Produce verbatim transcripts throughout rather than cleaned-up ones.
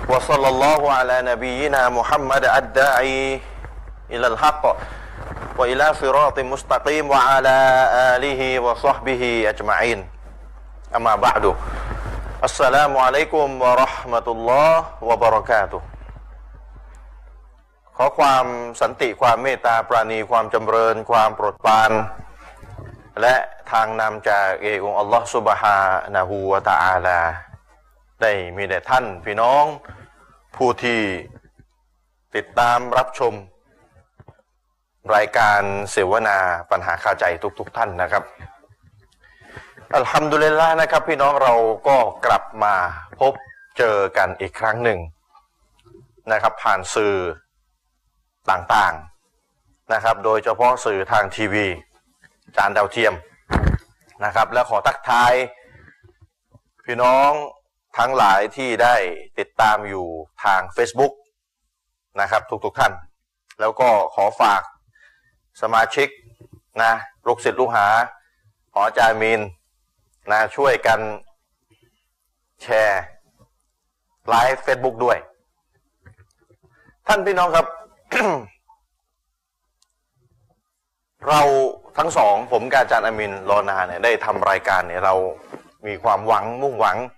وصلى الله على نبينا محمد الداعي إلى الحق وإلى صراط مستقيم وعلى آله وصحبه أجمعين أما بعد السلام عليكم ورحمة الله وبركاته ขอความสันติความเมตตาปราณีความจำเริญความโปรดปรานและทางนำจากเอกองค์อัลลอฮฺซุบฮานะฮูวะตะอาลาได้มีแด่ท่านพี่น้องผู้ที่ติดตามรับชมรายการเสวนาปัญหาคาใจทุกๆ ท่านนะครับอัลฮัมดุลิลลาห์นะครับพี่น้องเราก็กลับมาพบเจอกันอีกครั้งหนึ่งนะครับผ่านสื่อต่างๆนะครับโดยเฉพาะสื่อทางทีวีจานดาวเทียมนะครับและขอทักทายพี่น้องทั้งหลายที่ได้ติดตามอยู่ทาง Facebook นะครับทุกๆท่านแล้วก็ขอฝากสมาชิกนะลูกศิษย์ลูกหาหออาจารย์มีนนะช่วยกันแชร์ไลฟ์ Facebook ด้วยท่านพี่น้องครับ เราทั้งสองผมกับอาจารย์อามินรอนาเนี่ยได้ทำรายการเนี่ยเรามีความหวังมุ่งหวัง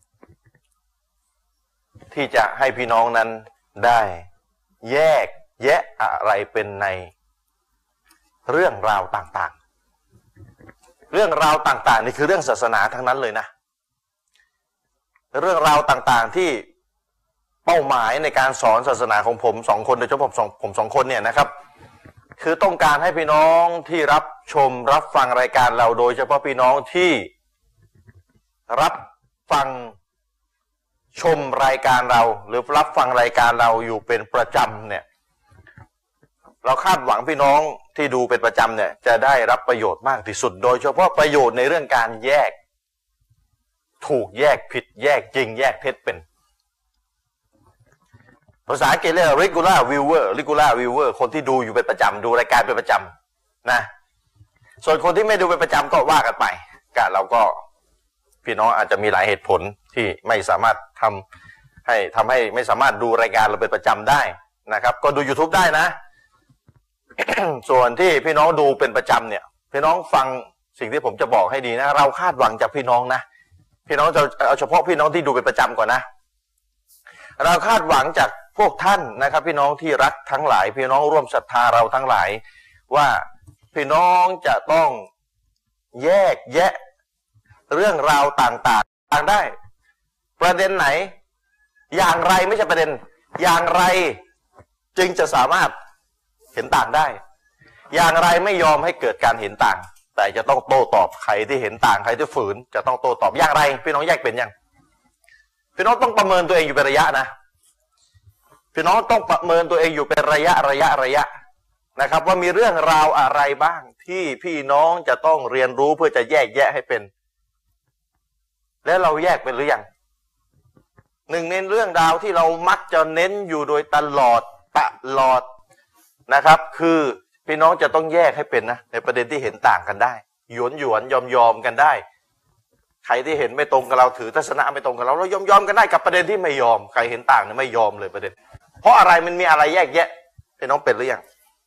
ที่จะให้พี่น้องนั้นได้แยกแยะอะไรเป็นในเรื่องราวต่างๆเรื่องราวต่างๆนี่คือเรื่องศาสนาทั้งนั้นเลยนะเรื่องราวต่างๆที่เป้าหมายในการสอนศาสนาของผมสองคนโดยเฉพาะผมสองผมสองคนเนี่ยนะครับคือต้องการให้พี่น้องที่รับชมรับฟังรายการเราโดยเฉพาะพี่น้องที่รับฟังชมรายการเราหรือรับฟังรายการเราอยู่เป็นประจำเนี่ยเราคาดหวังพี่น้องที่ดูเป็นประจำเนี่ยจะได้รับประโยชน์มากที่สุดโดยเฉพาะประโยชน์ในเรื่องการแยกถูกแยกผิดแยกจริงแยกเท็จเป็นภาษาอังกฤษเรียก regular viewer regular viewer คนที่ดูอยู่เป็นประจำดูรายการเป็นประจำนะส่วนคนที่ไม่ดูเป็นประจำก็ว่ากันไปก็เราก็พี่น้องอาจจะมีหลายเหตุผลที่ไม่สามารถทำให้ทำให้ไม่สามารถดูรายการเราเป็นประจำได้นะครับก็ดู YouTube ได้นะ ส่วนที่พี่น้องดูเป็นประจำเนี่ยพี่น้องฟังสิ่งที่ผมจะบอกให้ดีนะเราคาดหวังจากพี่น้องนะพี่น้องจะเอาเฉพาะพี่น้องที่ดูเป็นประจำก่อนนะเราคาดหวังจากพวกท่านนะครับพี่น้องที่รักทั้งหลายพี่น้องร่วมศรัทธาเราทั้งหลายว่าพี่น้องจะต้องแยกแยะเรื่องราวต่างๆต่างได้ประเด็นไหนอย่างไรไม่ใช่ประเด็นอย่างไรจึงจะสามารถเห็นต่างได้อย่างไรไม่ยอมให้เกิดการเห็นต่างแต่จะต้องโต้ตอบใครที่เห็นต่างใครที่ฝืนจะต้องโต้ตอบอย่างไรพี่น้องแยกเป็นยังพี่น้องต้องประเมินตัวเองอยู่เป็นระยะนะพี่น้องต้องประเมินตัวเองอยู่เป็นระยะระยะระยะนะครับว่ามีเรื่องราวอะไรบ้างที่พี่น้องจะต้องเรียนรู้เพื่อจะแยกแยะให้เป็นและเราแยกเป็นหรือยังหนึ่งในเรื่องราวที่เรามักจะเน้นอยู่โดยตลอดตลอดนะครับคือพี่น้องจะต้องแยกให้เป็นนะในประเด็นที่เห็นต่างกันได้หยวนหยวนยอมยอมกันได้ใครที่เห็นไม่ตรงกับเราถือทัศนะไม่ตรงกับเราเรายอมยอมกันได้กับประเด็นที่ไม่ยอมใครเห็นต่างเนี่ยไม่ยอมเลยประเด็นเพราะอะไรมันมีอะไรแยกแยะพี่น้องเป็นหรือยัง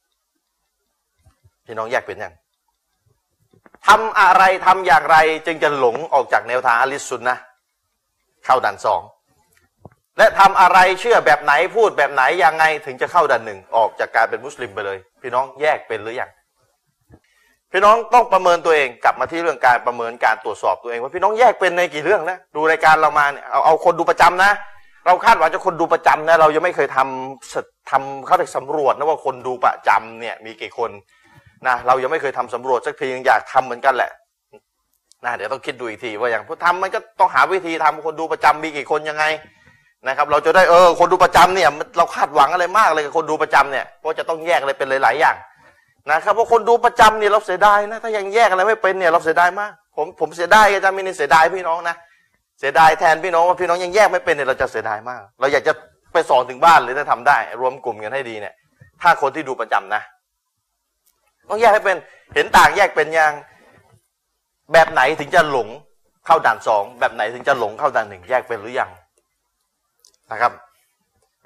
พี่น้องแยกเป็นยังทำอะไรทำอย่างไรจึงจะหลงออกจากแนวทางอะลิสซุนนะห์เข้าด่านสองและทำอะไรเชื่อแบบไหนพูดแบบไหนยังไงถึงจะเข้าด่านหนึ่งออกจากการเป็นมุสลิมไปเลยพี่น้องแยกเป็นหรือยังพี่น้องต้องประเมินตัวเองกลับมาที่เรื่องการประเมินการตรวจสอบตัวเองว่าพี่น้องแยกเป็นในกี่เรื่องนะดูรายการเรามาเนี่ยเอาเอาคนดูประจำนะเราคาดหวังจะคนดูประจำนะเรายังไม่เคยทำทำเข้าไปสำรวจนะว่าคนดูประจำเนี่ยมีกี่คนนะเรายังไม่เคยทำสำรวจสักทีอยากทำเหมือนกันแหละนะเดี๋ยวต้องคิดดูอีกทีว่าอย่างผู้ทำมันก็ต้องหาวิธีทำคนดูประจำมีกี่คนยังไงนะครับเราจะได้เออคนดูประจำเนี่ยเราคาดหวังอะไรมากเลยกับคนดูประจำเนี่ยเพราะจะต้องแยกอะไรเป็นหลายๆอย่างนะครับเพราะคนดูประจำเนี่ยเราเสียดายนะถ้ายังแยกอะไรไม่เป็นเนี่ยเราเสียดายมากผมผมเสียดายอาจารย์มินเสียดายพี่น้องนะเสียดายแทนพี่น้องว่าพี่น้องยังแยกไม่เป็นเนี่ยเราจะเสียดายมากเราอยากจะไปสอนถึงบ้านเลยถ้าทำได้รวมกลุ่มกันให้ดีเนี่ยถ้าคนที่ดูประจำนะต้องแยกให้เป็นเห็นต่างแยกเป็นยังแบบไหนถึงจะหลงเข้าด่านสองแบบไหนถึงจะหลงเข้าด่านหนึ่งแยกเป็นหรือยังนะครับ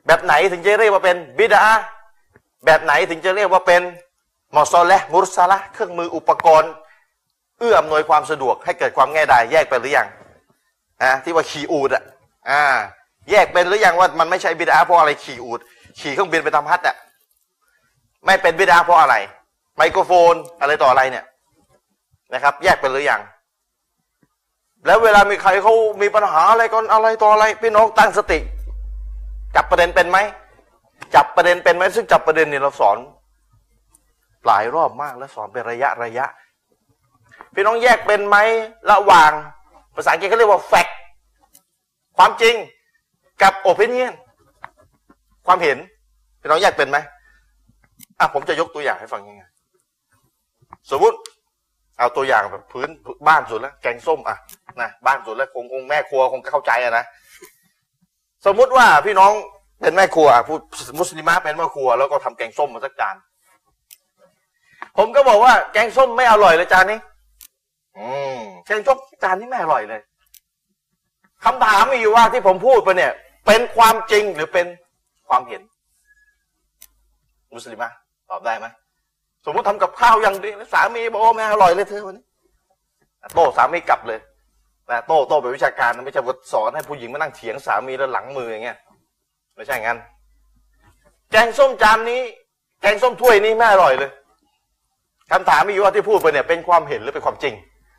แบบไหนถึงจะเรียกว่าเป็นบิดาแบบไหนถึงจะเรียกว่าเป็นมอซอและมุรซาละเครื่องมืออุปกรณ์เอื้ออำนวยความสะดวกให้เกิดความง่ายดายแยกเป็นหรือยังอ่ะที่ว่าขี่อูดอ่ะอ่าแยกเป็นหรือยังว่ามันไม่ใช่บิดาเพราะอะไรขี่อูดขี่เครื่องบินไปทำฮัจญ์อ่ะไม่เป็นบิดาเพราะอะไรไมโครโฟนอะไรต่ออะไรเนี่ยนะครับแยกเป็นหรือยังแล้วเวลามีใครเขามีปัญหาอะไรกันอะไรต่ออะไรพี่น้องตั้งสติจับประเด็นเป็นไหมจับประเด็นเป็นไหมซึ่งจับประเด็นนี่เราสอนหลายรอบมากแล้วสอนเป็นระยะระยะพี่น้องแยกเป็นไหมระหว่างภาษาอังกฤษเขาเรียกว่า fact ความจริงกับ opinion ความเห็นพี่น้องแยกเป็นไหมอ่ะผมจะยกตัวอย่างให้ฟังยังไงสมมุติเอาตัวอย่างแบบพื้นบ้านสุดแล้วแกงส้มอ่ะนะบ้านสุดแล้วคงคงแม่ครัวคงเข้าใจอะนะสมมุติว่าพี่น้องเป็นแม่ครัวผู้มุสลิมะเป็นแม่ครัวแล้วก็ทำแกงส้มมาสักจานผมก็บอกว่าแกงส้มไม่อร่อยเลยจานนี้อืมแกงส้มจานนี้ไม่อร่อยเลยคำถามมีอยู่ว่าที่ผมพูดไปเนี่ยเป็นความจริงหรือเป็นความเห็นมุสลิมะตอบได้ไหมสมมติทำกับข้าวอย่างดีสามีบอกว่าไม่อร่อยเลยเธอวันนี้โต้สามีกลับเลยนะโต้โต้เป็นวิชาการไม่ใช่ว่าสอนให้ผู้หญิงมานั่งเถียงสามีแล้วหลังมืออย่างเงี้ยไม่ใช่งั้นแกงส้มจานนี้แกงส้มถ้วยนี้ไม่อร่อยเลยคำถามมีอยู่ว่าที่พูดไปเนี่ยเป็นความเห็นหรือเป็นความจริง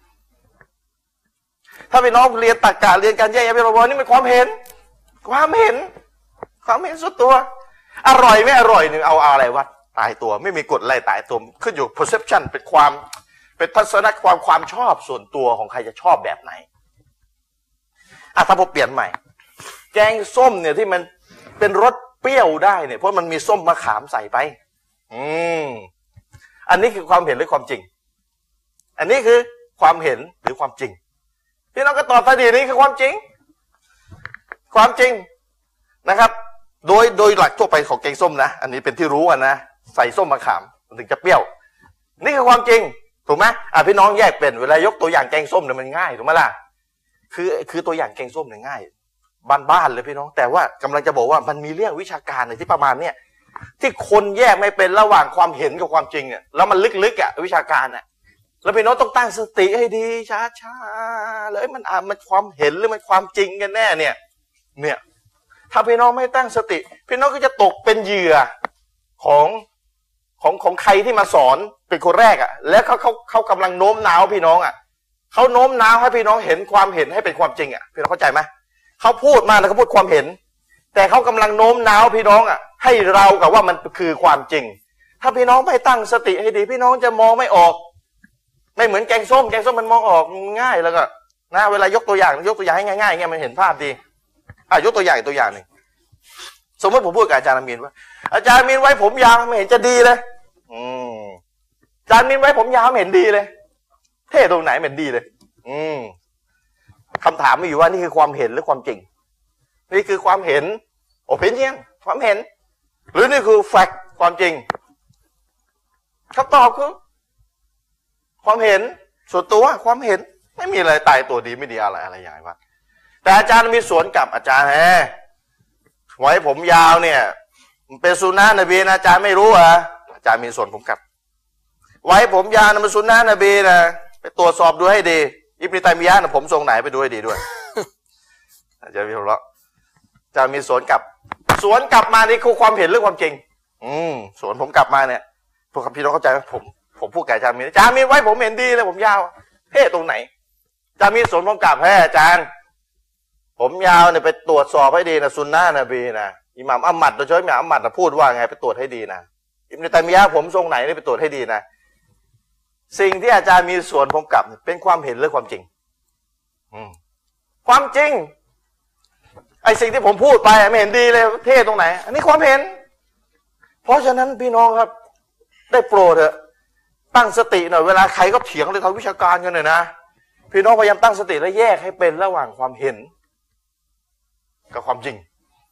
ถ้าพี่น้องเรียนตรรกะเรียนการแยกแยะเป็นระบบนี่เป็นความเห็นความเห็นความเห็นสุดตัวอร่อยไม่อร่อยหนึ่งเอาอะไรวัดตายตัวไม่มีกฎอะไรตายตัวขึ้นอยู่ perception เป็นความเป็นทัศนคติความความชอบส่วนตัวของใครจะชอบแบบไหนอ่ะถ้าผมเปลี่ยนใหม่แกงส้มเนี่ยที่มันเป็นรสเปรี้ยวได้เนี่ยเพราะมันมีส้มมะขามใส่ไปอืมอันนี้คือความเห็นหรือความจริงอันนี้คือความเห็นหรือความจริงพี่น้องก็ตอบทันทีนี้คือความจริงความจริงนะครับโดยโดยหลักทั่วไปของแกงส้มนะอันนี้เป็นที่รู้กันนะใส่ส้มมะขามมันถึงจะเปรี้ยวนี่คือความจริงถูกไหมอ่ะพี่น้องแยกเป็นเวลายกตัวอย่างแกงส้มเนี่ยมันง่ายถูกไหมล่ะคือคือตัวอย่างแกงส้มเนี่ยง่ายบ้านๆเลยพี่น้องแต่ว่ากำลังจะบอกว่ามันมีเรื่องวิชาการในที่ประมาณเนี้ยที่คนแยกไม่เป็นระหว่างความเห็นกับความจริงเนี่ยแล้วมันลึกๆอ่ะวิชาการอ่ะแล้วพี่น้องต้องตั้งสติให้ดีช้าๆเลยมันอ่ะมันความเห็นหรือมันความจริงกันแน่เนี่ยเนี่ยถ้าพี่น้องไม่ตั้งสติพี่น้องก็จะตกเป็นเหยื่อของของของใครที่มาสอนเป็นคนแรกอ่ะแล้วเขาเขาเขากำลังโน้มน้าวพี่น้องอ่ะเขาโน้มน้าวให้พี่น้องเห็นความเห็นให้เป็นความจริงอ่ะพี่น้องเข้าใจไหมเขาพูดมาแล้วเขาพูดความเห็นแต่เขากำลังโน้มน้าวพี่น้องอ่ะให้เรากับว่ามันคือความจริงถ้าพี่น้องไม่ตั้งสติให้ดีพี่น้องจะมองไม่ออกไม่เหมือนแกงส้มแกงส้มมันมองออกง่ายแล้วก็นะเวลายกตัวอย่างยกตัวอย่างให้ง่ายๆเงี้ยมันเห็นภาพดีอ่ะยกตัวอย่างตัวอย่างหนึ่งสมมติผมพูดกับอาจารย์อามีนว่าอาจารย์อามีนไว้ผมยาวไม่เห็นจะดีเลยอืมอาจารย์อามีนไว้ผมยาวไม่เห็นดีเลยเท่ตรงไหนไม่เห็นดีเลยอืมคำถามมีอยู่ว่านี่คือความเห็นหรือความจริงนี่คือความเห็นโอเพนเนียนความเห็นหรือนี่คือแฟกต์ความจริงคำตอบคือความเห็นส่วนตัวความเห็นไม่มีอะไรตายตัวดีไม่ดีอะไรอะไรอย่างไรวะแต่อาจารย์มีสวนกับอาจารย์แฮไว้ผมยาวเนี่ยมันเป็นสุนนะนบีนะอาจารย์ไม่รู้อ่ะอาจารย์มีสวนผมกับไว้ผมยาวนะมันสุนนะนบีนะไปตรวจสอบดูให้ดีอิบนุตัยมียะห์นะผมทรงไหนไปดูให้ดีด้วยอาจารย์มีหัวเราะอาจารย์มีสวนกับสวนกลับมานี่คือความเห็นหรือความจริงอืมสวนผมกลับมาเนี่ยพวกพี่น้องเข้าใจไหมผมผมพูดกับอาจารย์มีอาจารย์มีไว้ผมเห็นดีเลยผมยาวเท่ตรงไหนอาจารย์มีสวนผมกลับให้อาจารย์ผมยาวเนี่ยไปตรวจสอบให้ดีนะซุนนะนบีนะอิหม่ามอัมมัดโดยเฉพาะอิหม่ามอัมมัดพูดว่าไงไปตรวจให้ดีนะอิบนุตัยมียะห์ผมทรงไหนนี่ไปตรวจให้ดีนะสิ่งที่อาจารย์มีส่วนผมกลับเป็นความเห็นหรือความจริงอืมความจริงไอ้สิ่งที่ผมพูดไปไม่เห็นดีเลยเท่ตรงไหนอันนี้ความเห็นเพราะฉะนั้นพี่น้องครับได้โปรดเถอะตั้งสติหน่อยเวลาใครก็เถียงในทางวิชาการกันหน่อยนะพี่น้องพยายามตั้งสติและแยกให้เป็นระหว่างความเห็นกับความจริง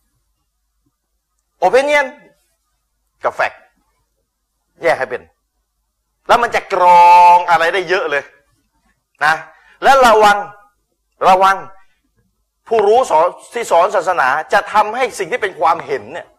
โอเ i น i o n กับแฟกต์แยกให้เป็นแล้วมันจะกรองอะไรได้เยอะเลยนะและระวังระวังผู้รู้สอนที่สอนศาสนาจะทำให้สิ่งที่เป็นความเห็นเนี่ย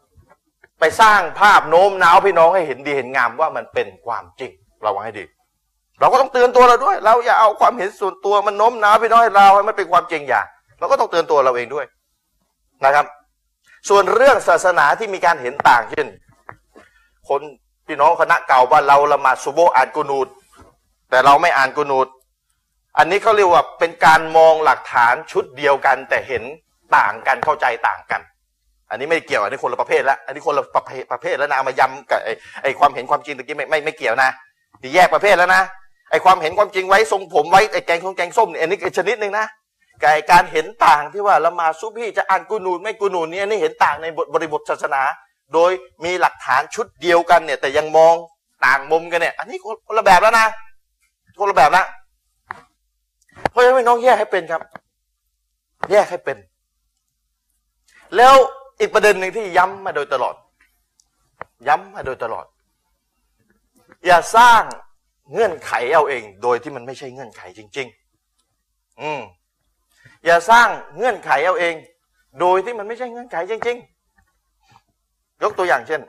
ไปสร้างภาพโน้มน้าวพี่น้องให้เห็นดีเห็นงามว่ามันเป็นความจริงระวังให้ดีเราก็ต้องเตือนตัวเราด้วยเราอย่าเอาความเห็นส่วนตัวมันโน้มน้าวพี่น้องให้เราให้มันเป็นความจริงอย่าเราก็ต้องเตือนตัวเราเองด้วยนะครับส่วนเรื่องศาสนาที่มีการเห็นต่างเช่นคนพี่น้องคณะเก่าว่าเราละหมาดซุโบอ่านกุนูดแต่เราไม่อ่านกุนูดอันนี้เขาเรียกว่าเป็นการมองหลักฐานชุดเดียวกันแต่เห็นต่างกันเข้าใจต่างกันอันนี้ไม่เกี่ยวอันนี้คนละประเภทละอันนี้คนละประเภทประเภทแล้วนะเอามายำกับไอ้ไอ้ความเห็นความจริงตะกี้ไม่ไม่ไม่เกี่ยวนะนี่แยกประเภทแล้วนะไอ้ความเห็นความจริงไว้ทรงผมไว้ไอ้แกงทรงแกงส้มเนี่ยอันนี้อีกชนิดหนึ่งนะกับการเห็นต่างที่ว่าละหมาดซุบฮีจะอ่านกุนูดไม่กุนูดเนี่ยนี่เห็นต่างในบริบทศาสนาโดยมีหลักฐานชุดเดียวกันเนี่ยแต่ยังมองต่างมุมกันเนี่ยอันนี้คนละแบบแล้วนะคนละแบบนะเพราะฉะนั้นพี่น้องแยกให้เป็นครับแยกให้เป็นแล้วอีกประเด็นหนึ่งที่ย้ำมาโดยตลอดย้ำมาโดยตลอดอย่าสร้างเงื่อนไขเอาเองโดยที่มันไม่ใช่เงื่อนไขจริงๆอืมอย่าสร้างเงื่อนไขเอาเองโดยที่มันไม่ใช่เงื่อนไขจริงๆยกตัวอย่างเช่น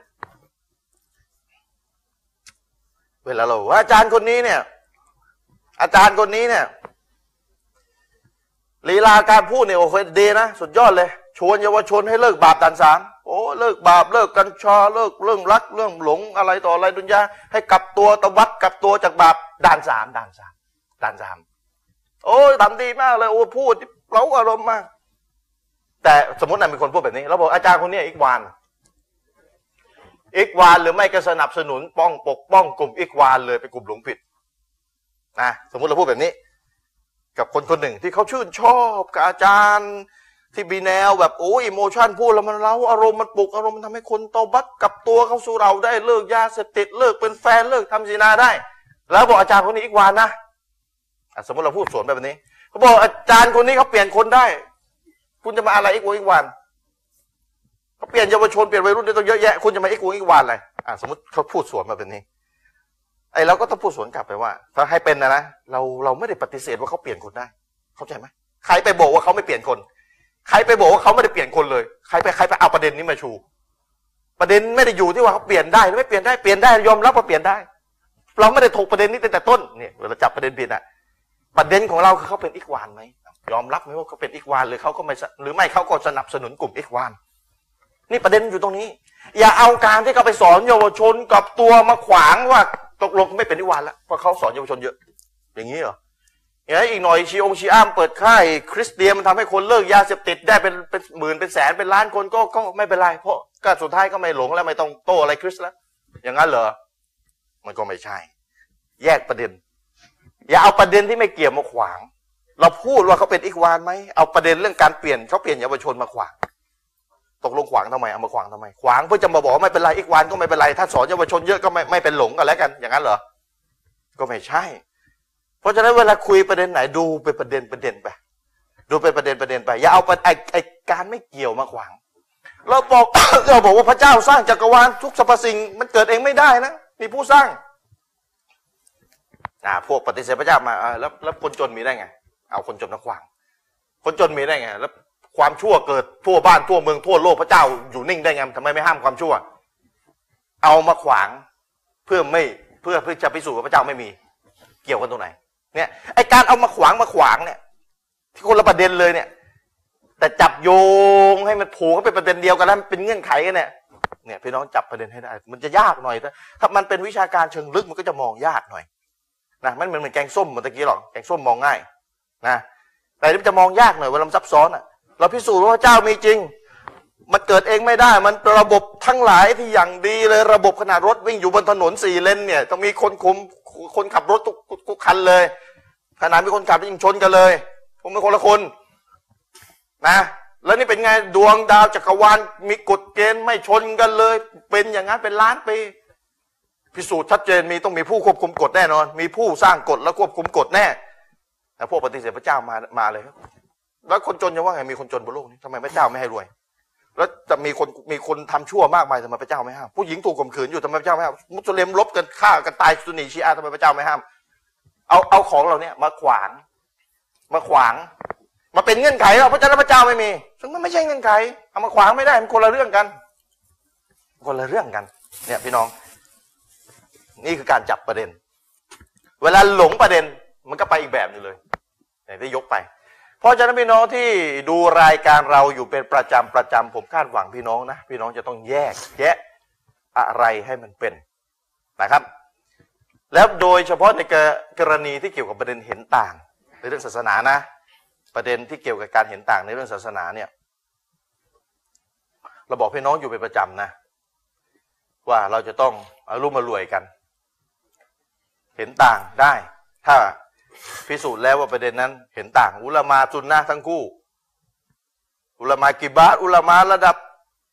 เวลาเราว่าอาจารย์คนนี้เนี่ยอาจารย์คนนี้เนี่ยลีลาการพูดเนี่ยโอเคดีนะสุดยอดเลยชวนเยาวชนให้เลิกบาปด่านสามโอ้เลิกบาปเลิกกัญชาเลิกเรื่องรักเรื่องหลงอะไรต่ออะไรดุนยาให้กลับตัวตวัดกลับตัวจากบาปด่านสามด่านสามด่านสามโอ้ยทำดีมากเลยโอ้พูดเร้าอารมณ์มากแต่สมมตินายเป็นคนพูดแบบนี้เราบอกอาจารย์คนนี้อีกวานอีกวานหรือไม่ก็สนับสนุนป้องปกป้องกลุ่มอีกวานเลยเป็นกลุ่มหลงผิดนะสมมติเราพูดแบบนี้กับคนคนหนึ่งที่เขาชื่นชอบกับอาจารย์ที่มีแนวแบบโอ้อิโมชันพูดแล้วมันเล้าอารมณ์มันปลุกอารมณ์มันทำให้คนโตบักกับตัวเข้าสู่เราได้เลิกยาเสพติดเลิกเป็นแฟนเลิกทำซีนาได้แล้วบอกอาจารย์คนนี้อีกวานนะสมมติเราพูดสวนแบบนี้เขาบอกอาจารย์คนนี้เขาเปลี่ยนคนได้คุณจะมาอะไรอีกวงอีกวานเขาเปลี่ยนเยาวชนเปลี่ยนวัยรุ่นได้ต้องเยอะแยะคุณจะมาอีกวงอีกวานอะไรอ่าสมมติเขาพูดสวนมาแบบนี้ไอ้เราก็ต้องพูดสวนกลับไปว่าถ้าให้เป็นนะนะเราเราไม่ได้ปฏิเสธว่าเขาเปลี่ยนคนได้เข้าใจไหมใครไปบอกว่าเขาไม่เปลี่ยนคนใครไปบอกว่าเขาไม่ได้เปลี่ยนคนเลยใครไปใครไปเอาประเด็นนี้มาชูประเด็นไม่ได้อยู่ที่ว่าเขาเปลี่ยนได้หรือไม่เปลี่ยนได้เปลี่ยนได้ยอมรับว่าเปลี่ยนได้เราไม่ได้ถกประเด็นนี้ตั้งแต่ต้นเนี่ยเวลาจับประเด็นผิดอะประเด็นของเราคือเขาเป็นอีกวานไหมยอมรับไหมว่าเขาเป็นอีกวานหรือเขาก็ไม่หรือไม่เขาก็สนับสนุนกลุ่มอีกวานนี่ประเด็นอยู่ตรงนี้อย่าเอาการที่เขาไปสอนเยาวชนกับตัวมาขวางว่าตกลงไม่เป็นอีกวานแล้วเพราะเขาสอนเยาวชนเยอะอย่างนี้เหรออย่างนี้อีกหน่อยชีองชีอ้ามเปิดค่ายคริสเตียนมันทำให้คนเลิกยาเสพติดได้เป็นเป็นหมื่นเป็นแสนเป็นล้านคนก็ก็ไม่เป็นไรเพราะก็สุดท้ายก็ไม่หลงแล้วไม่ต้องโตอะไรคริสแล้วอย่างนั้นเหรอมันก็ไม่ใช่แยกประเด็นอย่าเอาประเด็นที่ไม่เกี่ยวมาขวางเราพูดว่าเขาเป็นอีกวานไหมเอาประเด็นเรื่องการเปลี่ยนเขาเปลี่ยนเยาวชนมาขวางตกลงขวางทำไมเอามาขวางทำไมขวางเพื่อจะมาบอกไม่เป็นไรอีกวานก็ไม่เป็นไรถ้าสอนเยาวชนเยอะก็ไม่ไม่เป็นหลงกันแล้วกันอย่างนั้นเหรอก็ไม่ใช่เพราะฉะนั้นเวลาคุยประเด็นไหนดูเป็นประเด็นประเด็นไปดูเป็นประเด็นประเด็นไปอย่าเอาไอ้ไอ้การไม่เกี่ยวมาขวางเราบอก เราบอกว่าพระเจ้าสร้างจักรวาลทุกสรรพสิ่งมันเกิดเองไม่ได้นะมีผู้สร้างอ่าพวกปฏิเสธพระเจ้ามาแล้วแล้วคนจนมีได้ไงเอาคนจนมาขวางคนจนมีได้ไงแล้วความชั่วเกิดทั่วบ้านทั่วเมืองทั่วโลกพระเจ้าอยู่นิ่งได้ไงทำไมไม่ห้ามความชั่วเอามาขวางเพื่อไม่เพื่อเพื่อจะพิสูจน์ว่าพระเจ้าไม่มีเกี่ยวกันตรงไหนเนี่ยไอการเอามาขวางมาขวางเนี่ยที่คนละประเด็นเลยเนี่ยแต่จับโยงให้มันผูกเข้าเป็นประเด็นเดียวกันแล้วเป็นเงื่อนไขกันเนี่ยเนี่ยพี่น้องจับประเด็นให้ได้มันจะยากหน่อยถ้าถ้ามันเป็นวิชาการเชิงลึกมันก็จะมองยากหน่อยนะมันเหมือนเหมือนแกงส้มเมื่อกี้หรอกแกงส้มมองง่ายนะแต่มันจะมองยากหน่อยเวลาซับซ้อนอ่ะเราพิสูจน์ว่าพระเจ้ามีจริงมันเกิดเองไม่ได้มันระบบทั้งหลายที่อย่างดีเลยระบบขนาดรถวิ่งอยู่บนถนนสี่เลนเนี่ยต้องมีคนคุมคนขับรถทุกทุกคันเลยขนาดมีคนขับยิ่งชนกันเลยผมเป็นคนละคนนะแล้วนี่เป็นไงดวงดาวจักรวาลมีกฎเกณฑ์ไม่ชนกันเลยเป็นอย่างนั้นเป็นล้านปีพิสูจน์ชัดเจนมีต้องมีผู้ควบคุมกฎแน่นอนมีผู้สร้างกฎและควบคุมกฎแน่แต่พวกปฏิเสธพระเจ้ามามาเลยแล้วคนจนจะว่าไงมีคนจนบนโลกนี้ทำไมพระเจ้าไม่ให้รวยแล้วจะมีคนมีคนทำชั่วมากมายทำไมพระเจ้าไม่ห้ามผู้หญิงถูกข่มขืนอยู่ทำไมพระเจ้าไม่ห้ามมุสลิมลบกันฆ่ากันตายซุนนีชีอะห์ทำไมพระเจ้าไม่ห้ามเอาเอาของเราเนี่ยมาขวางมาขวางมาเป็นเงื่อนไขเราเพราะฉะนั้นพระเจ้าไม่มีซึ่งมันไม่ใช่เงื่อนไขเอามาขวางไม่ได้มันคนละเรื่องกันคนละเรื่องกันเนี่ยพี่น้องนี่คือการจับประเด็นเวลาหลงประเด็นมันก็ไปอีกแบบนึงเลยอย่างที่ยกไปเพราะฉะนั้นพี่น้องที่ดูรายการเราอยู่เป็นประจำประจำผมคาดหวังพี่น้องนะพี่น้องจะต้องแยกแยะอะไรให้มันเป็นนะครับแล้วโดยเฉพาะในกรณีที่เกี่ยวกับประเด็นเห็นต่างในเรื่องศาสนานะประเด็นที่เกี่ยวกับการเห็นต่างในเรื่องศาสนาเนี่ยเราบอกพี่น้องอยู่เป็นประจำนะว่าเราจะต้องอารมณ์มารวยกันเห็นต่างได้ถ้าพิสูจน์แล้วว่าประเด็นนั้นเห็นต่างอุลามาซุนนะห์ทั้งคู่อุลามากิบาตอุลามาระดับ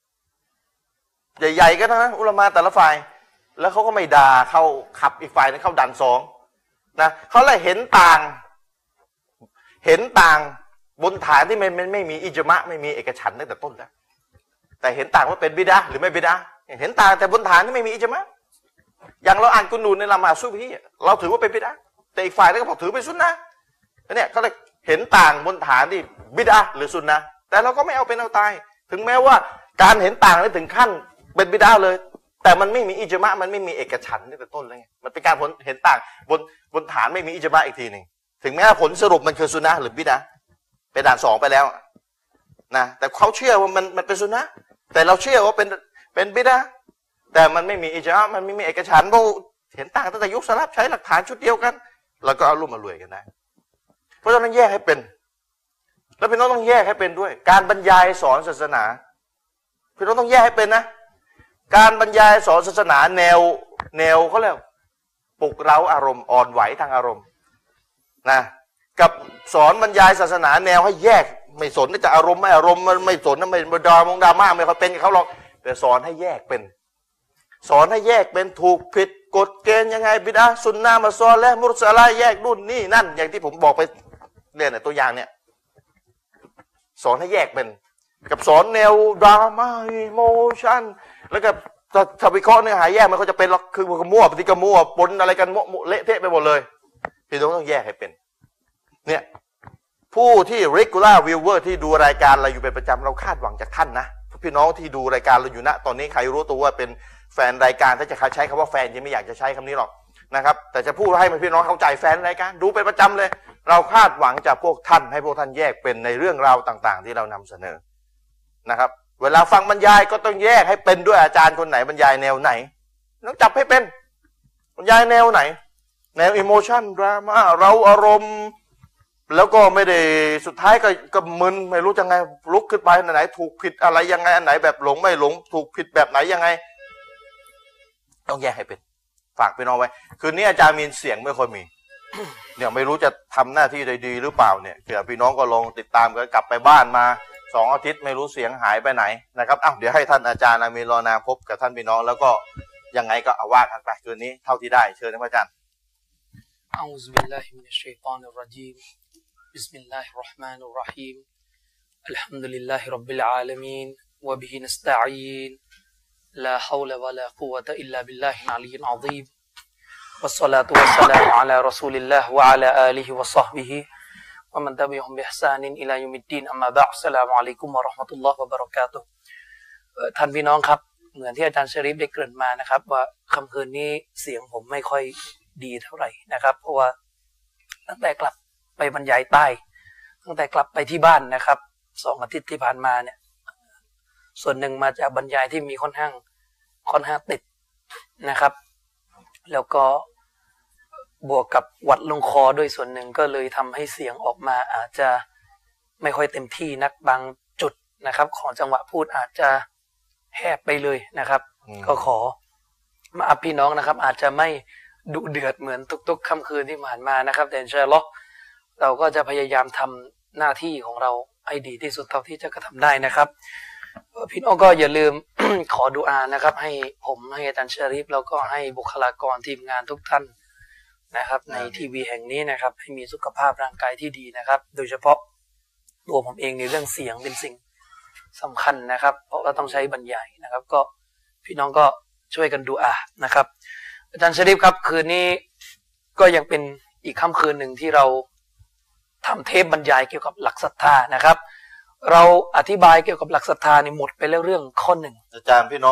ใหญ่ๆกันนะอุลามาแต่ละฝ่ายแล้วเขาก็ไม่ด่าเข้าขับอีกฝ่ายนึงเข้าดันสองนะเขาเลยเห็นต่างเห็นต่างบนฐานที่มันไม่มีอิจมะไม่มีเอกฉันท์ตั้งแต่ต้นแล้วแต่เห็นต่างว่าเป็นบิดาหรือไม่บิดาเห็นต่างแต่บนฐานที่ไม่มีอิจมะอย่างเราอ่านกุนูนในละหมาดซุบฮีเราถือว่าเป็นบิดาแต่อีกฝ่ายนึงก็บอกถือเป็นซุนนะห์เนี่ยเขาเลยเห็นต่างบนฐานที่บิดาหรือซุนนะห์แต่เราก็ไม่เอาเป็นเอาตายถึงแม้ว่าการเห็นต่างนี่ถึงขั้นเป็นบิดาเลยแต่มันไม่มีอิจมะมันไม่มีเอกฉันท์ตั้งแต่ต้นเลยมันเป็นการผลเห็นต่างบนบนฐานไม่มีอิจมะอีกทีหนึ่งถึงแม้ผลสรุปมันคือซุนนะห์หรือบิดาเป็นด่านสองไปแล้วนะแต่เขาเชื่อว่ามันมันเป็นซุนนะห์แต่เราเชื่อว่าเป็นเป็นบิดาแต่มันไม่มีอิจมะมันไม่มีเอกฉันท์เพราะเห็นต่างตั้งแต่ยุคสลับใช้หลักฐานชุดเดียวกันแล้วก็เอารุ่มมารวยกันได้เพราะฉะนั้นแยกให้เป็นแล้วพี่น้องต้องแยกให้เป็นด้วยการบรรยายสอนศาสนาพี่น้องต้องแยกให้เป็นนะการบรรยายสอนศาสนาแนวแนวเขาเรียกปลุกเร้าอารมณ์อ่อนไหวทางอารมณ์นะกับสอนบรรยายศาสนาแนวให้แยกไม่สนจะอารมณ์ไม่อารมณ์มันไม่สนนะไม่ดรามงดราม่าไม่ค่อยเป็นกับเขาหรอกแต่สอนให้แยกเป็นสอนให้แยกเป็นถูกผิดกฎเกณฑ์ยังไงบิดาซุนนะห์มาซอและมุรสละแยกนู่นนี่นั่นอย่างที่ผมบอกไปเนี่ยตัวอย่างเนี่ยสอนให้แยกเป็นกับสอนแนวดราม่าอิโมชันแล้วก็ถ้าวิเคราะห์เนื้อหาแยกมันก็จะเป็นหรอกคือมันมั่วปฏิกรรมมั่วปนอะไรกันมั่วเละเทะไปหมดเลยพี่น้องต้องแยกให้เป็นเนี่ยผู้ที่ regular viewer ที่ดูรายการเราอยู่เป็นประจำเราคาดหวังจากท่านนะพี่น้องที่ดูรายการเราอยู่ณตอนนี้ใครรู้ตัวว่าเป็นแฟนรายการถ้าจะใช้คำว่าแฟนยังไม่อยากจะใช้คำนี้หรอกนะครับแต่จะพูดให้มันพี่น้องเข้าใจแฟนรายการดูเป็นประจำเลยเราคาดหวังจากพวกท่านให้พวกท่านแยกเป็นในเรื่องราวต่างๆที่เรานำเสนอนะครับเวลาฟังบรรยายก็ต้องแยกให้เป็นด้วยอาจารย์คนไหนบรรยายแนวไหนต้องจับให้เป็นบรรยายแนวไหนแนวอิโมชันดราม่าเราอารมณ์แล้วก็ไม่ได้สุดท้ายก็ก็มึนไม่รู้จะไงลุกขึ้นไปไหนถูกผิดอะไรยังไงอันไหนแบบหลงไม่หลงถูกผิดแบบไหนยังไงต้องแยกให้เป็นฝากพี่น้องไว้คืนนี้อาจารย์มีเสียงไม่ค่อยมีเนี่ยไม่รู้จะทำหน้าที่ได้ดีหรือเปล่าเนี่ยเดี๋ยวพี่น้องก็ลองติดตามกันกลับไปบ้านมาสองอาทิตย์ไม่รู้เสียงหายไปไหนนะครับอ้าวเดี๋ยวให้ท่านอาจารย์อามีรอนาพบกับท่านพี่น้องแล้วก็ยังไงก็เอาว่ากันไปคืนนี้เท่าที่ได้เชิญท่านอาจารย์อัลลอฮฺบิลลาฮิมินัชชัยฏอนิรเราะญีมบิสมิลลาฮิรเราะห์มานิรเราะฮีมอัลฮัมดุลิลลาฮิร็อบบิลอาลามีนวะบิฮินัสตะอีนลาฮาวละวะลากุวะตะอิลลาบิลลาฮิลอะลียิลอะซีมวัสศอลาตุวัสสลามุอะลารอซูลิลลาฮ์วะอะลาอาลิฮิวะศอฮบิฮิวะมันตะบิอะฮุมบิอิห์ซานินอิลายุมิดดีนอัมมาบะอ์อัสสลามุอะลัยกุมวะเราะห์มะตุลลอฮ์วะบะเราะกาตุฮ์ท่านพี่น้องครับเหมือนที่อาจารย์ชะรีฟได้เกริ่นมานะครับว่าค่ำคืนนี้เสียงผมไม่ค่อยดีเท่าไหร่นะครับเพราะว่าตั้งแต่กลับไปบรรยายใต้ตั้งแต่กลับไปที่บ้านนะครับสองอาทิตย์ที่ผ่านมาเนี่ยส่วนหนึ่งมาจากบรรยายที่มีค่อนข้างค่อนข้างติดนะครับแล้วก็บวกกับหวัดลงคอด้วยส่วนหนึ่งก็เลยทำให้เสียงออกมาอาจจะไม่ค่อยเต็มที่นักบางจุดนะครับของจังหวะพูดอาจจะแหบไปเลยนะครับก็ขอมาอัพพี่น้องนะครับอาจจะไม่ดุเดือดเหมือนทุกๆค่ำคืนที่ผ่านมานะครับแต่อินชาอัลลอฮ์เราก็จะพยายามทำหน้าที่ของเราให้ดีที่สุดเท่าที่จะกระทำได้นะครับพี่น้องก็อย่าลืม ขอดุอานะครับให้ผมให้อาจารย์ชะรีฟแล้วก็ให้บุคลากรทีมงานทุกท่านนะครับในทีวีแห่งนี้นะครับให้มีสุขภาพร่างกายที่ดีนะครับโดยเฉพาะตัวผมเองในเรื่องเสียงเป็นสิ่งสำคัญนะครับเพราะเราต้องใช้บรรยายนะครับก็พี่น้องก็ช่วยกันดุอานะครับอาจารย์ชะรีฟครับคืนนี้ก็ยังเป็นอีกค่ำคืนหนึ่งที่เราทำเทปบรรยายเกี่ยวกับหลักศรัทธานะครับเราอธิบายเกี่ยวกับหลักศรัทธานี่หมดไปแล้วเรื่องข้อหนึ่งอาจารย์พี่น้อง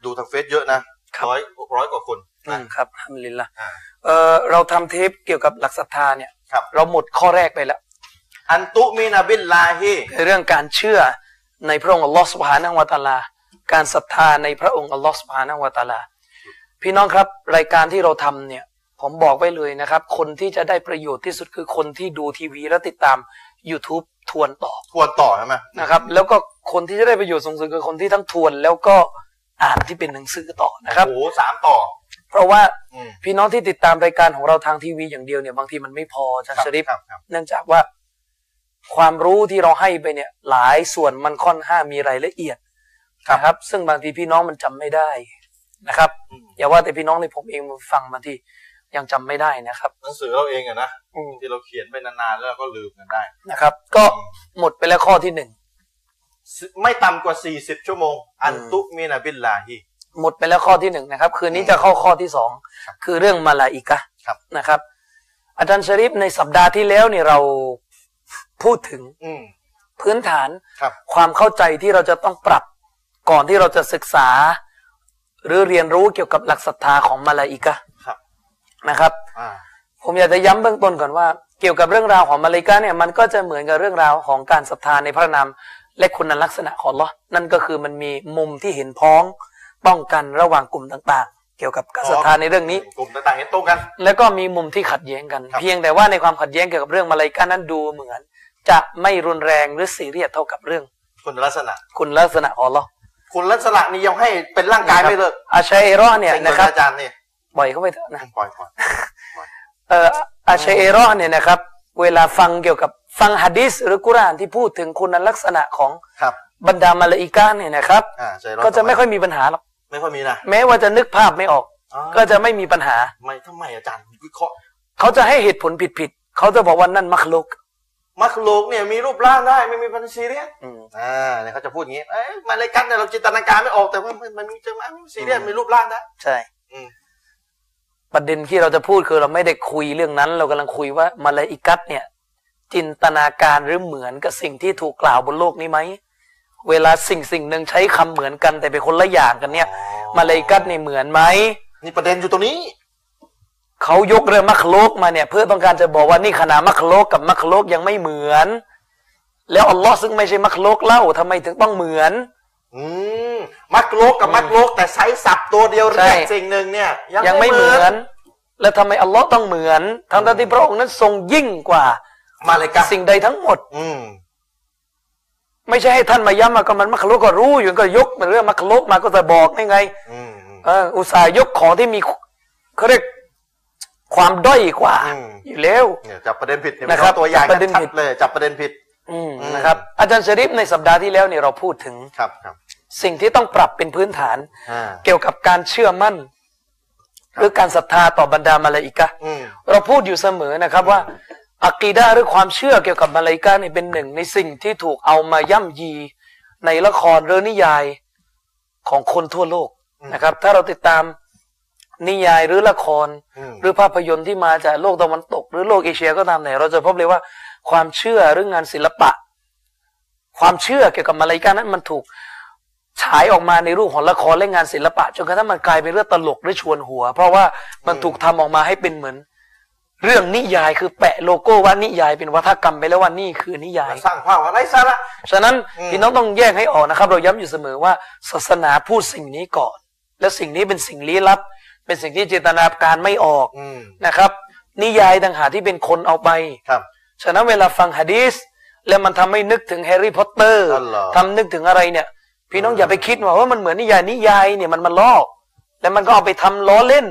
ดูทางเฟซเยอะนะร้อยร้อยกว่าคนนะครับอัลฮัมดุลิลละห์เออเราทำเทปเกี่ยวกับหลักศรัทธาเนี่ยเราหมดข้อแรกไปแล้วอันตุมีนาบิลลาฮิเรื่องการเชื่อในพระองค์อัลลอฮฺซุบฮานะฮูวะตะอาลาการศรัทธาในพระองค์อัลลอฮฺซุบฮานะฮูวะตะอาลาพี่น้องครับรายการที่เราทำเนี่ยผมบอกไว้เลยนะครับคนที่จะได้ประโยชน์ที่สุดคือคนที่ดูทีวีและติดตาม YouTube ทวนต่อทวนต่อใช่ไหมนะครับแล้วก็คนที่จะได้ประโยชน์สูงสุดคือคนที่ทั้งทวนแล้วก็อ่านที่เป็นหนังสือต่อนะครับโอ้สามต่อเพราะว่าพี่น้องที่ติดตามรายการของเราทางทีวีอย่างเดียวเนี่ยบางทีมันไม่พออาจารย์ชริฟเนื่องจากว่าความรู้ที่เราให้ไปเนี่ยหลายส่วนมันค่อนข้างมีรายละเอียดนะครับซึ่งบางทีพี่น้องมันจำไม่ได้นะครับอย่าว่าแต่พี่น้องในผมเองฟังบางทียังจำไม่ได้นะครับหนังสือเราเองอะนะที่เราเขียนไปนานๆแล้วก็ลืมกันได้นะครับก็หมดไปแล้วข้อที่หนึ่งไม่ต่ำกว่าสี่สิบชั่วโมงอันตุมีนาบิลลาฮิหมดไปแล้วข้อที่หนึ่งนะครับคืนนี้จะเข้าข้อที่สองคือเรื่องมาลาอิกะห์นะครับอาจารย์ชริฟในสัปดาห์ที่แล้วเนี่ยเราพูดถึงพื้นฐานความเข้าใจที่เราจะต้องปรับก่อนที่เราจะศึกษาหรือเรียนรู้เกี่ยวกับหลักศรัทธาของมาลาอิกะห์นะครับผมอยากจะย้ำเบื้องต้นก่อนว่าเกี่ยวกับเรื่องราวของมาลาอิกะห์เนี่ยมันก็จะเหมือนกับเรื่องราวของการศรัทธาในพระนามและคุณลักษณะของอัลเลาะห์นั่นก็คือมันมีมุมที่เห็นพ้องป้องกันระหว่างกลุ่มต่างๆเกี่ยวกับการศรัทธาในเรื่องนี้กลุ่มต่างๆเห็นตรงกันแล้วก็มีมุมที่ขัดแย้งกันเพียงแต่ว่าในความขัดแย้งเกี่ยวกับเรื่องมาลาอิกะห์นั้นดูเหมือนจะไม่รุนแรงหรือซีเรียสเท่ากับเรื่องคุณลักษณะคุณลักษณะของอัลเลาะห์คุณลักษณะนี้ยังให้เป็นร่างกายไม่เลิกอาชัยรอเนี่ยนะครับอาจารย์นี่ปล่อยเข้าไปเถอะนะปล่อยปล่อยเอ่ออาชัยรอเนี่ยนะครับเวลาฟังเกี่ยวกับฟังหะดีษหรือกุรอานที่พูดถึงคุณลักษณะของบรรดามาลาอิกะห์เนี่ยนะครับก็จะไม่ค่อยมีปัญหาหรอกไม่ค่อยมีนะแม้ว่าจะนึกภาพไม่ออกก็จะไม่มีปัญหาไม่ทำไมอาจารย์วิเคราะห์เขาจะให้เหตุผลผิดๆเขาจะบอกว่านั่นมักลุกมักลุกเนี่ยมีรูปร่างได้ไม่มีปัญหาซีเรียสอ่าเนี่ยเขาจะพูดอย่างนี้เอ้ยมาลาอิกะห์เนี่ยเราจินตนาการไม่ออกแต่ว่ามันมีจะมันซีเรียสมีรูปร่างได้ใช่ประเด็นที่เราจะพูดคือเราไม่ได้คุยเรื่องนั้นเรากำลังคุยว่ามาลาอิกะห์เนี่ยจินตนาการหรือเหมือนกับสิ่งที่ถูกกล่าวบนโลกนี้ไหมเวลาสิ่งสิ่งหนึ่งใช้คำเหมือนกันแต่เป็นคนละอย่างกันเนี่ยมาลาอิกะห์นี่เหมือนไหมนี่ประเด็นอยู่ตรงนี้เขายกเรื่องมักลุกมาเนี่ยเพื่อต้องการจะบอกว่านี่ขนาดมักลุกกับมักลุกยังไม่เหมือนแล้วอัลลอฮ์ซึ่งไม่ใช่มักลุกเล่าทำไมถึงต้องเหมือนอืมมักลุกกับมักลุกแต่ใช้ศัพท์ตัวเดียวเรียกสิ่งหนึ่งเนี่ยยังไม่เหมือนแล้วทำไมอัลลอฮ์ต้องเหมือนทั้งที่พระองค์นั้นทรงยิ่งกว่ามาลาอิกะห์สิ่งใดทั้งหมดอืมไม่ใช่ให้ท่านมาย้ำมาก็มันมักลุกก็รู้อยู่ก็ยกมันเรื่องมักลุกมาก็จะบอกได้ไงเอออุตส่าห์ยกของที่มีเขาเรียกความด้อยกว่าอยู่แล้วเนี่ยจับประเด็นผิดนะครับตัวอย่างชัดเลยจับประเด็นผิดนะครับอาจารย์ชริฟในสัปดาห์ที่แล้วเนี่ยเราพูดถึงครับครับสิ่งที่ต้องปรับเป็นพื้นฐานเกี่ยวกับการเชื่อมั่นหรือการศรัทธาต่อบรรดามาลาอิกะห์เราพูดอยู่เสมอนะครับว่าอะกีดะห์หรือความเชื่อเกี่ยวกับมาลาอิกะห์นี่เป็นหนึ่งในสิ่งที่ถูกเอามาย่ำยีในละครหรือนิยายของคนทั่วโลกนะครับถ้าเราติดตามนิยายหรือละครหรือภาพยนตร์ที่มาจากโลกตะวันตกหรือโลกเอเชียก็ตามไหนเราจะพบเลยว่าความเชื่อหรืองานศิลปะความเชื่อเกี่ยวกับมาลาอิกะห์นั้นมันถูกฉายออกมาในรูปของละครและงานศิลปะจนกระทั่งมันกลายเป็นเรื่องตลกหรือชวนหัวเพราะว่ามันถูกทำออกมาให้เป็นเหมือนเรื่องนิยายคือแปะโลโก้ว่านิยายเป็นวัฒกรรมไปแล้วว่านี่คือนิยายสร้างภาพอะไรซะละฉะนั้นพี่น้องต้องแยกให้ออกนะครับเราย้ำอยู่เสมอว่าศาสนาพูดสิ่งนี้ก่อนและสิ่งนี้เป็นสิ่งลี้ลับเป็นสิ่งที่จินตนาการไม่ออกนะครับนิยายต่างหากที่เป็นคนเอาไปครับฉะนั้นเวลาฟังหะดีษแล้วมันทำให้นึกถึงแฮร์รี่พอตเตอร์ทำนึกถึงอะไรเนี่ยพี่น้องอย่าไปคิดว่าว่ามันเหมือนนิยายนิยายเนี่ยมันมันลอกแล้วมันก็เอาไปทำล้อเล่น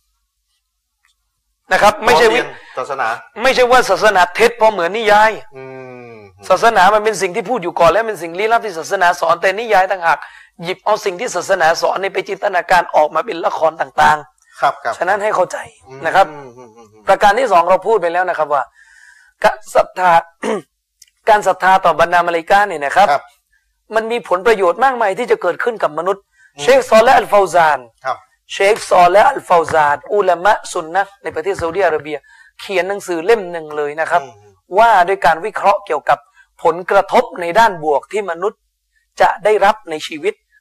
นะครับไม่ใช่วิศาสนาไม่ใช่ว่าศาสนาเท็จพอเหมือนนิยายศาสนามันเป็นสิ่งที่พูดอยู่ก่อนแล้วเป็นสิ่งลี้ลับที่ศาสนาสอนแต่นิยายต่างหากหยิบเอาสิ่งที่ศาสนาสอนในไปจินตนาการออกมาเป็นละครต่างๆครับฉะนั้นให้เข้าใจนะครับประการที่สองเราพูดไปแล้วนะครับว่าการศรัทธาการศรัทธาต่อบรรดามาลาอิกะห์เนี่ยนะครับมันมีผลประโยชน์มากมายที่จะเกิดขึ้นกับมนุษย์เชคซอเลห์อัลฟาวซานเชคซอเลห์อัลฟาวซานอุลามะซุนนะห์ในประเทศซาอุดิอาระเบียเขียนหนังสือเล่มหนึ่งเลยนะครับว่าด้วยการวิเคราะห์เกี่ยวกับผลกระทบในด้านบวกที่มนุษย์จะได้รับในชีวิต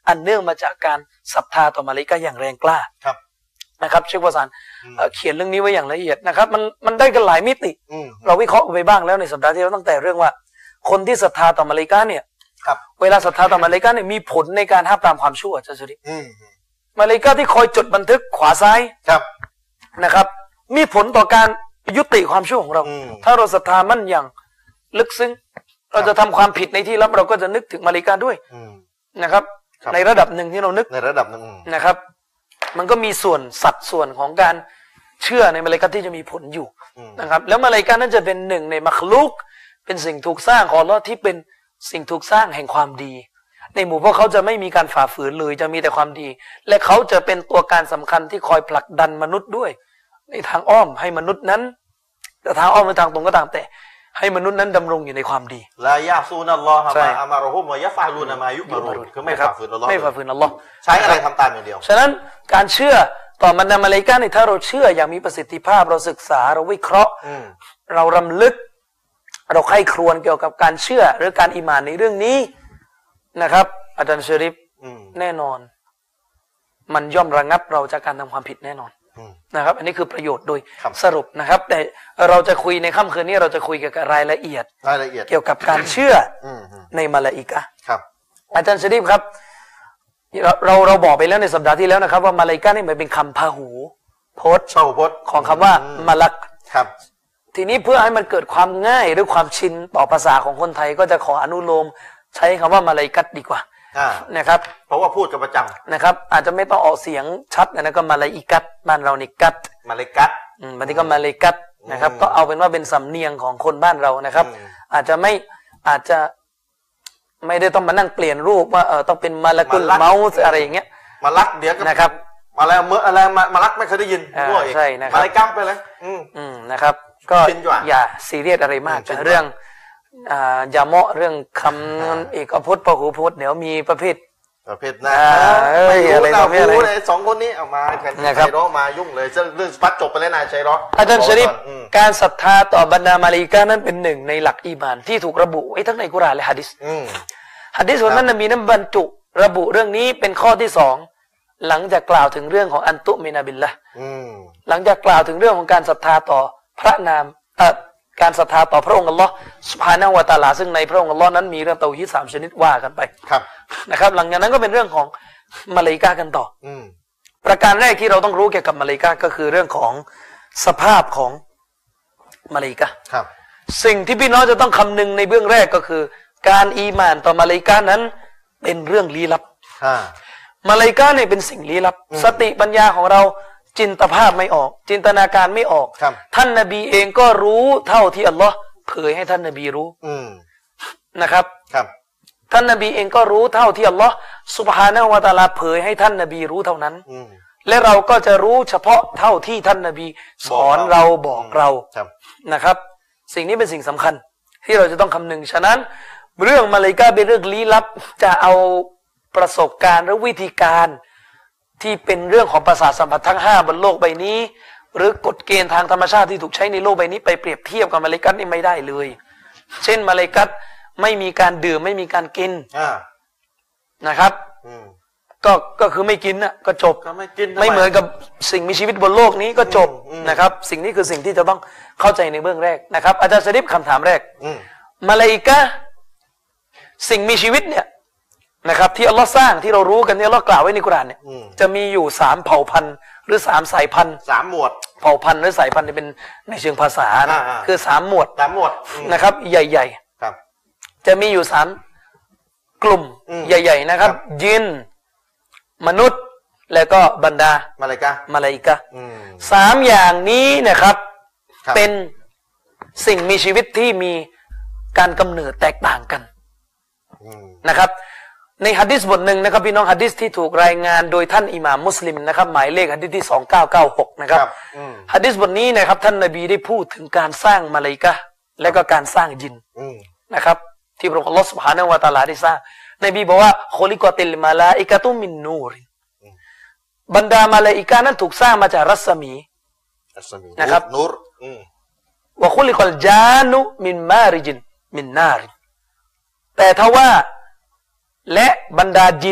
อันเนื่องมาจากการศรัทธาต่อมาลาอิกะฮ์อย่างแรงกล้าครับนะครับเชควาซานเขียนเรื่องนี้ไว้อย่างละเอียดนะครับมันมันได้กันหลายมิติเราวิเคราะห์ไปบ้างแล้วในสัปดาห์ที่แล้วตั้งแต่เรื่องว่าคนที่ศรัทธาต่อมาลาอิกะฮ์เนี่ยเวลาศรัทธาต่อมาลาอิกะฮ์เนี่ยมีผลในการห้ามปรามความชั่วจะชริมาลาอิกะฮ์ที่คอยจดบันทึกขวาซ้ายนะครับมีผลต่อการยุติความชั่วของเราถ้าเราศรัทธามั่นอย่างลึกซึ้งเราจะทำความผิดในที่ลับเราก็จะนึกถึงมาลาอิกะฮ์ด้วยนะครับในระดับหนึ่งที่เรานึกในระดับหนึ่งนะครับมันก็มีส่วนสัดส่วนของการเชื่อในมาลาอิกะฮ์ที่จะมีผลอยู่นะครับแล้วมาลาอิกะฮ์นั้นจะเป็นหนึ่งในมัคลุกเป็นสิ่งถูกสร้างของอัลเลาะห์ที่เป็นสิ่งถูกสร้างแห่งความดีในหมู่พวกเขาจะไม่มีการฝ่าฝืนเลยจะมีแต่ความดีและเขาจะเป็นตัวการสำคัญที่คอยผลักดันมนุษย์ด้วยในทางอ้อมให้มนุษย์นั้นแต่ทางอ้อมหรือทางตรงก็ตามแต่ให้มนุษย์นั้นดำรงอยู่ในความดีลายาซูนัลลอฮะมาอามารุฮุมวะยะฟะลูนมายุมารุคือไม่ฝ่าฝืนอัลเลาะห์ไม่ฝ่าฝืนอัลเลาะห์ใช้อะไรทำตามอย่างเดียวฉะนั้นการเชื่อต่อบรรดามาลาอิกะฮ์เนี่ยถ้าเราเชื่ออย่างมีประสิทธิภาพเราศึกษาเราวิเคราะห์เรารำลึกเราใคร่ครวญเกี่ยวกับการเชื่อหรือการอีหม่านในเรื่องนี้นะครับอาจารย์ชะริฟแน่นอนมันย่อมระงับเราจากการทำความผิดแน่นอนนะครับอันนี้คือประโยชน์โดยสรุปนะครับแต่เราจะคุยในค่ำคืนนี้เราจะคุยเกี่ยวกับรายละเอียดรายละเอียดเกี่ยวกับการเชื่อในมาลาอิกะฮ์ครับอาจารย์ชะริฟครับเราเราเราบอกไปแล้วในสัปดาห์ที่แล้วนะครับว่ามาลาอิกะฮ์นี่มันเป็นคำพหูพจน์พจน์ของคำว่ามาลักครับทีนี้เพื่อให้มันเกิดความง่ายหรือความชินต่อภาษาของคนไทยก็จะขออนุโลมใช้คำว่ามาลาอิกะฮ์ดีกว่านะครับเพราะว่าพูดกันประจำนะครับอาจจะไม่ต้องออกเสียงชัดนะก็มาลาอิกะฮ์บ้านเรานี่กัตมาลาอิกะฮ์อืมบางทีก็มาลาอิกะฮ์นะครับก็เอาเป็นว่าเป็นสำเนียงของคนบ้านเรานะครับอาจจะไม่อาจจะไม่ได้ต้องมานั่งเปลี่ยนรูปว่าเออต้องเป็นมาลากุลเมาส์อะไรอย่างเงี้ยมาลักเดี๋ยวนะครับมาแล้วเมื่ออะไรมามาลักไม่เคยได้ยินใช่นะครับมาลาอิกะฮ์ไปเลยอืมอืมนะครับก็อย่าซีเรียสอะไรมากแต่เรื่องอ่าอย่าเหมาะเรื่องคำเอกพจน์พหูพจน์เดี๋ยวมีประเภทประเภทนะไม่รู้นะรู้เลยสองคนนี้เอามาแข่งชัยร้อมายุ่งเลยเรื่องพัดจบไปแล้วนายชัยร้ออาจารย์ชะริฟการศรัทธาต่อบรรดามาลาอิกะฮ์นั้นเป็นหนึ่งในหลักอีหม่านที่ถูกระบุไว้ทั้งในกุรอานและหะดีษหะดีษของท่านนบีนั้นบรรจุระบุเรื่องนี้เป็นข้อที่สองหลังจากกล่าวถึงเรื่องของอันตุมินาบิลละหลังจากกล่าวถึงเรื่องของการศรัทธาต่อพระนามเอ่อการศรัทธาต่อพระองค์อัลลอฮ์ซุบฮานะฮูวะตะอาลาซึ่งในพระองค์อัลลอฮ์นั้นมีเรื่องเตาฮีดสามชนิดว่ากันไปครับนะครับหลังจากนั้นก็เป็นเรื่องของมาลาอิกะฮ์กันต่อประการแรกที่เราต้องรู้เกี่ยวกับมาลาอิกะฮ์ก็คือเรื่องของสภาพของมาลาอิกะฮ์ครับสิ่งที่พี่น้องจะต้องคำนึงในเบื้องแรกก็คือการอีหม่านต่อมาลาอิกะฮ์นั้นเป็นเรื่องลี้ลับมาลาอิกะฮ์เนี่ยเป็นสิ่งลี้ลับสติปัญญาของเราจินตภาพไม่ออกจินตนาการไม่ออกท่านนบีเองก็รู้เท่าที่อัลลอฮ์เผยให้ท่านนบีรู้นะครับท่านนบีเองก็รู้เท่าที่อัลลอฮ์ซุบฮานะฮูวะตะอาลาเผยให้ท่านนบีรู้เท่านั้นและเราก็จะรู้เฉพาะเท่าที่ท่านนบีสอนเราบอกเรานะครับสิ่งนี้เป็นสิ่งสำคัญที่เราจะต้องคำนึงฉะนั้นเรื่องมาลาอิกะฮ์เป็นเรื่องลี้ลับจะเอาประสบการณ์หรือวิธีการที่เป็นเรื่องของประสาทสัมผัสทั้งห้าบนโลกใบนี้หรือกฎเกณฑ์ทางธรรมชาติที่ถูกใช้ในโลกใบนี้ไปเปรียบเทียบกับมาลาอิกะฮ์นี่ไม่ได้เลยเช่นมาลาอิกะฮ์ไม่มีการดื่มไม่มีการกินนะครับก็ก็คือไม่กินน่ะก็จบไม่เหมือนกับสิ่งมีชีวิตบนโลกนี้ก็จบนะครับสิ่งนี้คือสิ่งที่จะต้องเข้าใจในเบื้องแรกนะครับอาจารย์ชะริฟคำถามแรกมาลาอิกะฮ์สิ่งมีชีวิตเนี่ยนะครับที่อัลลอฮ์สร้างที่เรารู้กันที่อัลลอฮ์กล่าวไว้ในกุรอานเนี่ยจะมีอยู่สามเผ่าพันธุ์หรือสามสายพันธุ์สามหมวดเผ่าพันธุ์หรือสายพันธุ์เป็นในเชิงภาษานะคือสามหมวดสามหมวดนะครับใหญ่ๆครับจะมีอยู่สามกลุ่มใหญ่ๆนะครับยินมนุษย์แล้วก็บรรดามาลาอิกะฮ์มาลาอิกะฮ์สามอย่างนี้นะครับเป็นสิ่งมีชีวิตที่มีการกำเนิดแตกต่างกันนะครับในหะดีษบทหนึ่งนะครับพี่น้องหะดีษที่ถูกรายงานโดยท่านอิหม่ามมุสลิมนะครับหมายเลขหะดีษที่สองพันเก้าร้อยเก้าสิบหกนะครับหะดีษบทนี้นะครับท่านนบีได้พูดถึงการสร้างมาลาอิกะฮ์และก็การสร้างยินนะครับที่พระองค์อัลลอฮฺซุบฮานะฮูวะตะอาลาได้สร้างนบีบอกว่าคุลิกอติลมาลาอิกะตุมินนูรบรรดามาลาอิกะฮ์นั้นถูกสร้างมาจากรัศมีนะครับนูรวะคุลิกอลจานุมินมาริจินมินนาริแต่ถ้าว่าและบรรดาจิน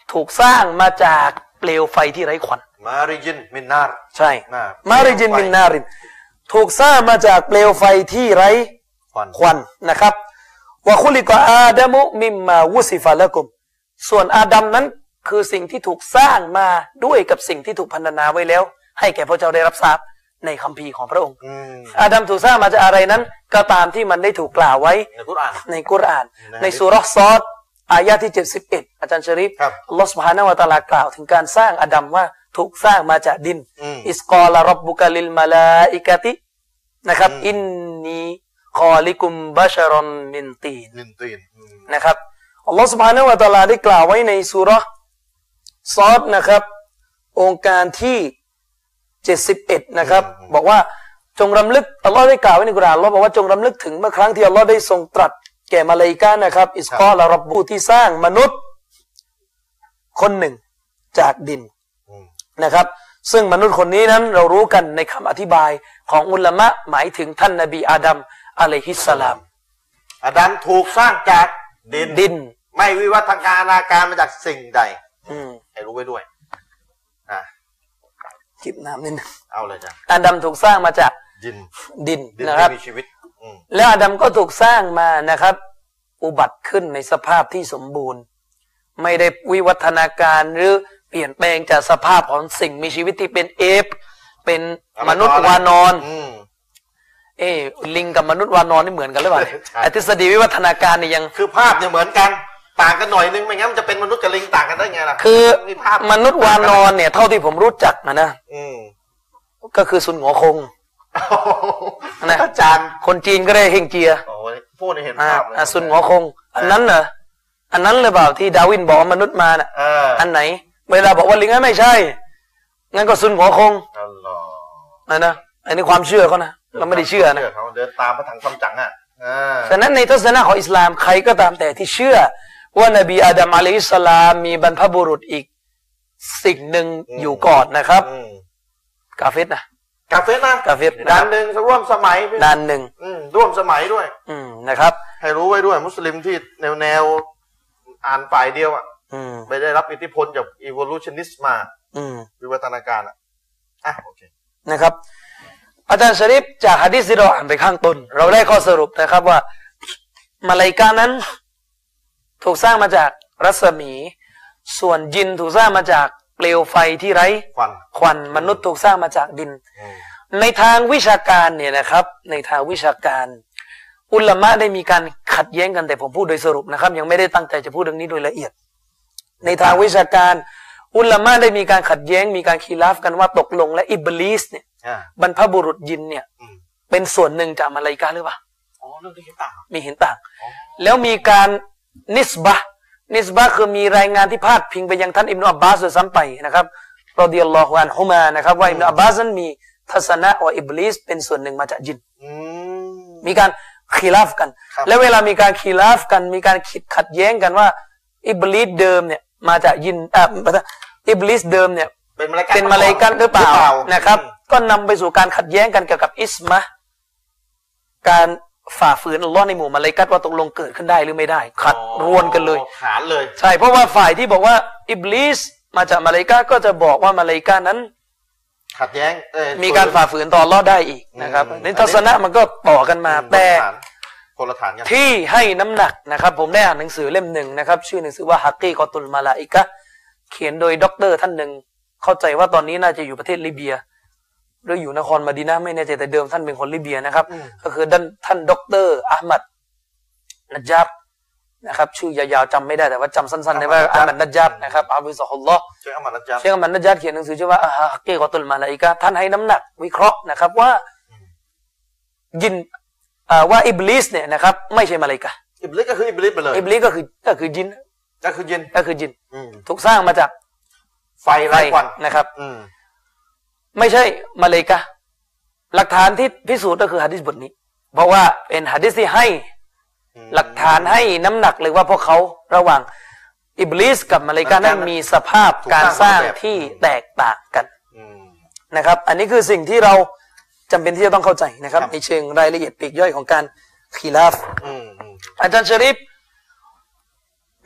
ถูกสร้างมาจากเปลวไฟที่ไร้ควันมาริจินมินนาร์ใช่มาริจินมินนารินถูกสร้างมาจากเปลวไฟที่ไร้ควันนะครับวะคุลิกะอาดัมุมิมมาวุสิฟะละกุมส่วนอาดัมนั้นคือสิ่งที่ถูกสร้างมาด้วยกับสิ่งที่ถูกพรรณนาไว้แล้วให้แก่พระเจ้าได้รับทราบในคัมภีร์ของพระองค์อาดัมถูกสร้างมาจากอะไรนั้นก็ตามที่มันได้ถูกกล่าวไว้ในกุรอานในกุรอานในซูเราะห์ซอดอายะที่เจ็ดสิบเอ็ดอาจารย์ชะรีฟอัลลอฮฺซุบฮานะฮูวะตะอาลากล่าวถึงการสร้างอาดัมว่าถูกสร้างมาจากดินอิสกอลาร็อบบุกะลิลมะลาอิกะตินะครับอินนีคอลิกุมบะชะรอนมินตีนนะครับอัลลอฮฺซุบฮานะฮูวะตะอาลาได้กล่าวไว้ในซูเราะห์ซอดนะครับองค์การที่เจ็ดสิบเอ็ดนะครับบอกว่าจงรำลึกอัลลอฮ์ได้กล่าวไว้ในกุรอานอัลลอฮ์บอกว่าจงรำลึกถึงเมื่อครั้งที่อัลลอฮ์ได้ทรงตรัสแก่มาลาอิกะห์นะครับอิสกอลาร็อบบุที่สร้างมนุษย์คนหนึ่งจากดินนะครับซึ่งมนุษย์คนนี้นั้นเรารู้กันในคำอธิบายของอุลามะหมายถึงท่านนบีอาดัมอะลัยฮิสสลามอาดัมถูกสร้างจากดินดินไม่วิวัฒนาการมาจากสิ่งใดให้รู้ไว้ด้วยอ่ะจิบน้ำนิดนึงเอาเลยจ้ะอาดัมถูกสร้างมาจากดินดินนะครับมีชีวิตแล้วอาดัมก็ถูกสร้างมานะครับอุบัติขึ้นในสภาพที่สมบูรณ์ไม่ได้วิวัฒนาการหรือเปลี่ยนแปลงจากสภาพของสิ่งมีชีวิตที่เป็นเอฟเป็นมนุษย์วานอนเออลิงกับมนุษย์วานอนนี่เหมือนกันหรือเปล่าไอ้ทฤษฎีวิวัฒนาการนี่ยังคือภาพเนี่ยเหมือนกันต่างกันหน่อยนึงไม่งั้นมันจะเป็นมนุษย์กับลิงต่างกันได้ไงล่ะคือมนุษย์วานอนเนี่ยเท่าที่ผมรู้จักนะนะก็คือซุนหงอคงนะอาจารย์คนจีนก็ได้เฮงเจียพูดในเห็นภาพอ่าซุนหงอคงอันนั้นเหรออันนั้นหรือเปล่าที่ดาวินบอกมนุษย์มาน่ะอันไหนเวลาบอกว่าลิงไม่ใช่งั้นก็ซุนหงอคงนะนะอันนี้ความเชื่อเขานะเราไม่ได้เชื่อนะเขาเดินตามพระถังคำจังอ่ะฉะนั้นในทัศนะของอิสลามใครก็ตามแต่ที่เชื่อว่านบีอาดัมอะลัยฮิสสลามมีบรรพบุรุษอีกสิ่งหนึ่งอยู่ก่อนนะครับกาเฟรนะกาเฟรนะกาเฟรด้านหนึ่งร่วมสมัยด้านหนึ่งร่วมสมัยด้วยนะครับให้รู้ไว้ด้วยมุสลิมที่แนวแนวอ่านฝ่ายเดียวอ่ะไม่ได้รับอิทธิพลจาก evolutionist มาวิวัฒนาการอ่ะอ่ะโอเคนะครับอาจารย์ชะรีฟจากหะดีษที่เราอ่านไปข้างต้นเราได้ข้อสรุปนะครับว่ามาลาอิกะห์นั้นถูกสร้างมาจากรัศมีส่วนยินถูกสร้างมาจากเปลวไฟที่ไร้ควันควันมนุษย์ถูกสร้างมาจากดินในทางวิชาการเนี่ยนะครับในทางวิชาการอุลามะได้มีการขัดแย้งกันแต่ผมพูดโดยสรุปนะครับยังไม่ได้ตั้งใจจะพูดเรื่องนี้โดยละเอียดในทางวิชาการอุลามะได้มีการขัดแย้งมีการคีลาฟกันว่าตกลงและอิบลิสเนี่ยบรรพบุรุษยินเนี่ยเป็นส่วนหนึ่งจากมาลาอิกะห์หรือเปล่าอ๋อเรื่องที่เห็นต่างมีเห็นต่างแล้วมีการนิสบะห์นิสบะห์คือมีรายงานที่พาดพิงไปยังท่านอิบนุอับบาสโดยซ้ำไปนะครับรอฎิยัลลอฮุอันฮุมานะครับว่าอิบนุอับบาสนั้นมีทัศนะว่าอิบลิสเป็นส่วนหนึ่งมาจากยินมีการคีลาฟกันแล้วเวลามีการคีลาฟกันมีการคิดขัดแย้งกันว่าอิบลิสเดิมเนี่ยมาจากยินอ่าอิบลิสเดิมเนี่ยเป็นมาลาอิกะห์หรือเปล่านะครับก็นำไปสู่การขัดแย้งกันเกี่ยวกับอิสมะการฝ่าฝืนอัลลอฮ์ในหมู่มาลาอิกะห์ว่าตกลงเกิดขึ้นได้หรือไม่ได้ขัดรวนกันเลยขานเลยใช่เพราะว่าฝ่ายที่บอกว่าอิบลิสมาจากมาลาอิกะห์ก็จะบอกว่ามาลาอิกะห์นั้นขัดแย้งมีการฝ่าฝืนต่ออัลลอฮ์ได้อีกนะครับในทัศนะมันก็ต่อกันมาแต่คนละฐานกันที่ให้น้ำหนักนะครับผมได้อ่านหนังสือเล่มหนึ่งนะครับชื่อหนังสือว่าฮักกีกอตุลมาลาอิกะห์เขียนโดยด็อกเตอร์ท่านหนึ่งเข้าใจว่าตอนนี้น่าจะอยู่ประเทศลิเบียหรืออยู่นครมะดีนะห์ไม่แน่ใจแต่เดิมท่านเป็นคนลิเบียนะครับก็คือท่านท่านด็อกเตอร์อะห์มัดนัจญับนะครับชื่อยาวๆจำไม่ได้แต่ว่าจำสั้นๆได้ว่าอะห์มัดนัจญับนะครับอับดุลซอฮุลลอฮ์เชคอะห์มัดนัจญับเชคอะห์มัดนัจญับเขียนหนังสือชื่อว่าฮักกีกอตุลมาลาอิกะห์ท่านให้น้ำหนักวิเคราะห์นะครับว่ายินว่าอิบลิสเนี่ยนะครับไม่ใช่มาลาอิกะห์อิบลิสก็คืออิบลิสไปเลยอิบลิสก็คือก็คือยินก็คือยินก็คือยินถูกสร้างมาจากไฟไร้ควันนะครับไม่ใช่มาลาอิกะห์หลักฐานที่พิสูจน์ก็คือหะดีษบทนี้เพราะว่าเป็นหะดีษที่ให้หลักฐานให้น้ำหนักเลยว่าพวกเขาระหว่างอิบลิสกับมาลาอิกะห์นั้นมีสภาพการสร้างที่แตกต่างกันนะครับอันนี้คือสิ่งที่เราจำเป็นที่จะต้องเข้าใจนะครับในเชิงรายละเอียดปลีกย่อยของการคีลาฟอาจารย์ชะรีฟ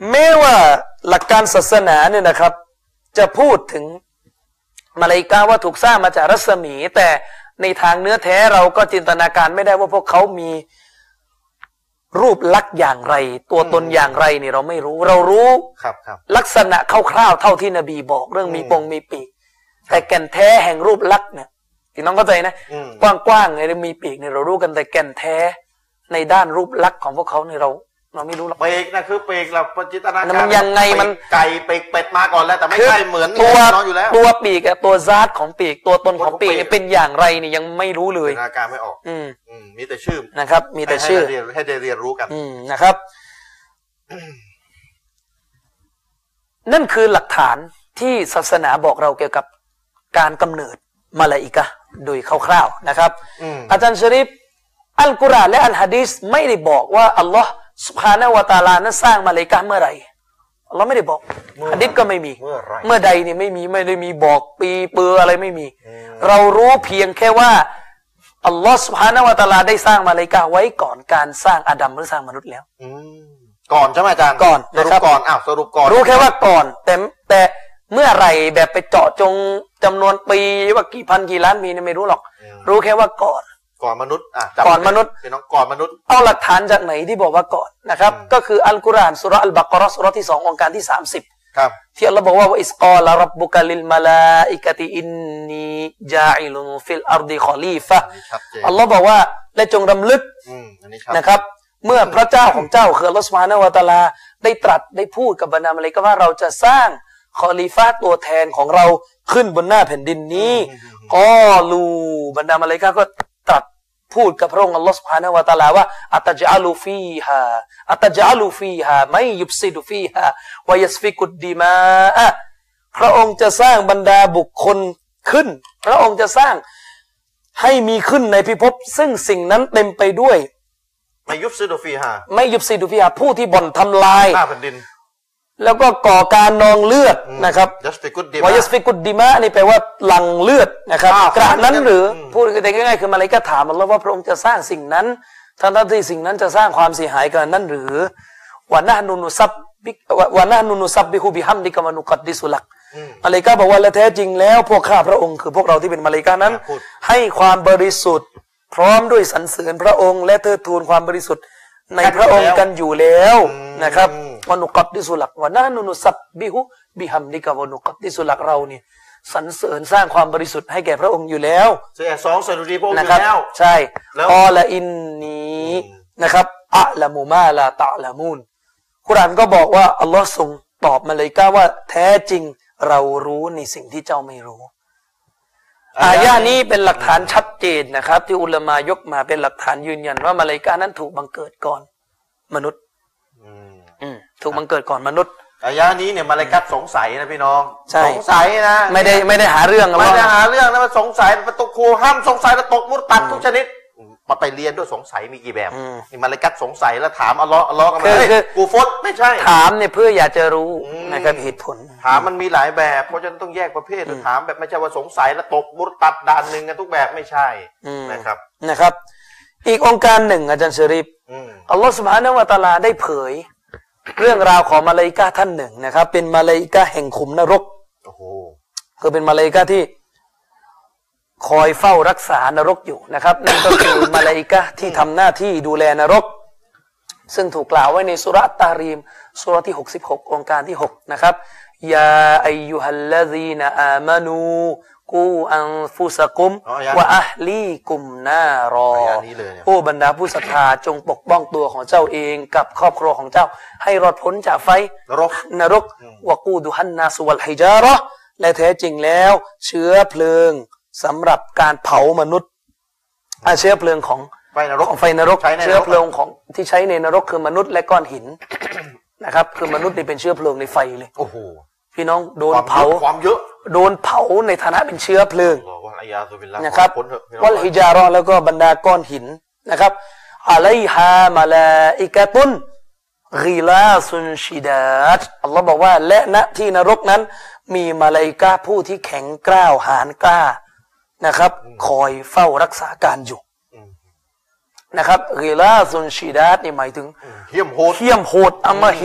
แม้ว่าหลักการศาสนาเนี่ยนะครับจะพูดถึงมาลาอิกะฮ์ว่าถูกสร้างมาจากรัศมีแต่ในทางเนื้อแท้เราก็จินตนาการไม่ได้ว่าพวกเขามีรูปลักษณ์อย่างไรตัวตนอย่างไรนี่เราไม่รู้เรารู้ครับครับลักษณะคร่าวๆเท่าที่นบีบอกเรื่องมีปงมีปีกแต่แก่นแท้แห่งรูปลักษณ์เนี่ยที่น้องเข้าใจนะกว้างๆไงมีปีกเนี่ยเรารู้กันแต่แก่นแท้ในด้านรูปลักษณ์ของพวกเขาเนี่ยเราเราไม่รู้หรอกปีกนะคือปีกเราจินตนาการมันยังไงมันไก่ปีกเป็ดมาก่อนแล้วแต่ไม่ใช่เหมือนตัวอยู่แล้วตัวปีกกับตัวซาดของปีกตัวตนของปีกเป็นอย่างไรนี่ยังไม่รู้เลยจินตนาการไม่ออกอืมอืมมีแต่ชื่อนะครับมีแต่ชื่อให้ได้เรียนรู้กันอืมนะครับนั่นคือหลักฐานที่ศาสนาบอกเราเกี่ยวกับการกำเนิดมาลาอิกะฮ์โดยคร่าวๆนะครับอาจารย์ชะริฟอัลกุรอานและอัลหะดีษไม่ได้บอกว่าอัลลอฮ์ซุบฮานะฮูวะตะอาลานั้นสร้างมาลาอิกะฮ์เมื่อไหร่อัลลอฮ์ไม่ได้บอกหะดีษก็ไม่มีเมื่อไรเมื่อใดนี่ไม่มีไม่ได้มีบอกปีเปืออะไรไม่มีเรารู้เพียงแค่ว่าอัลลอฮ์ซุบฮานะฮูวะตะอาลาได้สร้างมาลาอิกะฮ์ไว้ก่อนการสร้างอาดัมหรือสร้างมนุษย์แล้วก่อนใช่ไหมอาจารย์ก่อนนะครับก่อนอ้าวสรุปก่อนรู้แค่ว่าก่อนแต่แต่เมื่อไหร่แบบไปเจาะจงจำนวนปีว่ากี่พันกี่ล้านปีนี่ไม่รู้หรอกรู้แค่ว่าก่อนก่อนมนุษย์อ่ะก่อนมนุษย์เป็นน้องก่อนมนุษย์เอาหลักฐานจากไหนที่บอกว่าก่อนนะครับก็คืออัลกุรอานซูเราะห์อัลบะเกาะเราะห์ซูเราะห์ที่สององค์การที่สามสิบครับที่อัลเลาะห์บอกว่าอิสกอลาร็อบบุกะลิลมะลาอิกะติอินนีจาอิลุนฟิลอัรฎิคอลีฟะห์อัลเลาะห์บอกว่าและจงรำลึกนะครับเมื่อพระเจ้าของเจ้าคืออัลเลาะห์ซุบฮานะฮูวะตะอาลาได้ตรัสได้พูดกับบรรดามะลาอิกะฮ์ว่าเราจะสร้างคอลีฟะห์ตัวแทนของเราขึ้นบนหน้าแผ่นดินนี้กอลูบรรดามะลาอิกะฮ์ก็ตรัสพูดกับพระองค์อัลลอฮฺซุบฮานะฮูวะตะอาลาว่าอัตจะอัลูฟีฮาอัตจะอัลูฟีฮาไม่ยุบซิดุฟีฮาวายัสฟิกุดดิมาอะพระองค์จะสร้างบรรดาบุคคลขึ้นพระองค์จะสร้างให้มีขึ้นในพิภพซึ่งสิ่งนั้นเต็มไปด้วยไม่ยุบซิดุฟีฮาไม่ยุบซิดุฟีฮาผู้ที่บ่อนทำลายหน้าแผ่นดินแล้วก็ก่อการนองเลือดนะครับวายัสฟิกุดดิมานี่แปลว่าหลั่งเลือดนะครับกระนั้นหรือพูดง่ายๆคือมาลาอิกะฮ์ถามอัลเลาะห์ว่าพระองค์จะสร้างสิ่งนั้นทั้งที่สิ่งนั้นจะสร้างความเสียหายกันนั้นหรือวะนะห์นุนุซับบิวะนะห์นุนุซับบิฮุบิฮัมดิกะวะนุกัดดิสุลักมาลาอิกะฮ์บอกว่าและแท้จริงแล้วพวกข้าพระองค์คือพวกเราที่เป็นมาลาอิกะฮ์นั้นให้ความบริสุทธิ์พร้อมด้วยสรรเสริญพระองค์และเทิดทูนความบริสุทธิ์ในพระองค์กันอยู่แล้วนะครับวะนุกัดดิสุลักวะนะห์นุนุซับบิฮุบิฮัมดิกะวะนุกัดดิสุลักเราเนี่ยสรรเสริญสร้างความบริสุทธิ์ให้แก่พระองค์อยู่แล้วเสียสองสดุดีพระองค์อยู่แล้วใช่กอละอินนีนะครับอะละมูมาลาตะละมูนกุรอานก็บอกว่าอัลลอฮ์ทรงตอบมาเลยก้าว่าแท้จริงเรารู้ในสิ่งที่เจ้าไม่รู้อายะนี้เป็นหลักฐานชัดเจนนะครับที่อุลามายกมาเป็นหลักฐานยืนยันว่ามาลาอิกะฮ์นั้นถูกบังเกิดก่อนมนุษย์อืมถูกบังเกิดก่อนมนุษย์อายะนี้เนี่ยมาลาอิกะฮ์สงสัยนะพี่น้องสงสัยนะไม่ได้ไม่ได้หาเรื่องไม่ได้หาเรื่องนะมันสงสัยมันตกครูห้ามสงสัยแล้วตกมุตตัดทุกชนิดมาไปเรียนด้วยสงสัยมีกี่แบบนี่มาลาอิกะฮ์สงสัยแล้วถามอัลเลาะห์อัลเลาะห์กันมากูฟดไม่ใช่ถามเนี่ยเพื่ออยากจะรู้นะครับเหตุผลถามมันมีหลายแบบเพราะฉะนั้นต้องแยกประเภทถามแบบไม่ใช่ว่าสงสัยแล้วตกมุตตัดด่านหนึ่งกันทุกแบบไม่ใช่นะครับนะครับอีกองค์การหนึ่งอาจารย์ชะริฟอัลลอฮฺซุบฮานะฮูวะตะอาลาได้เผยเรื่องราวของมาลาอิกะฮ์ท่านหนึ่งนะครับเป็นมาลาอิกะฮ์แห่งขุมนรกโอ้โหคือเป็นมาลาอิกะฮ์ที่คอยเฝ้ารักษานรกอยู่นะครับนั่นก็คือมาลาอิกะฮ์ที่ทำหน้าที่ดูแลนรกซึ่งถูกกล่าวไว้ในสุเราะห์ตารีมสุเราะห์ที่หกสิบหกองค์การที่หกนะครับยาอัยยูฮัลลซีนอามานูกูอันฟุสกุมวะอะฮลีกุมนารอโอ้บรรดาผู้ศรัทธาจงปกป้องตัวของเจ้าเองกับครอบครัวของเจ้าให้รอดพ้นจากไฟนรกนรกวะกูดุฮันนาสวัลฮิจาระห์และแท้จริงแล้วเชื้อเพลิงสำหรับการเผามนุษย์อาเชื้อเพลิงของไฟนรกของไฟนรกเชื้อเพลิงของที่ใช้ในนรกคือมนุษย์และก้อนหินนะครับคือมนุษย์นี่เป็นเชื้อเพลิงในไฟเลยโอ้โหพี่น้องโดนเผาความเยอะโดนเผาในฐานะเป็นเชื้อเพลิงนะครับวัลฮิจาระห์แล้วก็บรรดาก้อนหินนะครับอะลัยฮามาลาอิกะตุนกิลาซุนชิดาตอัลลอฮ์บอกว่าและณที่นรกนั้นมีมาลาอิกะฮ์ผู้ที่แข็งกร้าวหาญกล้านะครับคอยเฝ้ารักษาการอยู่นะครับกิลาซุนชิดาตนี่หมายถึงเหี้ยมโหดเหี้ยมโหดอำมหิต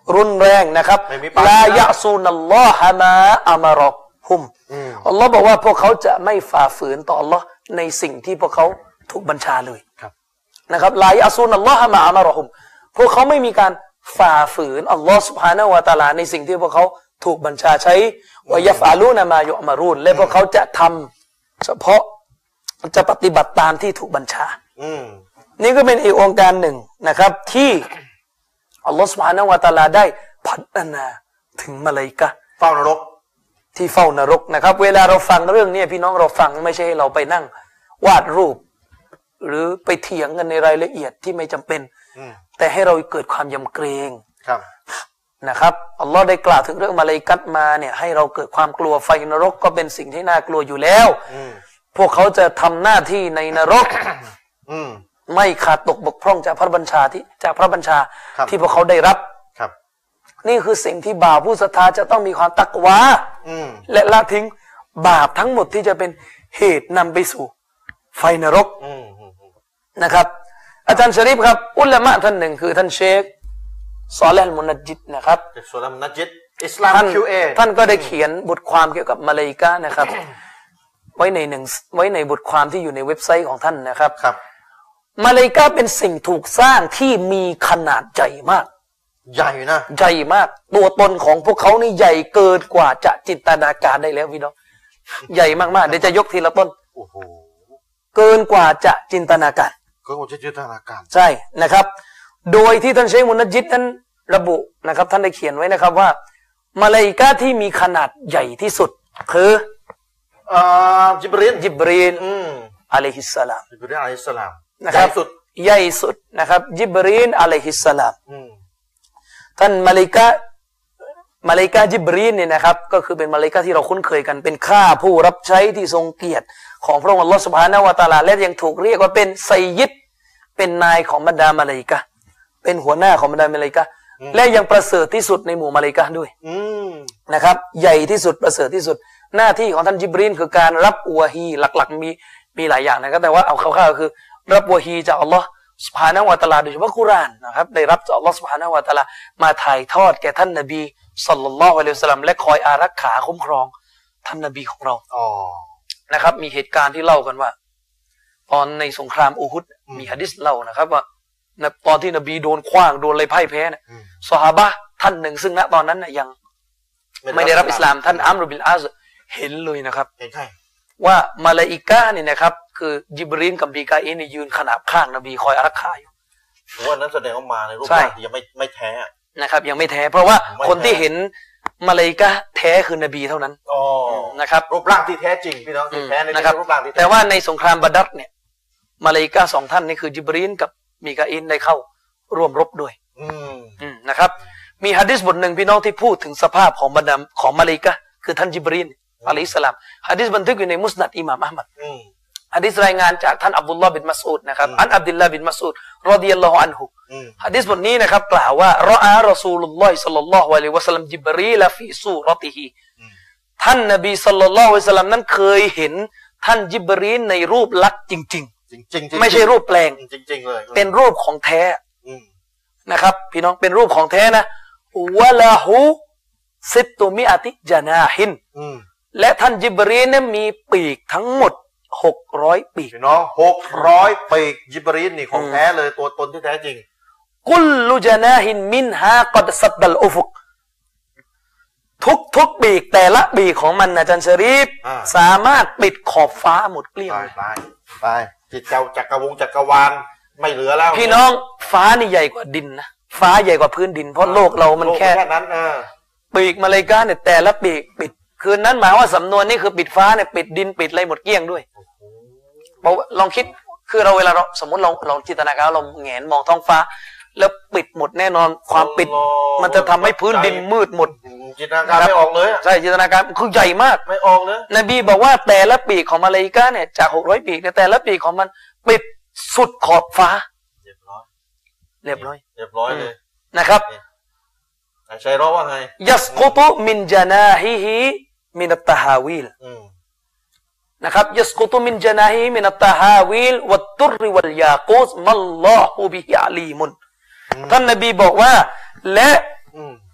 รุนแรงนะครับลายะซูนัลลอฮะมาอะมารอฮุมอัลลอฮ์บอกว่าพวกเขาจะไม่ฝ่าฝืนต่ออัลลอฮ์ในสิ่งที่พวกเขาถูกบัญชาเลยนะครับลายะซูนัลลอฮะมาอะมารอฮุมพวกเขาไม่มีการฝ่าฝืนอัลลอฮ์ซุบฮานะฮูวะตะอาลาในสิ่งที่พวกเขาถูกบัญชาใช้วะยัฟอาลูนะมายุอ์มารูนและพวกเขาจะทำเฉพาะจะปฏิบัติตามที่ถูกบัญชานี่ก็เป็นอีกองค์การหนึ่งนะครับที่อัลลอฮฺซุบฮานะฮูวะตะอาลาได้พัฒนาถึงมลาอิกะฮ์เฝ้านรกที่เฝ้านรกนะครับเวลาเราฟังเรื่องนี้พี่น้องเราฟังไม่ใช่ให้เราไปนั่งวาดรูปหรือไปเถียงกันในรายละเอียดที่ไม่จำเป็นแต่ให้เราเกิดความยำเกรงนะครับอัลลอฮ์ได้กล่าวถึงเรื่องมลาอิกะฮ์มาเนี่ยให้เราเกิดความกลัวไฟนรกก็เป็นสิ่งที่น่ากลัวอยู่แล้วพวกเขาจะทำหน้าที่ในนรกไม่ขาดตกบกพร่องจากพระบัญชาที่จากพระบัญชาที่พวกเขาได้รับนี่คือสิ่งที่บ่าวผู้ศรัทธาจะต้องมีความตักวาและละทิ้งบาปทั้งหมดที่จะเป็นเหตุนำไปสู่ไฟนรกนะครับอาจารย์ชะรีฟครับอุลามะท่านหนึ่งคือท่านเชคซอเลห์อัลมุนัจญิดนะครับซอเลห์อัลมุนัจญิดอิสลาม คิว เอท่านก็ได้เขียนบทความเกี่ยวกับมลาอิกะฮ์นะครับไว้ในหนึ่งไว้ในบทความที่อยู่ในเว็บไซต์ของท่านนะครับมลาอิกะฮ์เป็นสิ่งถูกสร้างที่มีขนาดใหญ่มากใหญ่นะใหญ่มากตัวตนของพวกเขานี่ใหญ่เกินกว่าจะจินตนาการได้แล้วพี่น้องใหญ่มากๆเดี๋ยวจะยกทีละต้นโอ้โหเกินกว่าจะจินตนาการเกินกว่าจะจินตนาการใช่นะครับโดยที่ท่านเชคมุนัจญิดนั้นระบุนะครับท่านได้เขียนไว้นะครับว่ามลาอิกะฮ์ที่มีขนาดใหญ่ที่สุดคืออ่าจิบรีลจิบรีลอะลัยฮิสสลามจิบรีลอะลัยฮิสสลามนะครับสุดใหญ่สุดนะครับจิบรีลอะลัยฮิสสลามท่านมลาอิกะฮ์มลาอิกะฮ์จิบรีลเนี่ยนะครับก็คือเป็นมลาอิกะฮ์ที่เราคุ้นเคยกันเป็นข้าผู้รับใช้ที่ทรงเกียรติของพระองค์อัลลอฮฺซุบฮานะฮูวะตะอาลาและยังถูกเรียกว่าเป็นไซยิดเป็นนายของบรรดามลาอิกะฮ์เป็นหัวหน้าของบรรดามลาอิกะฮ์และยังประเสริฐที่สุดในหมู่มลาอิกะฮ์ด้วยนะครับใหญ่ที่สุดประเสริฐที่สุดหน้าที่ของท่านจิบรีลคือการรับวะฮีหลักๆมีมีหลายอย่างนะครับแต่ว่าเอาคร่าวๆก็คือรับวะฮีจากอัลลอฮฺซุบฮานะฮูวะตะอาลาโดยเฉพาะกุรอานนะครับได้รับจากอัลลอฮฺซุบฮานะฮูวะตะอาลามาถ่ายทอดแก่ท่านนบีศ็อลลัลลอฮุอะลัยฮิวะซัลลัมและคอยอารักขาคุ้มครองท่านนบีของเราอ๋อนะครับมีเหตุการณ์ที่เล่ากันว่าตอนในสงครามอูฮุดมีหะดีษเล่านะครับว่าตอนที่นบีโดนขว้างโดนอะไรพ่ายแพ้เนี่ยซอฮาบะห์ท่านหนึ่งซึ่งณตอนนั้นน่ะยังไม่ได้รับอิสลามท่านอัมรุบิลอาซเห็นเลยนะครับเห็นใช่ว่ามลาอิกะฮ์เนี่ยนะครับคือจิบรีลกับมีกาอิลเนี่ยยืนขนาบข้างนบีคอยอารักขาอยู่ว่านั้นแสดงว่ามาในรูปร่างที่ยังไม่ไม่แท้นะครับยังไม่แท้เพราะว่าคนที่เห็นมลาอิกะฮ์แท้คือนบีเท่านั้นอ๋อนะครับรูปร่างที่แท้จริงพี่น้องที่แท้ในรูปร่างที่แต่ว่าในสงครามบัดรเนี่ยมลาอิกะฮ์สองท่านนี่คือจิบรีลกับมีกาอิลได้เข้าร่วมรบด้วยอืมนะครับมีหะดีษบทหนึ่งพี่น้องที่พูดถึงสภาพของบรรดาของมลาอิกะฮ์คือท่านจิบรีลอะลัยฮิสสลามหะดีษบันทึกอยู่ในมุสนัดอิหม่ามอะห์มัดหะดีษรายงานจากท่านอับดุลลอฮ์บินมัสอูดนะครับอันอับดุลลาห์บินมัสอูดรอฎิยัลลอฮุอันฮุหะดีษบทนี้นะครับกล่าวว่ารออารอซูลุลลอฮิศ็อลลัลลอฮุอะลัยฮิวะซัลลัมจิบรีลฟีซูเราะติฮิท่านนบีศ็อลลัลลอฮุอะลัยฮิวะซัลลัมนั้นเคยเห็นท่านจิบรีลในรูปลักษณ์จริงๆจริงๆไม่ใช่รูปแปลงจริงๆเลยเป็นรูปของแท้นะครับพี่น้องเป็นรูปของแท้นะวะลาหูซิตตุมิอะติจานาฮินและท่านจิบรีลนั้นมีปีกทั้งหมดหกร้อยปีกพี่น้องหกร้อยปีกจิบรีลนี่ของแท้เลยตัวตนที่แท้จริงกุลลุจานาฮินมินฮากัดซัดดัลอุฟุกทุกทุกปีกแต่ละปีกของมันอาจารย์ชะรีฟสามารถปิดขอบฟ้าหมดเกลี้ยงตายตายจิตเจ้าจักรวงจักรวาลไม่เหลือแล้วพี่น้องฟ้านี่ใหญ่กว่าดินนะฟ้าใหญ่กว่าพื้นดินเพราะโลกเรามันแค่นั้นเออปีกมลาอิกะฮ์เนี่ยแต่ละปีกปิดคืนนั้นหมายว่าสำนวนนี้คือปิดฟ้าเนี่ยปิดดินปิดอะไรหมดเกลี้ยงด้วยลองคิดคือเราเวลาเราสมมติเราเราจินตนาการเราแงนมองท้องฟ้าแล้วปิดหมดแน่นอนความปิดมันจะทำให้พื้นดินมืดหมดจินตนาการไม่ออกเลยใช่จินตนาการคือใหญ่มากไม่ออกเลยนบีบอกว่าแต่ละปีกของมลาอิกะฮ์เนี่ยจากหกร้อยปีกเนี่ยแต่ละปีกของมันปิดสุดขอบฟ้าเรียบร้อยเรียบร้อยเรียบร้อยเลยนะครับใช่ร้องว่าไงยัสกุตุมินจานาฮิฮิมินัตตะฮาวิลนะครับยัสกุตุมินจานาฮิมินัตตะฮาวิลวัตตุรวัลยากูสมัลลอฮุบิฮิอาลีมุนท่านนบีบอกว่าและ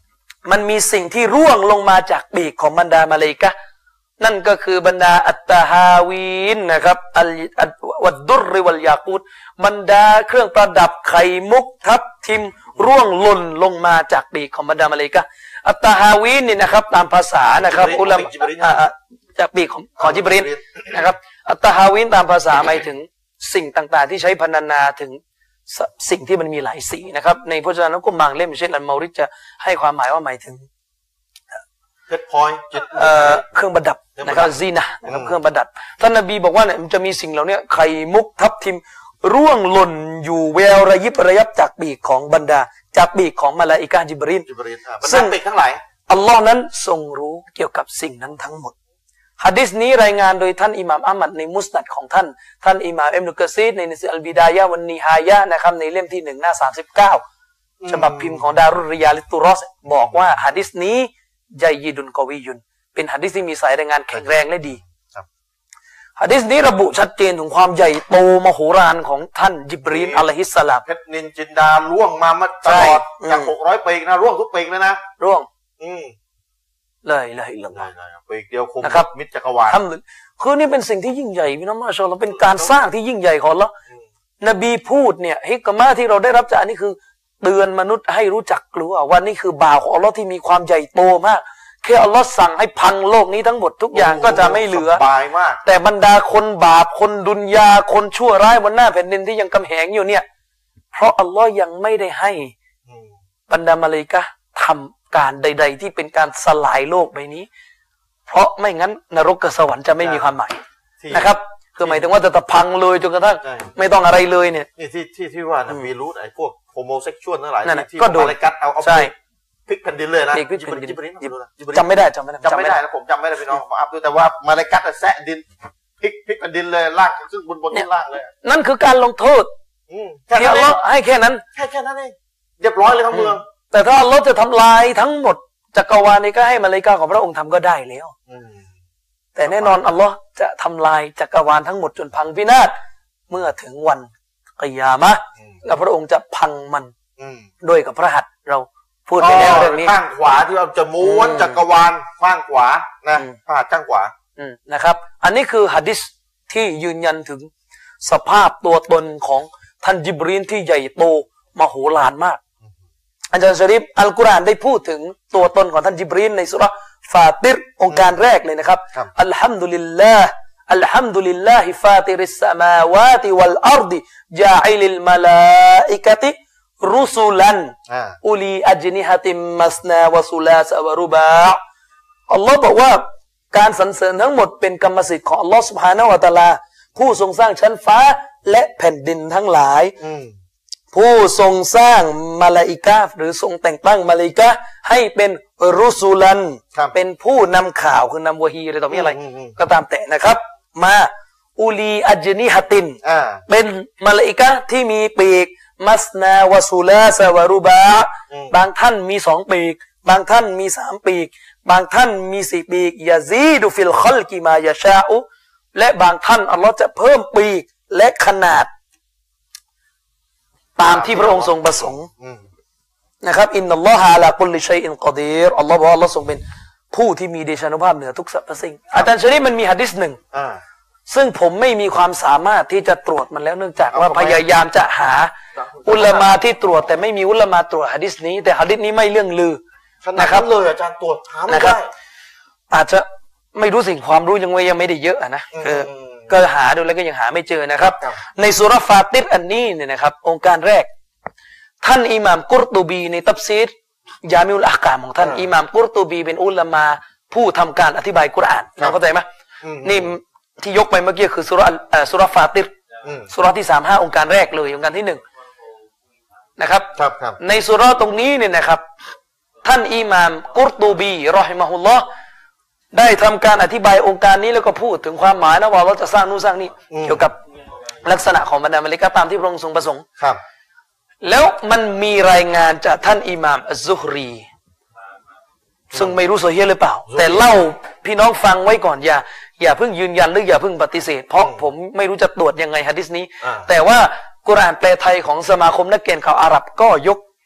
มันมีสิ่งที่ร่วงลงมาจากปีกของบรรดามาเลย์กะห์นั่นก็คือบรรดาอัตตาฮาวีนนะครับอัลวัดดุรริวัลยากูตบรรดาเครื่องประดับไข่มุกทับทิมร่วงหล่นลงมาจากปีกของบรรดามาเลย์กะห์อัตตาฮาวีนนี่นะครับตามภาษานะครับอุลามะจากปีกของของจิบรีลนะครับอัตตาฮาวีนตามภาษาหมายถึงสิ่งต่างๆที่ใช้พรรณนาถึงสิ่งที่มันมีหลายสีนะครับในพจนานุกรมบางเล่มเช่นอัลมาริดจะให้ความหมายว่าหมายถึงเพชรพลอยเครื่องประดับนะครับซีนะนะครับเครื่องประดับท่านนบีบอกว่าเนี่ยมันจะมีสิ่งเหล่านี้ไข่มุกทับทิมร่วงหล่นอยู่แววระยิบระยับจากปีกของบรรดาจากปีกของมลาอิกะฮ์จิบรีลซึ่งปีกทั้งหลายอัลลอฮ์นั้นทรงรู้เกี่ยวกับสิ่งนั้นทั้งหมดหะดีษนี้รายงานโดยท่านอิหม่ามอะห์มัดในมุสนัดของท่านท่านอิหม่ามอิบนุกะซีรในหนังสืออัลบิดายะฮ์วันนิฮายะฮ์นะครับในเล่มที่หนึ่งหน้าสามสิบเก้าฉบับพิมพ์ของดารุรริยาลิตุรอสบอกว่าหะดีษนี้ญัยยิดุนกอวียุนเป็นหะดีษที่มีสายรายงานแข็งแรงและดีหะดีษนี้ระบุชัดเจนถึงความใหญ่โตมโหฬารของท่านจิบรีลอะลัยฮิสสลามเพชรนินจินดาล่วงมามาตลอดจากหกร้อยปีนะร่วงทุกปีเลยนะร่วงอืมเลยเลยเลยปีเดียวคุมนะครับมิตรจักรวาลคือนี่เป็นสิ่งที่ยิ่งใหญ่พี่น้องมาชาอัลลอฮ์เป็นการสร้างที่ยิ่งใหญ่ของอัลลอฮ์นบีพูดเนี่ยฮิกมะห์ที่เราได้รับจากอันนี้คือเตือนมนุษย์ให้รู้จักกลัวว่านี่คือบ่าวของอัลลอฮ์ที่มีความใหญ่โตมากแค่อัลลอฮ์สั่งให้พังโลกนี้ทั้งหมดทุกอย่างก็จะไม่เหลือแต่บรรดาคนบาปคนดุนยาคนชั่วร้ายบนหน้าแผ่นดินที่ยังกำแหงอยู่เนี่ยเพราะอัลลอฮ์ยังไม่ได้ให้บรรดามาเลกะทำการใดๆที่เป็นการสลายโลกใบนี้เพราะไม่งั้นนรกกับสวรรค์จะไม่มีความหมายนะครับคือหมายถึงว่าจะตะพังเลยจนกระทั่งไม่ต้องอะไรเลยเนี่ยนี่ที่ที่ที่ว่ามีรูทไอ้พวกโฮโมเซ็กชวลทั้งหลายที่ก็โดนอะไรกัดเอาเอาพลิกแผ่นดินเลยนะจำไม่ได้จำไม่ได้จำไม่ได้แล้วผมจำไม่ได้พี่น้องผมอัพด้วยแต่ว่ามาเลกัดแซะดินพลิกพลิกแผ่นดินเลยล่างซึ่งบนบนล่างเลยนั่นคือการลงโทษที่อัลลอฮ์ให้แค่นั้นแค่แค่นั้นเองเรียบร้อยเลยทั้งเมืองแต่ถ้าอัลลอฮ์จะทำลายทั้งหมดจักรวาลนี้ก็ให้มาเลกาของพระองค์ทำก็ได้แล้วแต่แน่นอนอัลลอฮ์จะทำลายจักรวาลทั้งหมดจนพังพินาศเมื่อถึงวันกิยามะห์แล้วพระองค์จะพังมันด้วยกับพระหัตถ์เราพูดไปแล้วเรื่องนี้ข้างขวาที่เราจะม้วนจักรวาลข้างขวานะพระหัตถ์ข้างขวานะครับอันนี้คือหะดีษที่ยืนยันถึงสภาพตัวตนของท่านจิบรีลที่ใหญ่โตมโหฬารมากอาจารย์ชะรีฟอัลกุรอานได้พูดถึงตัวตนของท่านจิบรีลในสุเราะห์ฟาติรองค์การแรกเลยนะครับอัลฮัมดุลิลลาห์อัลฮัมดุลิลลาฮิฟาติริสสมาวาติวัลอัรฎิญาอิลิลมะลาอิกะติรุสุลันอุลีอัจนิฮะติมมัสนาวะซุลาสวะรุบะอัลลอฮ์บอกว่าการสรรเสริญทั้งหมดเป็นกรรมสิทธิ์ของอัลลอฮ์ซุบฮานะฮูวะตะอาลาผู้ทรงสร้างชั้นฟ้าและแผ่นดินทั้งหลายผู้ทรงสร้างมาลาอิกะฮ์หรือทรงแต่งตั้งมาลาอิกะฮ์ให้เป็นรุสุลันเป็นผู้นำข่าวคือนำวะฮีอะไรต่อมีอะไรก็ตามแต่นะครับมาอุลีอัจนิฮะตินเป็นมาลาอิกะฮ์ที่มีปีกมัสนาวะซุลาสวะรุบะบางท่านมีสองปีกบางท่านมีสามปีกบางท่านมีสี่ปีกยาซีดุฟิลคัลกิมายาชาอุและบางท่านอัลลอฮ์จะเพิ่มปีกและขนาดตามที่พระองค์ทรงประสงค์นะครับอินนัลลอฮะอะลากุลลิชัยอินกอดีรอัลลอฮ์บอกอัลลอฮ์ทรงเป็นผู้ที่มีเดชานุภาพเหนือทุกสรรพสิ่งอาจารย์ชะรีฟมันมีหะดีษหนึ่งซึ่งผมไม่มีความสามารถที่จะตรวจมันแล้วเนื่องจากว่าพยายามจะหาอุลามะที่ตรวจแต่ไม่มีอุลามะตรวจหะดีษนี้แต่หะดีษนี้ไม่เรื่องลือนะครับเลยอาจารย์ตรวจถามได้อาจจะไม่รู้สิ่งความรู้ยังไม่ยังไม่ได้เยอะนะคือก็หาดูแล้วก็ยังหาไม่เจอนะครับในซูเราะห์ฟาติรอันนี้เนี่ยนะครับองค์การแรกท่านอิหม่ามกุรตุบีในตัฟซีรยามิอุลอะห์กามของท่านอิหม่ามกุรตุบีเป็นอุลามะผู้ทำการอธิบายกุรอานเข้าใจไหมนี่ที่ยกไปเมื่อกี้คือซูเราะห์ซูเราะห์ฟาติรซูเราะห์ที่สามห้าองค์การแรกเลยองค์การที่หนึ่งนะครับในซูเราะห์ตรงนี้เนี่ยนะครับท่านอิหม่ามกุรตุบีรอฮิมะฮุลลอฮ์ได้ทำการอธิบายองค์การนี้แล้วก็พูดถึงความหมายนะว่าเราจะสร้างนู่นสร้างนี่เกี่ยวกับลักษณะของบรรดามาเลกะฮ์ตามที่พระองค์ทรงประสงค์ครับแล้วมันมีรายงานจากท่านอิหม่ามอัซซุฮรีซึ่งไม่รู้โซเฮียหรือเปล่าแต่เล่าพี่น้องฟังไว้ก่อนอย่าอย่าเพิ่งยืนยันหรืออย่าเพิ่งปฏิเสธเพราะผมไม่รู้จะตรวจยังไงหะดีษนี้แต่ว่ากุรอานแปลไทยของสมาคมนักเขียนข่าวอาหรับก็ยก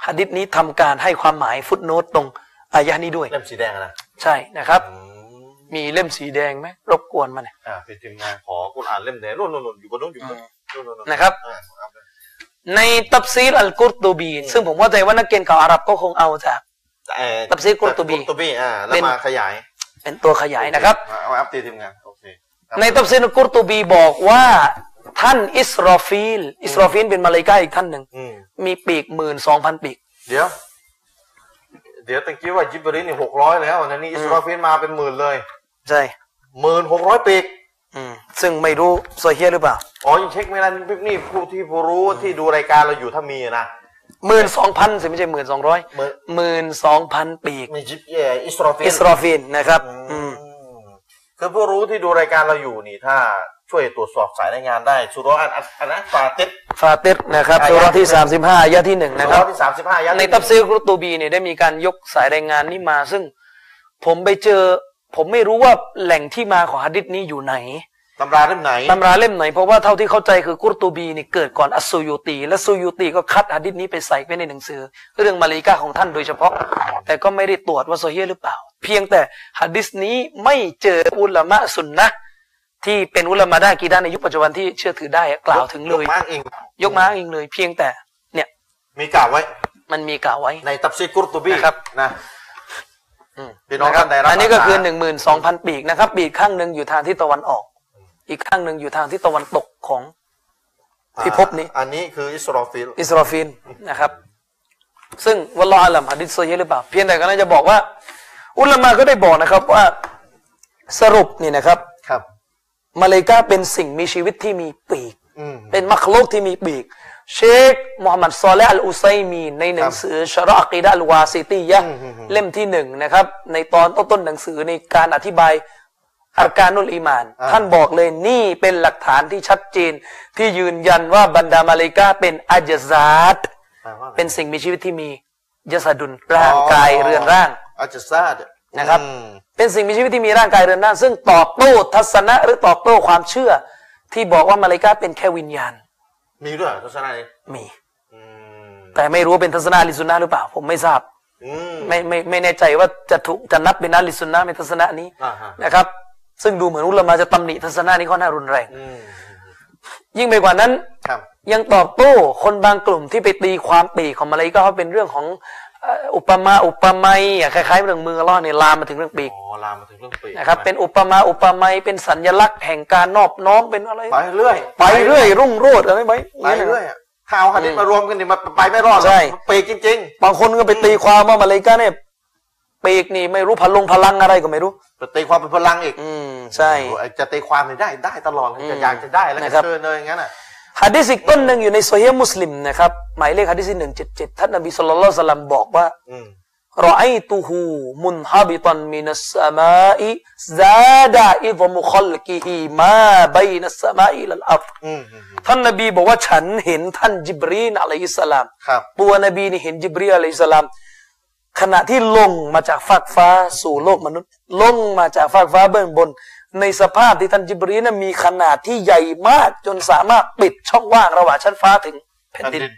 หะดีษนี้ทำการให้ความหมายฟุตโนตตรงอายะนี้ด้วยเล่มสีแดงนะใช่นะครับมีเล่มสีแดงไหมรบกวนมาเนี่ยอ่าพี่ทีมงานขอคุณอ่านเล่มแดงโน่นโน่นอยู่บนโน้นอยู่บนโน้นนะครับในตัฟซีรอัลกุรตุบีซึ่งผมว่าใจว่านักเรียนข่าวอาหรับก็คงเอาจากตัฟซีรกุรตุบีกุรตุบีอ่าแล้วมาขยายเป็นตัวขยายนะครับเอาอัพตีทีมงานโอเคในตัฟซีรกุรตุบีบอกว่าท่านอิสรอฟีลอิสรอฟีลเป็นมาลาอิกะฮ์อีกท่านหนึ่งมีปีกหมื่นสองพันปีกเดี๋ยวเดี๋ยวตั้งกี้ว่าจิบรีนี่หกร้อยแล้วนะนี่อิสรอฟีลมาเป็นหมื่นเลยใช่หมื่นหกร้อยปีกซึ่งไม่รู้โซเฮียหรือเปล่าอ๋อยังเช็คไม่ได้นี่ผู้ที่ผู้รู้ที่ดูรายการเราอยู่ถ้ามีนะหมื่นสองพันสิไม่ใช่หมื่นสองร้อยหมื่นสองพันปีกมีจิบอิสรอฟีลอิสรอฟีลนะครับคือผู้รู้ที่ดูรายการเราอยู่นี่ถ้าช่วยตรวจสอบสายรายงานได้สุรอันอันนะฟาติรฟาติรนะครับสุรที่สามสิบห้าอายะที่หนึ่งนะครับสุรที่สามสิบห้าอายะในตัฟซีรกุรตุบีเนี่ยได้มีการยกสายรายงานนี้มาซึ่งผมไปเจอผมไม่รู้ว่าแหล่งที่มาของหะดีษนี้อยู่ไหนตำราเล่มไหนตำราเล่มไหนเพราะว่าเท่าที่เข้าใจคือกุรตุบีนี่เกิดก่อนอัสซูยูตีและซูยูตีก็คัดหะดีษนี้ไปใส่ไว้ในหนังสือเรื่องมาลาอิกะฮ์ของท่านโดยเฉพาะแต่ก็ไม่ได้ตรวจว่าซอฮีฮ์หรือเปล่าเพียงแต่หะดีษนี้ไม่เจออุลามะซุนนะห์ที่เป็นอุลามะด้านอะกีดะห์ในยุคปัจจุบันที่เชื่อถือได้กล่าวถึงเลยยกมาเองยกมาเองเลยเพียงแต่เนี่ยมีกล่าวไว้มันมีกล่าวไว้ในตัฟซีรกุรตุบีนะครับนะพี่น้องท่านใดรับอันนี้ก็คือหนึ่งหมื่นสองพันปีกนะครับปีกข้างหนึ่งอยู่ทางทิศตะวันออกอีกข้างหนึ่งอยู่ทางทิศตะวันตกของพิภพนี้อันนี้คืออิสรอฟีลอิสรอฟีลนะครับซึ่งวัลลอฮุอะลัมหะดีษซอฮีฮ์หรือเปล่าเพียงแต่ก็น่าจะบอกว่าอุลามะก็ได้บอกนะครับว่าสรุปนี่นะครับครับมาลาอิกะฮ์เป็นสิ่งมีชีวิตที่มีปีกเป็นมัคลุกที่มีปีกเชคมูฮัมหมัดซอลิฮ์อัลอุซัยมีนในหนังสือชะรออะกีดะฮ์อัลวาซิตียะห์เล่มที่หนึ่งนะครับในตอนต้นๆหนังสือในการอธิบายอัรกานุลอีมานท่านบอกเลยนี่เป็นหลักฐานที่ชัดเจนที่ยืนยันว่าบรรดามาลาอิกะฮ์เป็นอัจซาตเป็นสิ่งมีชีวิตที่มีญะซะดุนร่างกายเรือนร่างอัจซาตนะครับเป็นสิ่งมีชีวิตที่มีร่างกายเรือนร่างซึ่งตอบโต้ทัศนะหรือตอบโต้ความเชื่อที่บอกว่ามาลาอิกะฮ์เป็นแค่วิญญาณมีด้วยทัศนะนี้มีแต่ไม่รู้ว่าเป็นทัศนะอะลิซุนนะห์หรือเปล่าผมไม่ทราบไม่ไม่ไม่แน่ใจว่าจะถูกจะนับเป็นอะลิซุนนะห์ในทัศนะนี้นะครับซึ่งดูเหมือนอุลามะจะตำหนิทัศนะนี้ค่อนข้างรุนแรงยิ่งไปกว่านั้นยังตอบโต้คนบางกลุ่มที่ไปตีความปีกของมาลาอิกะฮ์ว่าเป็นเรื่องของอุปมาอุปไมยคล้ายๆเรื่องมืออัลเลาะห์เนี่ยลามมาถึงเรื่องปีกอ๋อลามมาถึงเรื่องปีกนะครับเป็นอุปมาอุปไมยเป็นสัญลักษณ์แห่งการนอบน้อมเป็นอะไรไปเรื่อยไปเรื่อยรุ่งโรจน์อะไรไปไปเรื่อยข่าวหะดีษมารวมกันนี่มันไปไม่รอดใช่ปีกจริงๆบางคนก็ไปตีความว่ามาลาอิกะฮ์เนี่ยปีกนี่ไม่รู้พลังพลังอะไรก็ไม่รู้ไปตีความเป็นพลังอีกอืมใช่จะตีความได้ได้ตลอดจะอยากจะได้แล้วก็เชิญเลยอย่างนั้นน่ะหะดีษอีกต้นหนึ่งอยู่ในซอฮีฮ์มุสลิมนะครับหมายเลขหะดีษที่หนึ่งร้อยเจ็ดสิบเจ็ดท่านนบีศ็อลลัลลอฮุอะลัยฮิวะซัลลัมบอกว่ารออัยตุฮูมุนฮะบิตันมินัสสมาอิซาดะอิฎมุคัลกิฮิมาบัยนัสสมาอิลัลอัรฎท่านนบีบอกว่าฉันเห็นท่านญิบรีลอะลัยฮิสสลามตัวนบีนี่เห็นญิบรีลอะลัยฮิสสลามขณะที่ลงมาจากฟากฟ้าสู่โลกมนุษย์ลงมาจากฟากฟ้าเบื้องบนในสภาพที่ท่านญิบรีลนั้นมีขนาดที่ใหญ่มากจนสามารถปิดช่องว่างระหว่างชั้นฟ้าถึงแผ่นดิน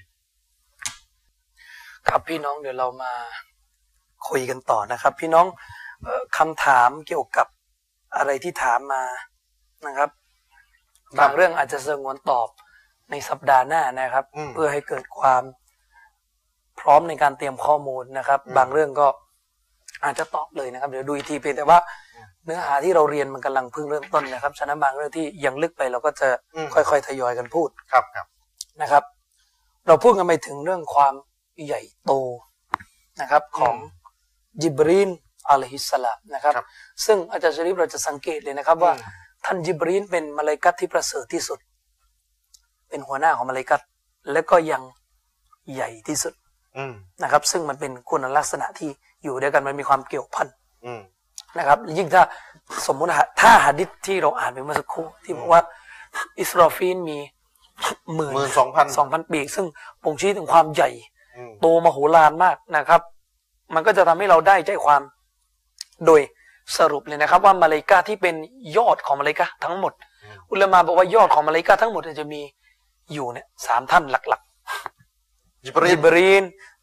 ครับพี่น้องเดี๋ยวเรามาคุยกันต่อนะครับพี่น้องคำถามเกี่ยวกับอะไรที่ถามมานะครับบางเรื่องอาจจะสงวนตอบในสัปดาห์หน้านะครับเพื่อให้เกิดความพร้อมในการเตรียมข้อมูลนะครับบางเรื่องก็อาจจะตอบเลยนะครับเดี๋ยวดูอีกทีเพียงแต่ว่าเนื้อหาที่เราเรียนมันกำลังเพิ่งเริ่มต้นนะครับฉะนั้นบางเรื่องที่ยังลึกไปเราก็จะค่อยๆทยอยกันพูดครับครับนะครับเราพูดกันไปถึงเรื่องความใหญ่โตนะครับของญิบรีลอะลัยฮิสสลามนะครับซึ่งอาจารย์ชะรีฟเราจะสังเกตเลยนะครับว่าท่านญิบรีลเป็นมลาอิกะฮ์ที่ประเสริฐที่สุดเป็นหัวหน้าของมลาอิกะฮ์และก็ยังใหญ่ที่สุดนะครับซึ่งมันเป็นคุณลักษณะที่อยู่ด้วยกันมันมีความเกี่ยวพันนะครับยิ่งถ้าสมมุติถ้าหะดีษที่เราอ่านไปเมื่อสักครู่ที่บอกว่าอิสรอฟีลมีหมื่นสองพันสองพันปีกซึ่งบ่งชี้ถึงความใหญ่โตมโหฬารมากนะครับมันก็จะทำให้เราได้ใจความโดยสรุปเลยนะครับว่ามาลาอิกะฮ์ที่เป็นยอดของมาลาอิกะฮ์ทั้งหมดอุลามะบอกว่ายอดของมาลาอิกะฮ์ทั้งหมดจะมีอยู่เนี่ยสามท่านหลักๆญิบรีล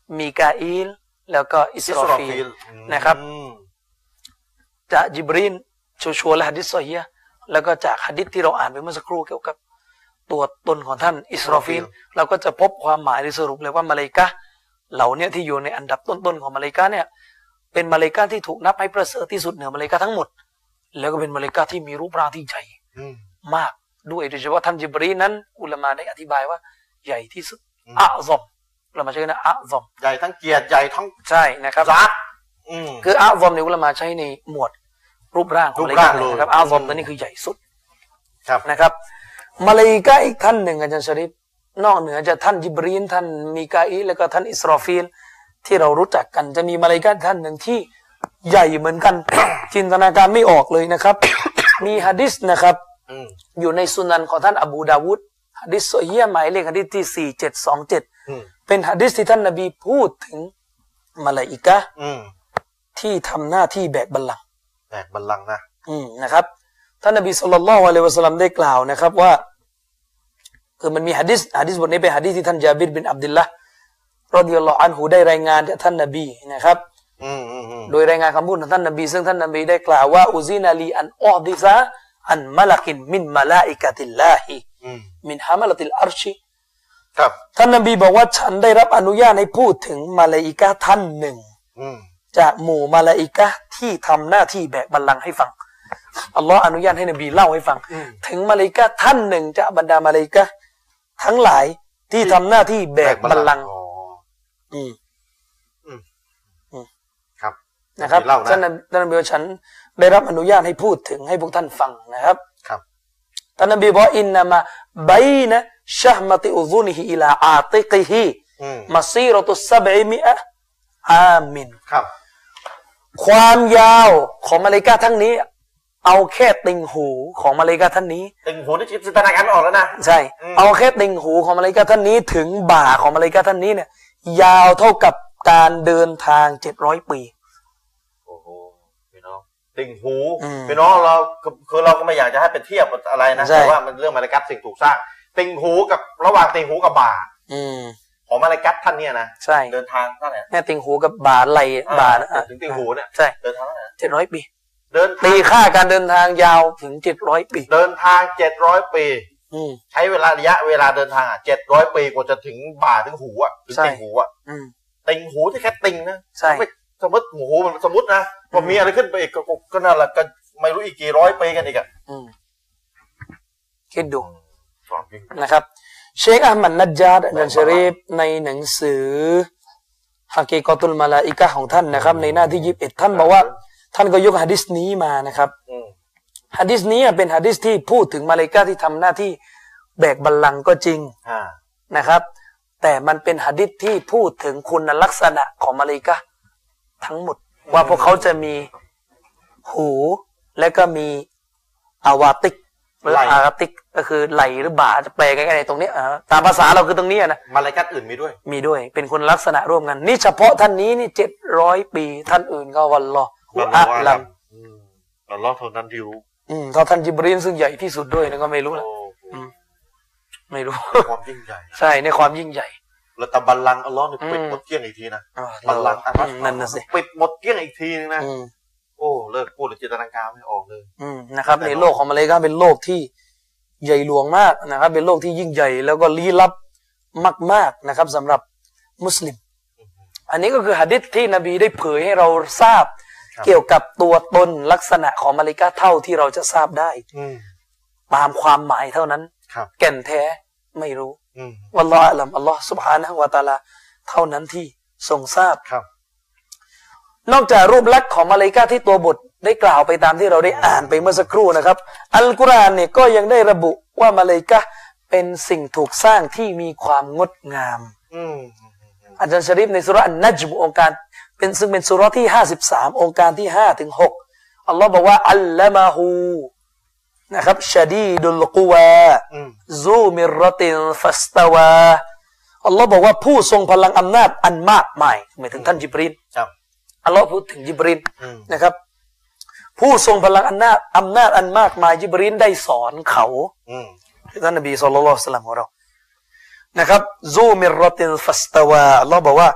มีกาอีลแล้วก็อิสรอฟีลนะครับจากญิบรีลชัวร์ๆและหะดีษซอฮีฮ์แล้วก็จากหะดีษที่เราอ่านไปเมื่อสักครู่เกี่ยวกับตัวตนของท่านอิสรอฟีลเราก็จะพบความหมายในสรุปเลยว่ามาลาอิกะฮ์เหล่านี้ที่อยู่ในอันดับต้นๆของมาลาอิกะฮ์เนี่ยเป็นมาลาอิกะฮ์ที่ถูกนับให้ประเสริฐที่สุดเหนือมาลาอิกะฮ์ทั้งหมดแล้วก็เป็นมาลาอิกะฮ์ที่มีรูปร่างที่ใหญ่มากด้วยโดยเฉพาะท่านญิบรีลนั้นอุลามะได้อธิบายว่าใหญ่ที่สุดอะซอมเรามาใช้นะอะซอมใหญ่ทั้งเกียรติใหญ่ทั้งใช่นะครับซักคืออะซอมเนี่ยอุลามะใช้ในหมวดรูปร่างของมาลาอิกะฮ์นะครับอะซอมตัวนี้คือใหญ่สุดนะครับมาลาอิกะฮ์อีกท่านหนึ่งอาจารย์ชะริฟนอกเหนือจากท่านญิบรีลท่านมีกาอีลแล้วก็ท่านอิสรอฟีลที่เรารู้จักกันจะมีมาลาอิกะฮ์ท่านหนึ่งที่ใหญ่เหมือนกัน จินตนาการไม่ออกเลยนะครับ มีหะดีษนะครับอยู่ในสุนันของท่านอบูดาวุดหะดีษซอฮีฮ์หมายเลขหะดีษที่สี่เจ็ดสองเจ็ดเป็นหะดีษที่ท่านนบีพูดถึงมาลาอิกะฮ์ที่ทำหน้าที่แบกบัลลังก์แบกบัลลังก์นะอืมนะครับท่านนบีศ็อลลัลลอฮุอะลัยฮิวะซัลลัมได้กล่าวนะครับว่าคือมันมีหะดีษหะดีษบทนี้เป็นหะดีษที่ท่านญาบิรบินอับดุลละห์รอฎิยัลลอฮุอันฮุได้รายงานจากท่านนบีนะครับโดยรายงานคำพูดของท่านนบีซึ่งท่านนบีได้กล่าวว่าอุซินาลีอันออดิซะอันมะลักินมินมะลาอิกะติลลาฮิมินฮะมะละติลอัรชิครับท่านนบีบอกว่าฉันได้รับอนุญาตให้พูดถึงมาลาอิกะฮ์ท่านหนึ่งจากหมู่มาลาอิกะฮ์ที่ทำหน้าที่แบกบัลลังก์ให้ฟังอัลลอฮ์อนุญาตให้นบีเล่าให้ฟังถึงมาลาอิกะฮ์ท่านหนึ่งจากบรรดามาลาอิกะฮ์ทั้งหลายที่ทำหน้าที่แบกบัลลังก์อืมครับนะครับท่านท่านนบีว่าฉันได้รับอนุญาตให้พูดถึงให้พวกท่านฟังนะครับครับท่านนบีบอกอินนามาบัยนะชะฮมะติอุซุนิฮิอิลาอาติกิฮิมัซีรตุซับอิมิอะอามินครับความยาวของมาลาอิกะฮ์ทั้งนี้เอาแค่ติ่งหูของมาลาอิกะฮ์ท่านนี้ติ่งหูนี่จินตนาการไม่ออกแล้วนะใช่เอาแค่ติ่งหูของมาลาอิกะฮ์ท่านนี้ถึงบ่าของมาลาอิกะฮ์ท่านนี้เนี่ยยาวเท่ากับการเดินทางเจ็ดร้อยปีโอ้โหพี่น้องติ่งหูพี่น้องเราคือเราก็ไม่อยากจะให้ไปเทียบอะไรนะแต่ว่ามันเรื่องมาลาอิกะฮ์สิ่งถูกสร้างติ่งหูกับระหว่างติ่งหูกับบ่าของมาลาอิกะฮ์ท่านเนี่ยนะใช่เดินทางเท่าไหร่เนี่ยติ่งหูกับบ่าไหล่บ่าถึงติ่งหูเนี่ยใช่เดินทางเท่าไหร่เจ็ดร้อยปีเดินตีค่าการเดินทางยาวถึงเจ็ดร้อยปีเดินทางเจ็ดร้อยปีใช้เวลาระยะเวลาเดินทางอ่ะเจ็ดร้อยปีกว่าจะถึงบ่าถึงหูอ่ะถึงติ่งหูอ่ะติ่งหูที่แค่ติ่งนะไม่สมมติหูสมมตินะพอมีอะไรขึ้นไปอีกก็ก็นั่นแหละก็ไม่รู้อีกกี่ร้อยปีกันอีกอ่ะคิดดูนะครับเชคอัลมัดนัจญาดอาจารย์ชะรีฟในหนังสือฮะกีกอตุลมาลาอิกะฮ์ของท่านนะครับในหน้าที่ยี่สิบเอ็ดท่านบอกว่าท่านก็ยกหะดีษนี้มานะครับหะดีษนี้เป็นหะดีษที่พูดถึงมาลาอิกะฮ์ที่ทำหน้าที่แบกบัลลังก์ก็จริงนะครับแต่มันเป็นหะดีษที่พูดถึงคุณลักษณะของมาลาอิกะฮ์ทั้งหมดว่าพวกเขาจะมีหูและก็มีอาวาติกอาวาติกก็คือไหลหรือบ่าจะแปลกันในตรงนี้ตามภาษาเราคือตรงนี้นะมาลาอิกะฮ์อื่นมีด้วยมีด้วยเป็นคุณลักษณะร่วมกันนี่เฉพาะท่านนี้นี่เจ็ดร้อยปีท่านอื่นก็วัลลอฮฺอัลลัมอัลลอฮฺเท่านั้นที่รู้อืมเท่าท่านญิบรีลซึ่งใหญ่ที่สุดด้วยนะก็ไม่รู้นะไม่รู้ความยิ่งใหญ่ใช่ในความยิ่งใหญ่แล้วแต่บัลลังก์อัลลอฮ์นี่ปิดหมดเกลี้ยงอีกทีนะบัลลังก์อัลลอฮ์นั่นน่ะสิปิดหมดเกลี้ยงอีกทีนึงนะโอ้เลิกพูดหรือจินตนาการไม่ออกเลยอืมนะครับในโลกของมาเลย์ก็เป็นโลกที่ใหญ่หลวงมากนะครับเป็นโลกที่ยิ่งใหญ่แล้วก็ลี้ลับมากๆนะครับสำหรับมุสลิมอันนี้ก็คือหะดีษที่นบีได้เผยให้เราทราบเกี่ยวกับตัวตนลักษณะของมาลาอิกะฮ์เท่าที่เราจะทราบได้ตามความหมายเท่านั้นแก่นแท้ไม่รู้วัลลอฮฺอัลลัมอัลลอฮฺซุบฮานะฮูวะตะอาลาเท่านั้นที่ทรงทราบนอกจากรูปลักษณ์ของมาลาอิกะฮ์ที่ตัวบทได้กล่าวไปตามที่เราได้อ่านไปเมื่อสักครู่นะครับอัลกุรอานเนี่ยก็ยังได้ระบุว่ามาลาอิกะฮ์เป็นสิ่งถูกสร้างที่มีความงดงามอาจารย์ชะรีฟในสุเราะห์อันนัจมองค์การเป็นซึ่งเป็นสุเราะห์ที่ห้าสิบสามองค์การที่ห้าถึงหกอัลลอฮ์บอกว่าอัลละมะฮูนะครับชะดีดุลกุวาซูมิรตินฟัสตาวาอัลลอฮ์บอกว่าผู้ทรงพลังอำนาจอันมากมายหมายถึงท่านญิบรีลอัลลอฮ์พูดถึงญิบรีลนะครับผู้ทรงพลังอำนาจอำนาจอันมากมายญิบรีลได้สอนเขาท่านนบีศ็อลลัลลอฮุอะลัยฮิวะซัลลัมของเรานะครับซูมิรตินฟัสตาวาอัลลอฮ์บอกว่า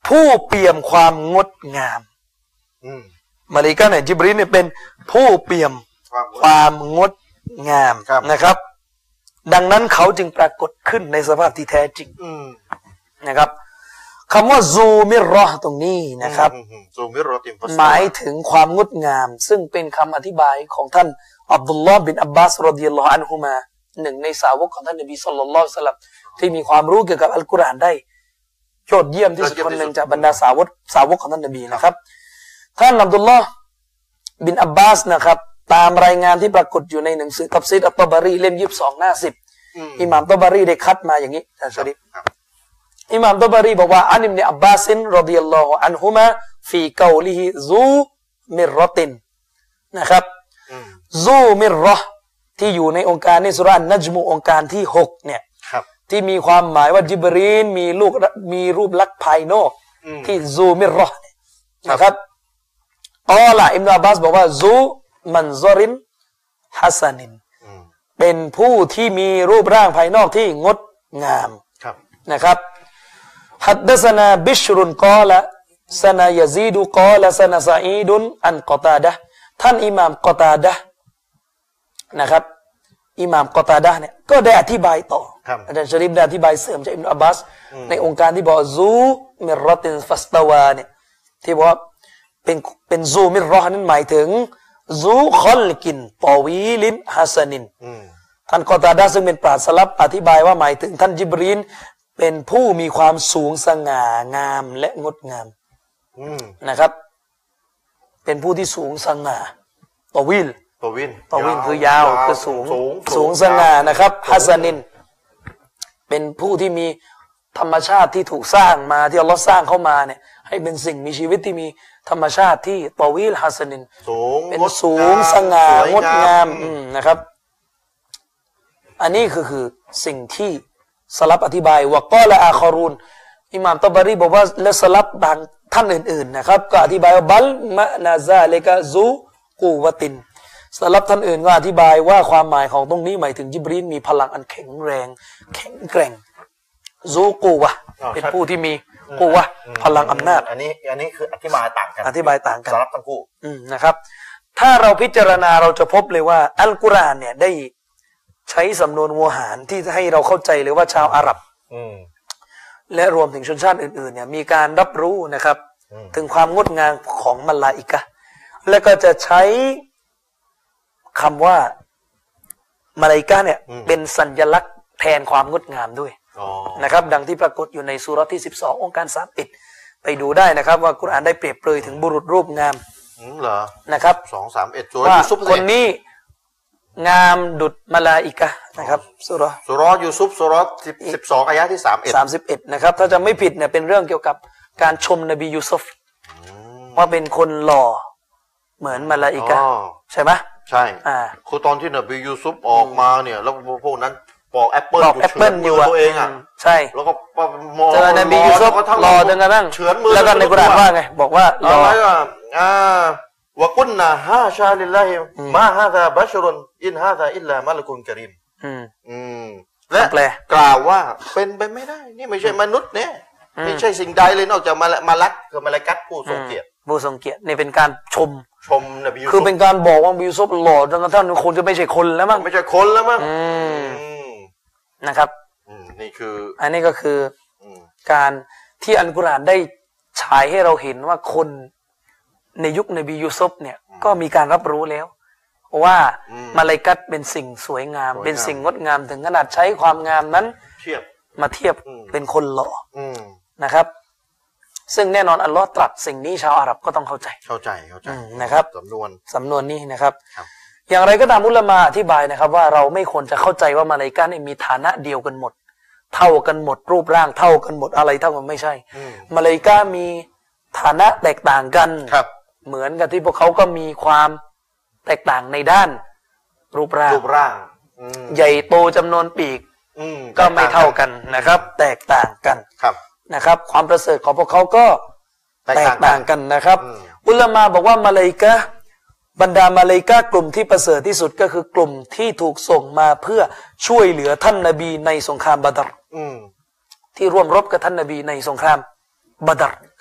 ผู้เปี่ยมความงดงามอืมมาลาอิกะฮ์เนี่ยจิบรีลเนี่ยเป็นผู้เปี่ยมความงดงามนะครับ ดังนั้นเขาจึงปรากฏขึ้นในสภาพที่แท้จริงอืมนะครับคำว่าซูมิรอห์ตรงนี้นะครับซูมิรอติมฟัสหมายถึงความงดงาม ซึ่งเป็นคำอธิบายของท่านอับดุลลอฮ์บินอับบาสรอฎิยัลลอฮุอันฮุมาหนึ่งในสาวกของท่านนบีศ็อลลัลลอฮุอะลัยฮิวะซัลลัมที่มีความรู้เกี่ยวกับอัลกุรอานได้ยอดเยี่ยมที่สุดคนหนึ่งจากบรรดาสาวกสาวกของท่านนบีนะครับท่านอับดุลลอฮ์บินอับบาสนะครับตามรายงานที่ปรากฏอยู่ในหนังสือตัฟซีรอัตตะบารีเล่มยี่สิบสองหน้าสิบอิหม่ามตะบารีได้คัดมาอย่างนี้ท่านชะรีฟอิหม่ามตะบารีบอกว่าอันอิบนุอับบาสรอฎิยัลลอฮุอันฮุมาฟีกอลิฮิซูมิรรอตินนะครับซูมิรรอที่อยู่ในองค์การในสุราะห์นัจมุองค์การที่หกเนี่ยที่มีความหมายว่าจิบรีลมีลูกมีรูปลักษณ์ภายนอกที่ซูมิรรอนะครับกอละอิบนุอับบาสบอกว่าซูมันซอรินฮัสซันินเป็นผู้ที่มีรูปร่างภายนอกที่งดงามนะครับฮัดดะซะนาบิชรุนกอละซะนายะซีดุกอละซะนะซะอีดุนอันกอตาดะห์ท่านอิหม่ามกอตาดะห์นะครับอิหม่ามกอตาดะห์เนี่ยก็ได้อธิบายต่ออาจารย์ชะรีฟได้อธิบายเสริมจากอิบนุอับบาสในองค์การที่บอกซูมิรรอตินฟัสตาวาเนี่ยที่บอกว่าเป็นเป็นซูมิรรอนั้นหมายถึงซูคอลกินตอวีลินฮัสซันินท่านกอตาดะห์ซึ่งเป็นปราชญ์สลับอธิบายว่าหมายถึงท่านจิบรีลเป็นผู้มีความสูงสง่างามและงดงามนะครับเป็นผู้ที่สูงสง่าตอวีลตอวินตอวินคือยาวคือสูงสูงสง่านะครับฮัสซันินเป็นผู้ที่มีธรรมชาติที่ถูกสร้างมาที่อัลลอฮ์สร้างเข้ามาเนี่ยให้เป็นสิ่งมีชีวิตที่มีธรรมชาติที่ตอวิลฮัสซันินเป็นสูงสง่างดงามนะครับอันนี้คือคือสิ่งที่สลับอธิบายว่ากอละอาคารูนอิหม่ามตะบารีบอกว่าและสลับบางท่านอื่นๆนะครับก็อธิบายว่าบัลมะนาซาเลกะซูกูวะตินสลับท่านอื่นก็อธิบายว่าความหมายของตรงนี้หมายถึงจิบรีลมีพลังอันแข็งแรงแข็งแกร่งซูกูวะเป็นผู้ที่มีกูวะพลังอำนาจอันนี้อันนี้คืออธิบายต่างกันอธิบายต่างกันสลับทั้งคู่นะครับถ้าเราพิจารณาเราจะพบเลยว่าอัลกุรอานเนี่ยได้ใช้สำนวนโวหารที่ให้เราเข้าใจเลยว่าชาวอาหรับและรวมถึงชนชาติอื่นๆเนี่ยมีการรับรู้นะครับถึงความงดงามของมลาอิกะห์และก็จะใช้คำว่ามาลาอิกะห์เนี่ยเป็นสัญลักษณ์แทนความงดงามด้วยนะครับดังที่ปรากฏอยู่ในซูเราะห์ที่สิบสององค์การสามสิบเอ็ดไปดูได้นะครับว่ากุรอานได้เปรียบเปรยถึงบุรุษรูปงามเหรอนะครับสองสามเอ็ดว่าคนนี้งามดุจมลาอิกะห์นะครับซูเราะห์ซูเราะห์ยูซุฟซูเราะห์สิบสองอายะห์ที่สามสิบเอ็ดสามสิบเอ็ดนะครับถ้าจะไม่ผิดเนี่ยเป็นเรื่องเกี่ยวกับการชมนบียูซุฟว่าเป็นคนหล่อเหมือนมลาอิกะห์ใช่ไหมใช่อ่าคือตอนที่นบียูซุฟออกมาเนี่ยแล้วพวกนั้นปอกแอปเปิ้ลอยู่ตัวเองอ่ะใช่แล้วก็เจอนบียูซุฟหล่อจังกันบ้างแล้วก็ในกุรอานว่าไงบอกว่าหล่ออ่าวะกุนนาฮาชาลิลลาฮิมาฮาซาบัชรุนอินฮาซาอิลลามะลักุนกะรีมอืมและกล่าวว่าเป็นไปไม่ได้นี่ไม่ใช่มนุษย์เนี่ยไม่ใช่สิ่งใดเลยนอกจากมาลักคือมาลากัตผู้ทรงเกียรติผู้ทรงเกียรตินี่เป็นการชมชมนบียูซุฟคือเป็นการบอกว่านบียูซุฟหล่อจนกระทั่งคงจะไม่ใช่คนแล้วมั้งไม่ใช่คนแล้วมั้งนะครับนี่คืออันนี้ก็คือการที่อัลกุรอานได้ฉายให้เราเห็นว่าคนในยุคนบียูซุฟเนี่ยก็มีการรับรู้แล้วว่ามาลาอิกะห์เป็นสิ่งสวยงามเป็นสิ่งงดงามถึงขนาดใช้ความงามนั้นเทียบมาเทียบเป็นคนหล่อนะครับซึ่งแน่นอนอัลลอฮ์ตรัสสิ่งนี้ชาวอาหรับก็ต้องเข้าใจเข้าใจเข้าใจนะครับสำนวนสำนวนนี้นะครับอย่างไรก็ตามอุลามะอธิบายนะครับว่าเราไม่ควรจะเข้าใจว่ามาลาอิกะห์นี่มีฐานะเดียวกันหมดเท่ากันหมดรูปร่างเท่ากันหมดอะไรเท่ากันไม่ใช่มาลาอิกะห์มีฐานะแตกต่างกันเหมือนกับที่พวกเขาก็มีความแตกต่างในด้านรูปร่างรูปร่างใหญ่โตจำนวนปีกก็ไม่เท่ากันนะครับแตกต่างกันนะครับความประเสริฐของพวกเขาก็แตกต่างกันนะครับอุลามะบอกว่ามาลาอิกะห์บรรดามาลาอิกะห์กลุ่มที่ประเสริฐที่สุดก็คือกลุ่มที่ถูกส่งมาเพื่อช่วยเหลือท่านนบีในสงครามบาดรที่ร่วมรบกับท่านนบีในสงครามบาดร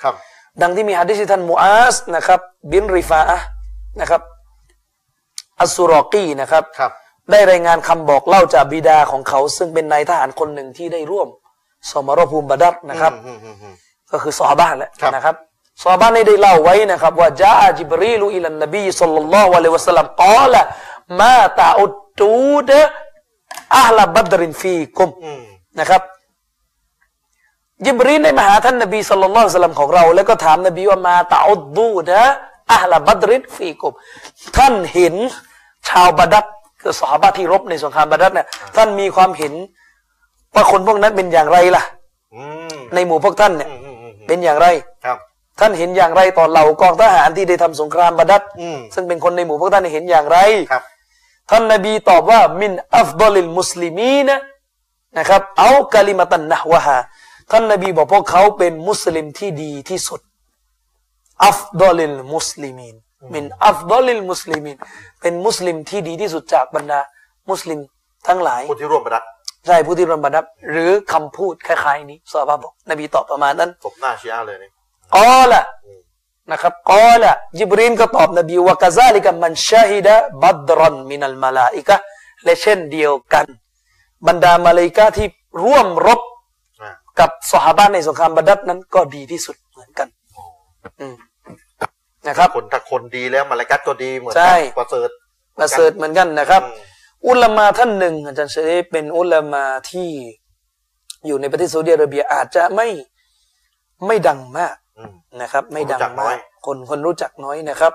ครับดังที่มีหะดีษที่ท่านมูอาซนะครับบินริฟาอะห์นะครับอัสซุรอกีนะครับครับได้รายงานคำบอกเล่าจากบิดาของเขาซึ่งเป็นนายทหารคนหนึ่งที่ได้ร่วมสมรภูมิบาดัรนะครับก็คือซอฮาบะห์แหละนะครับซอฮาบะห์นี้ได้เล่าไว้นะครับว่าจาจิบรีลุอิลันนบีศ็อลลัลลอฮุอะลัยฮิวะซัลลัมกอละมาตะอุดตูดอะห์ลบัดรินฟีกุมนะครับจิบรีลได้มาหาท่านนบีศ็อลลัลลอฮุอะลัยฮิวะซัลลัมของเราแล้วก็ถามนบีว่ามาตะอุดตูดอะห์ลบัดรินฟีกุมท่านเห็นชาวบาดัรคือซอฮาบะห์ที่รบในสงครามบาดัรเนี่ยท่านมีความเห็นว่าคนพวกนั้นเป็นอย่างไรล่ะในหมู่พวกท่านเนี่ยเป็นอย่างไรครับท่านเห็นอย่างไรต่อเหล่ากองทหารที่ได้ทำสงครามบาดัรซึ่งเป็นคนในหมู่พวกท่านเห็นอย่างไรครับท่านนบีตอบว่ามินอัฟฎอลิลมุสลิมีนนะครับเอากะลิมะตันนะฮวะฮาท่านนบีบอกพวกเขาเป็นมุสลิมที่ดีที่สุดอัฟฎอลิลมุสลิมีนมินอัฟฎอลิลมุสลิมีนเป็นมุสลิมที่ดีที่สุดจากบรรดามุสลิมทั้งหลายผู้ที่ร่วมบาดัรใช่ผู้ที่ร่วมบาดัรหรือคำพูดคล้ายๆนี้ซอฮาบะห์บอกนบีตอบประมาณนั้นตบหน้าชีอะห์เลยนี่กอละนะครับกอละจิบรีลก็ตอบนบีว่ากะซาลิกะมันชาฮิดะบัดรันมินัลมะลาอิกะฮ์และเช่นเดียวกันบรรดามาลาอิกะฮ์ที่ร่วมรบกับซอฮาบะห์ในสงครามบาดัรนั้นก็ดีที่สุดเหมือนกันนะครับคนถ้าคนดีแล้วมาลาอิกะฮ์ก็ดีเหมือนกันประเสริฐประเสริฐเหมือนกันนะครับอุลามะท่านหนึ่งอาจารย์เชฟเป็นอุลามะที่อยู่ในประเทศซาอุดิอาระเบียอาจจะไม่ไม่ดังมากนะครับไม่ดังมากคนคนรู้จักน้อยนะครับ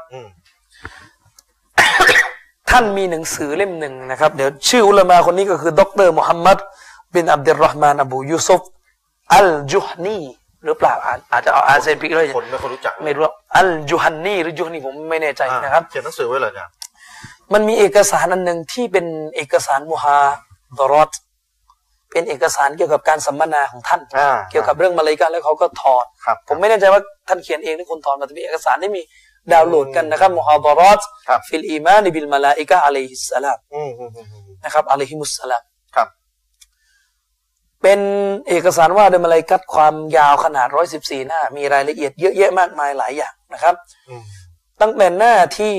ท่านมีหนังสือเล่มหนึ่งนะครับเดี๋ยวชื่ออุลามะคนนี้ก็คือดรมุฮัมมัดบินอับดุลรอห์มานอบูยูซุฟอัลจุฮนีหรือเปล่าอาจจะเอาอาเซนพิกเลยคนไม่คนรู้จักไม่รู้อัลจุฮันนีหรือจุฮนีผมไม่แน่ใจนะครับเขียนหนังสือไว้เลยเนี่ยมันมีเอกสารอันหนึ่งที่เป็นเอกสารมุฮาดารอตเป็นเอกสารเกี่ยวกับการสัมมนาของท่านเกี่ยวกับเรื่องมาลาอิกะฮ์แล้วเขาก็ถอดผมไม่แน่ใจว่าท่านเขียนเองหรือคนถอดมาแต่เป็นเอกสารที่มีดาวน์โหลดกันนะครับมุฮาดารอตฟิลอีมานบิลมาลาอิกะฮ์อะลัยฮิสสลามนะครับอะลัยฮิมุสสลามเป็นเอกสารว่าด้วยมาลาอิกะฮ์ความยาวขนาดหนึ่งร้อยสิบสี่หน้ามีรายละเอียดเยอะแยะมากมายหลายอย่างนะครับตั้งแต่หน้าที่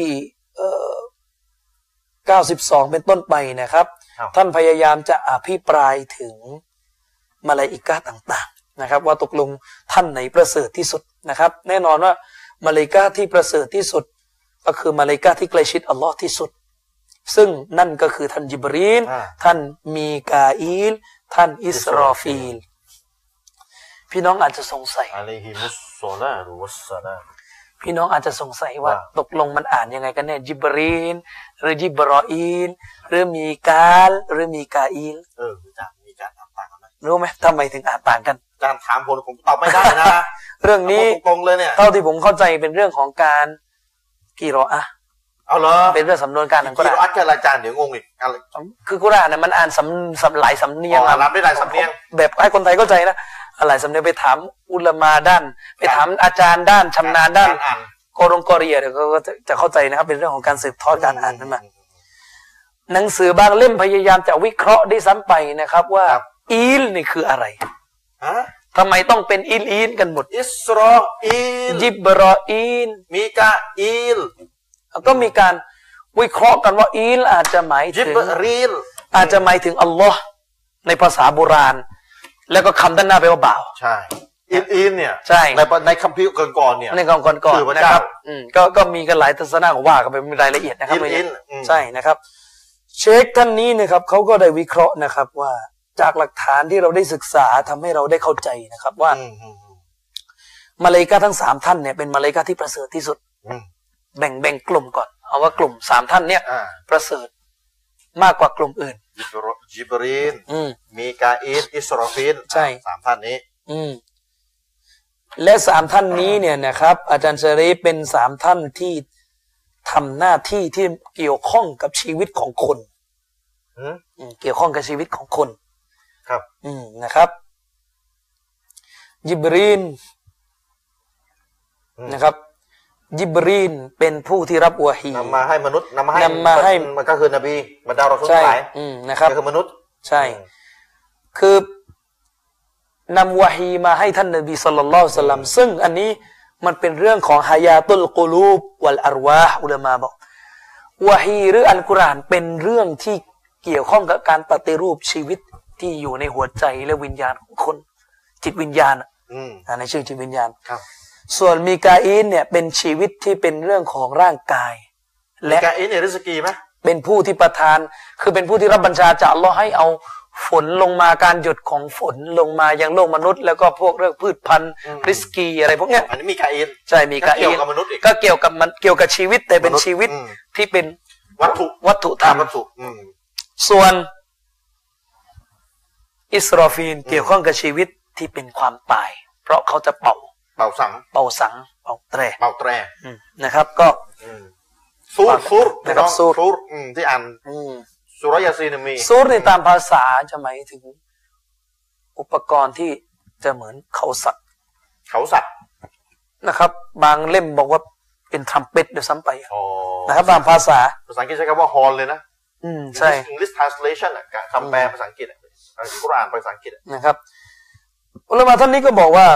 เก้าสิบสองเป็นต้นไปนะครับท่านพยายามจะอภิปรายถึงมาลาอิกะฮ์ต่างๆนะครับว่าตกลงท่านไหนประเสริฐที่สุดนะครับแน่นอนว่ามาลาอิกะฮ์ที่ประเสริฐที่สุดก็คือมาลาอิกะฮ์ที่ใกล้ชิดอัลลอฮ์ที่สุดซึ่งนั่นก็คือท่านจิบรีลท่านมีกาอีลท่านอิสรอฟีลพี่น้องอาจจะสงสัยอะลัยฮิมุสศอลาตุวัสสลามพี่น้องอาจจะสงสัยว่าตกลงมันอ่านยังไงกันแน่จิบรีลหรือจิบรออีลหรือมีกาลหรือมีกาอีลเออจะมีการอ่านต่างกันไหมรู้ไหมทำไมถึงอ่านต่างกันการถามผมผมตอบไม่ได้นะเรื่องนี้ตรงๆเลยเนี่ยเท่าที่ผมเข้าใจเป็นเรื่องของการกีรออะห์เอาเหรอเป็นเรื่องสำนวนการของกุรอานกีรออะห์แค่อาจารย์เดี๋ยวงงอีกคือกุรอานน่ะมันอ่านสำสำหลายสำเนียงอ่ะรับได้หลายสำเนียงแบบให้คนไทยเข้าใจนะหลายสำเนียงไปถามอุลามะด้านไปถามอาจารย์ด้านชำนาญด้านกอรงกอเรียเดี๋ยวก็จะเข้าใจนะครับเป็นเรื่องของการสืบทอดการอ่านนั่นมาหนังสือบางเล่มพยายามจะวิเคราะห์ได้ซ้ำไปนะครับว่าอีลนี่คืออะไรทำไมต้องเป็นอีลอีลกันหมดอิสรออีลจิบรออีลมีกาอีลก็มีการวิเคราะห์กันว่าอีลอาจจะหมายถึงจิบรีลอาจจะหมายถึงอัลลอฮ์ในภาษาโบราณแล้วก็คำด้านหน้าแปลว่าบ่าวใช่อินอินเนี่ยใช่ในในคัมภีร์ก่อนๆเนี่ยในก่อนก่อนๆนะครับอืมก็ก็มีกันหลายทัศนะว่ากันไปมีรายละเอียดนะครับอินใช่นะครับเชคท่านนี้นะครับเขาก็ได้วิเคราะห์นะครับว่าจากหลักฐานที่เราได้ศึกษาทำให้เราได้เข้าใจนะครับว่ามาลาอิกะฮ์ทั้งสามท่านเนี่ยเป็นมาลาอิกะฮ์ที่ประเสริฐที่สุดแบ่งแบ่งกลุ่มก่อนเอาว่ากลุ่มสามท่านเนี่ยประเสริฐมากกว่ากลุ่มอื่นจิบรีลมีกาอีลอิสรอฟีลใช่สามท่านนี้อืมและสามท่านนี้เนี่ยนะครับอาจารย์ชะรีฟเป็นสามท่านที่ทำหน้าที่ที่เกี่ยวข้องกับชีวิตของคนเกี่ยวข้องกับชีวิตของคนครับอืมนะครับจิบรีลนะครับจิบรีลเป็นผู้ที่รับวะฮีนำมาให้มนุษย์นำมาให้นำมาให้มันก็คือนบีบรรดารอซูลทั้งหลายนะครับก็คือมนุษย์ใช่คือนำวะฮีมาให้ท่านนบีศ็อลลัลลอฮุอะลัยฮิวะซัลลัมซึ่งอันนี้มันเป็นเรื่องของฮายาตุลกุลูบวัลอารวาฮ์อุลามะบอกวะฮีหรืออัลกุรอานเป็นเรื่องที่เกี่ยวข้องกับการปฏิรูปชีวิตที่อยู่ในหัวใจและวิญญาณของคนจิตวิญญาณในชื่อจิตวิญญาณส่วนมีกาอีนเนี่ยเป็นชีวิตที่เป็นเรื่องของร่างกายและมีกาอีนเนี่ยริสกีไหมเป็นผู้ที่ประทานคือเป็นผู้ที่รับบัญชาจากอัลเลาะห์ให้เอาฝนลงมาการหยดของฝนลงมายังโลกมนุษย์ แล้วก็พวกเรื่องพืชพันธุ์ริสกีอะไรพวกเนี้ยอันนี้มีกาอีนใช่มีกาอีนก็เกี่ยวกับมันเกี่ยวกับชีวิตแต่เป็นชีวิตที่เป็นวัตถุวัตถุธรรมวัตถุส่วนอิสรอฟีลเกี่ยวข้องกับชีวิตที่เป็นความตายเพราะเขาจะเป่าเป่าสังเป่าสังเป่าแตรเป่าแตรนะครับก็ซูรซูรนะครับซูรที่อ่านสุรยาซีนมีซูรในตามภาษาจะหมายถึงอุปกรณ์ที่จะเหมือนเขาสัตว์เขาสัตว์นะครับบางเล่มบอกว่าเป็นทรัมเป็ตด้วยซ้ำไปนะครับตามภาษาภาษาอังกฤษใช้คำว่าฮอร์นเลยนะอืมใช่ English translation อ่ะคำแปลภาษาอังกฤษกุรอานภาษาอังกฤษนะครับอุลามะท่านนี้ก็บอกว่า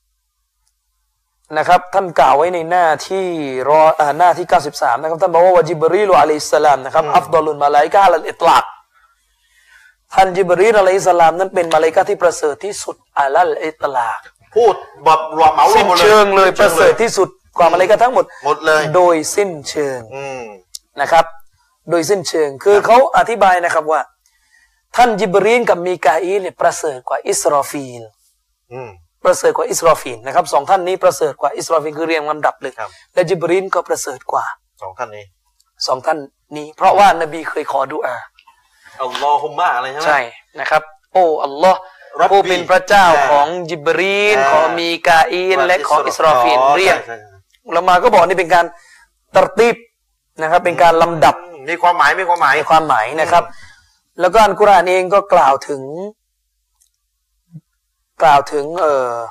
นะครับท่านกล่าวไว้ในหน้าที่รออ่าหน้าที่เก้าสิบสามนะครับท่านบอกว่าวะญิบรีลอะลัยฮิสสลามนะครับอัฟฎอลุลมาลาอิกะฮ์อะลัลอิตลากท่านญิบรีลอะลัยฮิสสลามนั้นเป็นมาลาอิกะฮ์ที่ประเสริฐที่สุดอะลัลอิตลากพูดแบบรวมเหมารวมหมดเลยสิ้นเชิงเลยประเสริฐที่สุดกว่ามาลาอิกะฮ์ทั้งหมดหมดเลยโดยสิ้นเชิงนะครับโดยสิ้นเชิงคือเขาอธิบายนะครับว่าท่านญิบรีลกับมีกาอีลเนี่ยประเสริฐกว่าอิสรอฟีลประเสริฐกว่าอิสรอฟีลนะครับสองท่านนี้ประเสริฐกว่าอิสรอฟีลคือเรียงลำดับเลยและญิบรีลก็ประเสริฐกว่าสองท่านนี้สองท่านนี้เพราะว่านบีเคยขอดุอาอัลลอฮุมมะอะไรใช่ไหมใช่นะครับโอ้อัลลอฮ์ผู้เป็นพระเจ้าของญิบรีลของมีกาอีลและของอิสรอฟีลเรียกเรามาก็บอกนี่เป็นการตรตีบนะครับเป็นการลำดับมีความหมายมีความหมายมีความหมายนะครับแล้วก็อัลกุรอานเองก็กล่าวถึงกล่าวถึงเอ่อ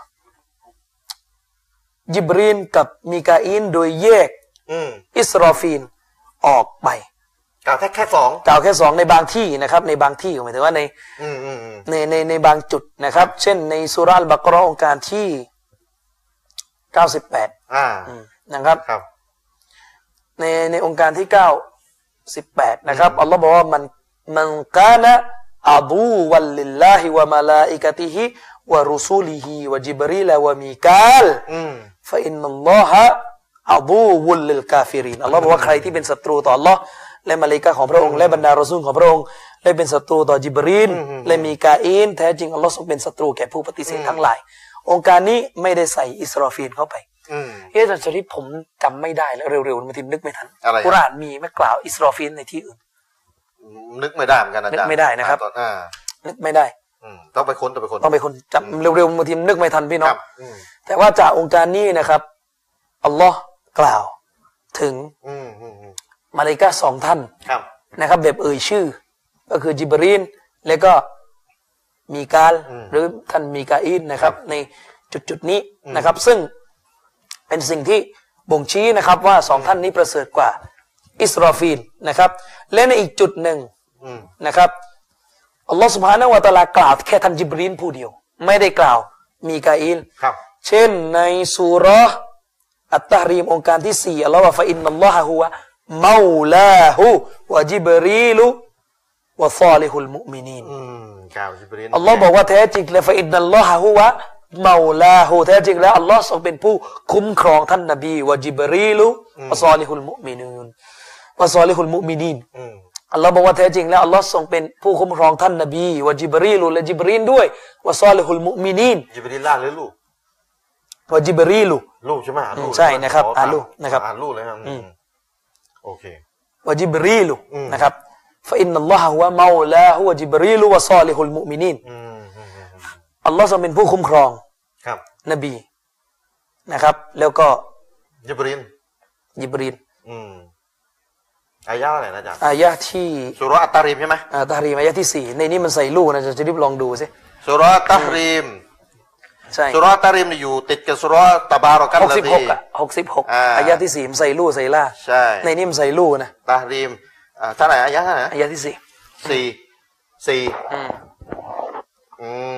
ญิบรีลกับมีกาอีลโดยแยกอิสรอฟีลออกไปกล่าวแค่แค่สองกล่าวแค่สองในบางที่นะครับในบางที่หมายถึงว่าในในในในบางจุดนะครับเช่นในซูเราะห์อัลบะเกาะเราะห์องค์การที่เก้าสิบแปดอ่านะครับครับในในองค์การที่เก้าสิบแปดนะครับอัลลอฮ์บอกว่ามันมันกานะอะดูวัลลิลลาฮิวะมะลาอิกะติฮิวะรุซูลิฮิวะญิบรีลวะมีกาลฟะอินนัลลอฮะอะดูวุลลิลกาฟิรินอัลลอฮ์บอกว่าใครที่เป็นศัตรูต่ออัลลอฮ์และมะลาอิกะฮ์ของพระองค์และบรรดารอซูลของพระองค์และเป็นศัตรูต่อญิบรีลและมีกาอีลแท้จริงอัลลอฮ์ทรงเป็นศัตรูแก่ผู้ปฏิเสธทั้งหลายองค์การนี้ไม่ได้ใส่อิสรอฟีลเข้าไปเอ๊ะแต่ชนิดผมจำไม่ได้แล้วเร็วๆมาทีนึกไม่ทันกุรอานมีไม่กล่าวอิสรอฟีลในที่อื่นนึกไม่ได้เหมือนกันอาจารย์นึกไม่ได้นะครับนึกไม่ได้ต้องไปค้นต้องไปค้นต้องไปค้นจำเร็วๆมาทีนึกไม่ทันพี่น้องแต่ว่าจากองค์การนี้นะครับอัลลอฮ์กล่าวถึงมาลาอิกะฮ์สองท่านนะครับแบบเอ่ยชื่อก็คือญิบรีลและก็มีกาลหรือท่านมีกาอีลนะครับในจุดๆนี้นะครับซึ่งเป็นสิ่งที่บ่งชี้นะครับว่าสองท่านนี้ประเสริฐกว่าอิสรอฟีลนะครับและในอีกจุดหนึ่งนะครับอัลลอฮฺ سبحانه และ تعالى กล่าวแค่ท่านญิบรีลผู้เดียวไม่ได้กล่าวมีกาอีลเช่นในซูเราะห์อัตตะฮรีมองค์การที่สี่อัลลอฮฺว่าฟะอินนัลลอฮะฮุวะเมาลาฮุวะญิบรีลวะศอลิฮุลมุอ์มินีนอัลลอฮฺบอกว่าแท้จริงแล้วฟะอินนัลลอฮะฮุวะเมาลาฮูแท้จริงแล้วอัลลอฮ์ทรงเป็นผู้คุ้มครองท่านนบีวะญิบรีลุวะศอลิฮุลมุอ์มินีนวะศอลิฮุลมุอ์มินีนอัลลอฮ์บอกว่าแท้จริงแล้วอัลลอฮ์ทรงเป็นผู้คุ้มครองท่านนบีวะญิบรีลุและญิบรีลด้วยวะศอลิฮุลมุอ์มินีนญิบรีลล่าหรือลูกวะญิบรีลุลูกใช่ไหมลูกใช่นะครับอ่านลูกนะครับอ่านลูกเลยครับโอเควะญิบรีลุนะครับฟะอินนัลลอฮะฮุวะเมาลาฮูวะญิบรีลุวะศอลิฮุลมุอ์มินีนอัลลอฮ์ทรงเป็นผู้คุ้มครองครับนบีนะครับแล้วก็ญิบรีลญิบรีลอืมอายะอะไรนะอาจารย์อายะที่ซูเราะห์อัตตะรีมใช่ไหมอ่าตะฮรีมอายะที่สี่ในนี้มันใส่ลูกนะจะรีบลองดูสิซูเราะห์อัตตะรีมใช่ซูเราะห์อัตตะรีมอยู่ติดกับซูเราะห์ตะบารอกัลลอฮีหกสิบหกอ่ะหกสิบหกอายะที่สี่มันใส่ลูกใส่ล่าใช่ในนี้มันใส่ลูกนะตะฮรีมอ่าเท่าไหร่อายะเท่าไหร่อายะที่สี่สี่สี่อืมอืม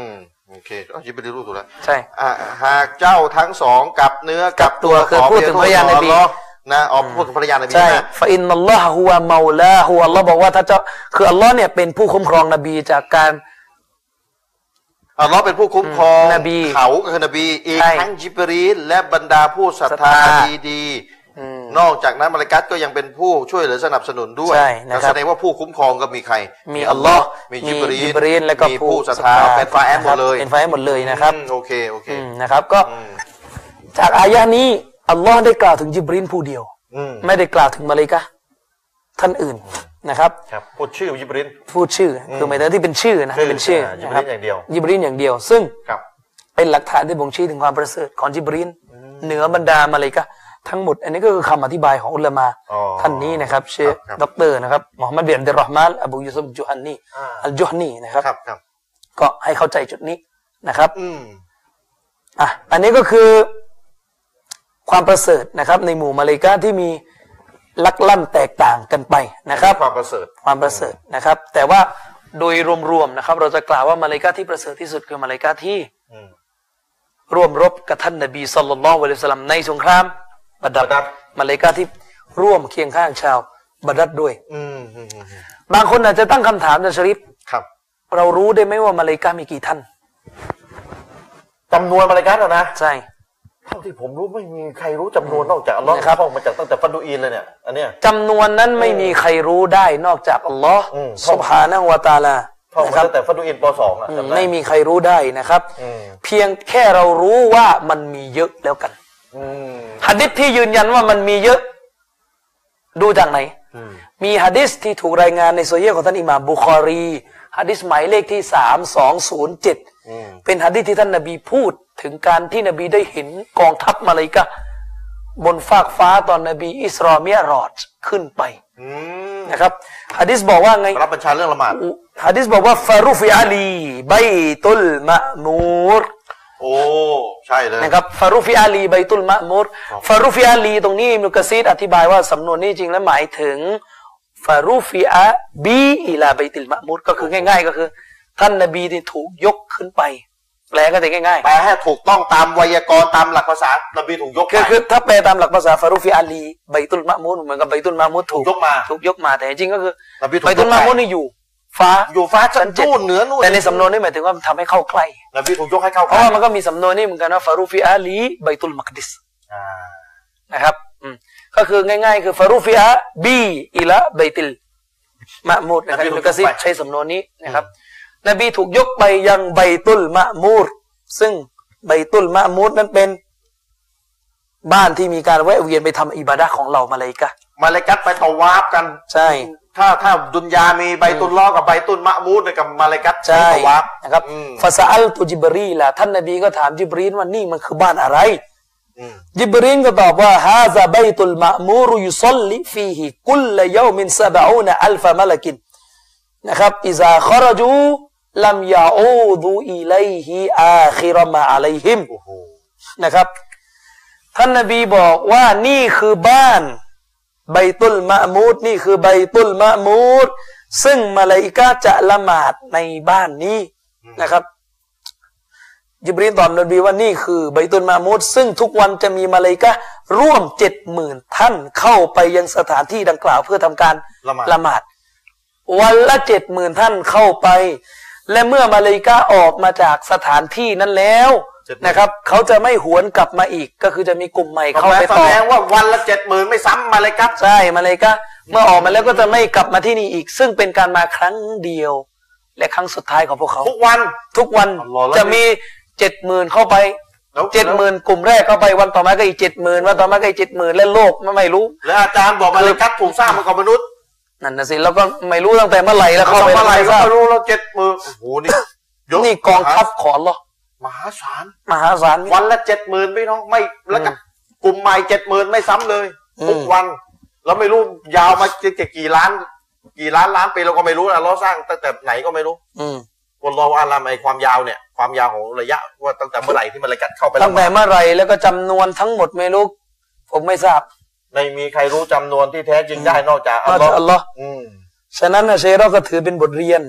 โอเคอ๋อจิบรีลรู้ถูกแล้วใช่อ่าหากเจ้าทั้งสองกับเนื้อกับตัวคือพูดถึงภรรยานบีนะอ๋อพูดถึงภรรยานบีใช่ฟาอินนัลลอฮะฮุวะเมาลาฮุอัลลอฮ์บอกว่าถ้าเจ้าคืออัลลอฮ์เนี่ยเป็นผู้คุ้มครองนบีจากการอัลลอฮ์เป็นผู้คุ้มครองนบีเขาก็คือนบีอีกทั้งจิบรีลและบรรดาผู้ศรัทธาดีๆนอกจากนั้นมลาอิกะฮ์ก็ยังเป็นผู้ช่วยเหลือสนับสนุนด้วยแสดงว่าผู้คุ้มครองก็มีใครมีอัลลอฮ์มีจิบรีลแล้วก็ผู้ศรัทธาเป็นฟาแอมหมดเลยเป็นฟาแอมหมดเลยนะครับโอเคโอเคนะครับก็จากอายะนี้อัลลอฮ์ได้กล่าวถึงจิบรีลผู้เดียวไม่ได้กล่าวถึงมลาอิกะฮ์ท่านอื่นนะครับครับพูดชื่อจิบรีลพูดชื่อคือหมายถึงที่เป็นชื่อนะเป็นชื่อจิบรีลอย่างเดียวจิบรีลอย่างเดียวซึ่งเป็นหลักฐานที่บ่งชี้ถึงความประเสริฐของจิบรีลเหนือบรรดามลาอิกะฮ์ทั้งหมดอันนี้ก็คือคำอธิบายของอุลามะท่านนี้นะครับเชคด็อกเตอร์นะครับมุฮัมมัดบินอับดุลเราะห์มานอบูยูซุฟจุฮันนีอัลจุฮนีนะครับก็ให้เข้าใจจุดนี้นะครับอ่ะอันนี้ก็คือความประเสริฐนะครับในหมู่มลาอิกะฮ์ที่มีลักลั่นแตกต่างกันไปนะครับความประเสริฐความประเสริฐนะครับแต่ว่าโดยรวมๆนะครับเราจะกล่าวว่ามลาอิกะฮ์ที่ประเสริฐที่สุดคือมลาอิกะฮ์ที่ร่วมรบกับท่านนบีศ็อลลัลลอฮุอะลัยฮิวะซัลลัมในสงครามบัดรมลาอิกะฮ์ที่ร่วมเคียงข้างชาวบัดรด้วยบางคนอาจจะตั้งคำถามนะชะริฟครับเรารู้ได้ไหมว่ามลาอิกะฮ์มีกี่ท่านจำนวนมลาอิกะฮ์เหรอนะใช่เท่าที่ผมรู้ไม่มีใครรู้จำนวนนอกจากอัลลอฮ์นะครับมาจากตั้งแต่ฟัดดูอีนเลยเนี่ยอันเนี้ยจำนวนนั้นไม่มีใครรู้ได้นอกจากอัลลอฮ์ซุบฮานะฮูวะตะอาลานะครับตั้งแต่ฟัดดูอีนป.สอง อ่ะไม่มีใครรู้ได้นะครับเพียงแค่เรารู้ว่ามันมีเยอะแล้วกันหะดีษที่ยืนยันว่ามันมีเยอะดูจากไหนมีหะดีษที่ถูกรายงานในโซฮีฮ์ของท่านอิหม่ามบุคอรีหะดีษหมายเลขที่สามสองศูนย์เจ็ดเป็นหะดีษที่ท่านนบีพูดถึงการที่นบีได้เห็นกองทัพมลาอิกะฮ์บนฟากฟ้าตอนนบีอิสรอมิอ์รอจขึ้นไปนะครับหะดีษบอกว่าไงรับบัญชาเรื่องละหมาดหะดีษบอกว่าฟารุฟิอาลีบัยตุลมะมูรโอ้ใช่เลยนะครับฟารุฟิอาลีบัยตุลมะมูรฟารุฟิอาลีตรงนี้อิบนุกะซีรอธิบายว่าสำนวนนี้จริงแล้วหมายถึงฟารุฟิอาบีอิลาบัยตุลมะมูรก็คือง่ายๆก็คือท่านนบีที่ถูกยกขึ้นไปแปลก็ได้ง่ายๆแปลให้ถูกต้องตามไวยากรณ์ตามหลักภาษานบีถูกยกคือคือถ้าแปลตามหลักภาษาฟารุฟิอาลีบัยตุลมะมูรเหมือนกับบัยตุลมะมูรถูกยกมาถูกยกมาแต่จริงก็คือบัยตุลมะมูรนี่อยู่ฟ้าอยู่ฟ้าชั้นนู่นเหนือนู่นแต่ในสำนวนนี้หมายถึงว่าทำให้เข้าใกล้นบีถูกยกให้เข้าใกล้เพราะว่ามันก็มีสำนวนนี้เหมือนกันว่าฟารุฟิอาลีบัยตุลมักดิสนะครับก็คือง่ายๆคือฟารุฟิอาบีอิละบัยตุลมะมูรนะครับอิบนุกะซีรใช้สำนวนนี้นะครับนบีถูกยกไปยังบัยตุลมะมูรซึ่งบัยตุลมะมูรนั้นเป็นบ้านที่มีการแวะเวียนไปทำอิบาดะห์ของเหล่ามลาอิกะฮ์มลาอิกะฮ์ไปตะวาฟกันใช่ถ้าถ้าดุนยามีใบตุลลอกับใบตุลมะมูดกับมาลาอิกะฮ์ใช่นะครับฟาซาอัลตุจิบรีละท่านนบีก็ถามจิบรีลว่านี่มันคือบ้านอะไรจิบรีลก็ตอบว่าฮาซาบัยตุลมะมูรยุศอลลิฟีฮิกุลยะอมินซะบะอูนอัลฟะมะละกินนะครับอิซาคอรจูลัมยาอูดูอิลัยฮิอาคิรมะอะลัยฮิมนะครับท่านนบีบอกว่านี่คือบ้านไบตุลมะมูดนี่คือไบตุลมะมูดซึ่งมลาอิกะฮ์จะละหมาดในบ้านนี้นะครับญิบรีลตอบนบีว่านี่คือไบตุลมะมูดซึ่งทุกวันจะมีมลาอิกะฮ์ร่วมเจ็ดหมื่นท่านเข้าไปยังสถานที่ดังกล่าวเพื่อทำการละหมาดวันละเจ็ดหมื่นท่านเข้าไปและเมื่อมลาอิกะฮ์ออกมาจากสถานที่นั้นแล้วนะครับเขาจะไม่หวนกลับมาอีกก็คือจะมีกลุ่มใหม่เข้าไปต่อแสดงว่าวันละเจ็ดหมื่นไม่ซ้ำมาเลยครับใช่มาเลยครับเมื่อออกมาแล้วก็จะไม่กลับมาที่นี่อีกซึ่งเป็นการมาครั้งเดียวและครั้งสุดท้ายของพวกเขาทุกวันทุกวันจะมีเจ็ดหมื่นเข้าไปเจ็ดหมื่นกลุ่มแรกเข้าไปวันต่อมาก็อีกเจ็ดหมื่นวันต่อมาก็อีกเจ็ดหมื่นและโลกไม่ไม่รู้แล้วอาจารย์บอกมาเลยครับถูกสร้างมากับมนุษย์นั่นนะสิแล้วก็ไม่รู้ตั้งแต่เมื่อไหร่แล้วเข้าไปเมื่อไหร่ก็ไม่รู้แล้วเจ็ดหมื่นโอ้โหนี่นี่กองทัพของอัลเลาะห์มหาศาลมหาศาลวันละเจ็ดหมื่นพี่น้องไม่แล้วก็กลุ่มใหม่เจ็ดหมื่นไม่ซ้ำเลยทุกวันเราไม่รู้ยาวมาจะกี่ล้านกี่ล้านล้านปีเราก็ไม่รู้นะเราสร้างตั้งแต่ไหนก็ไม่รู้วันรออาลามไอความยาวเนี่ยความยาวของระยะว่าตั้งแต่เมื่อไหร่ที่มันระยะเข้าไปตั้งแต่เมื่อไหร่แล้วก็จำนวนทั้งหมดไม่รู้ผมไม่ทราบไม่มีใครรู้จำนวนที่แท้จริงได้นอกจากอัลลอฮ์อัลลอฮ์ฉะนั้นนะเชเราก็ถือเป็นบทเรียน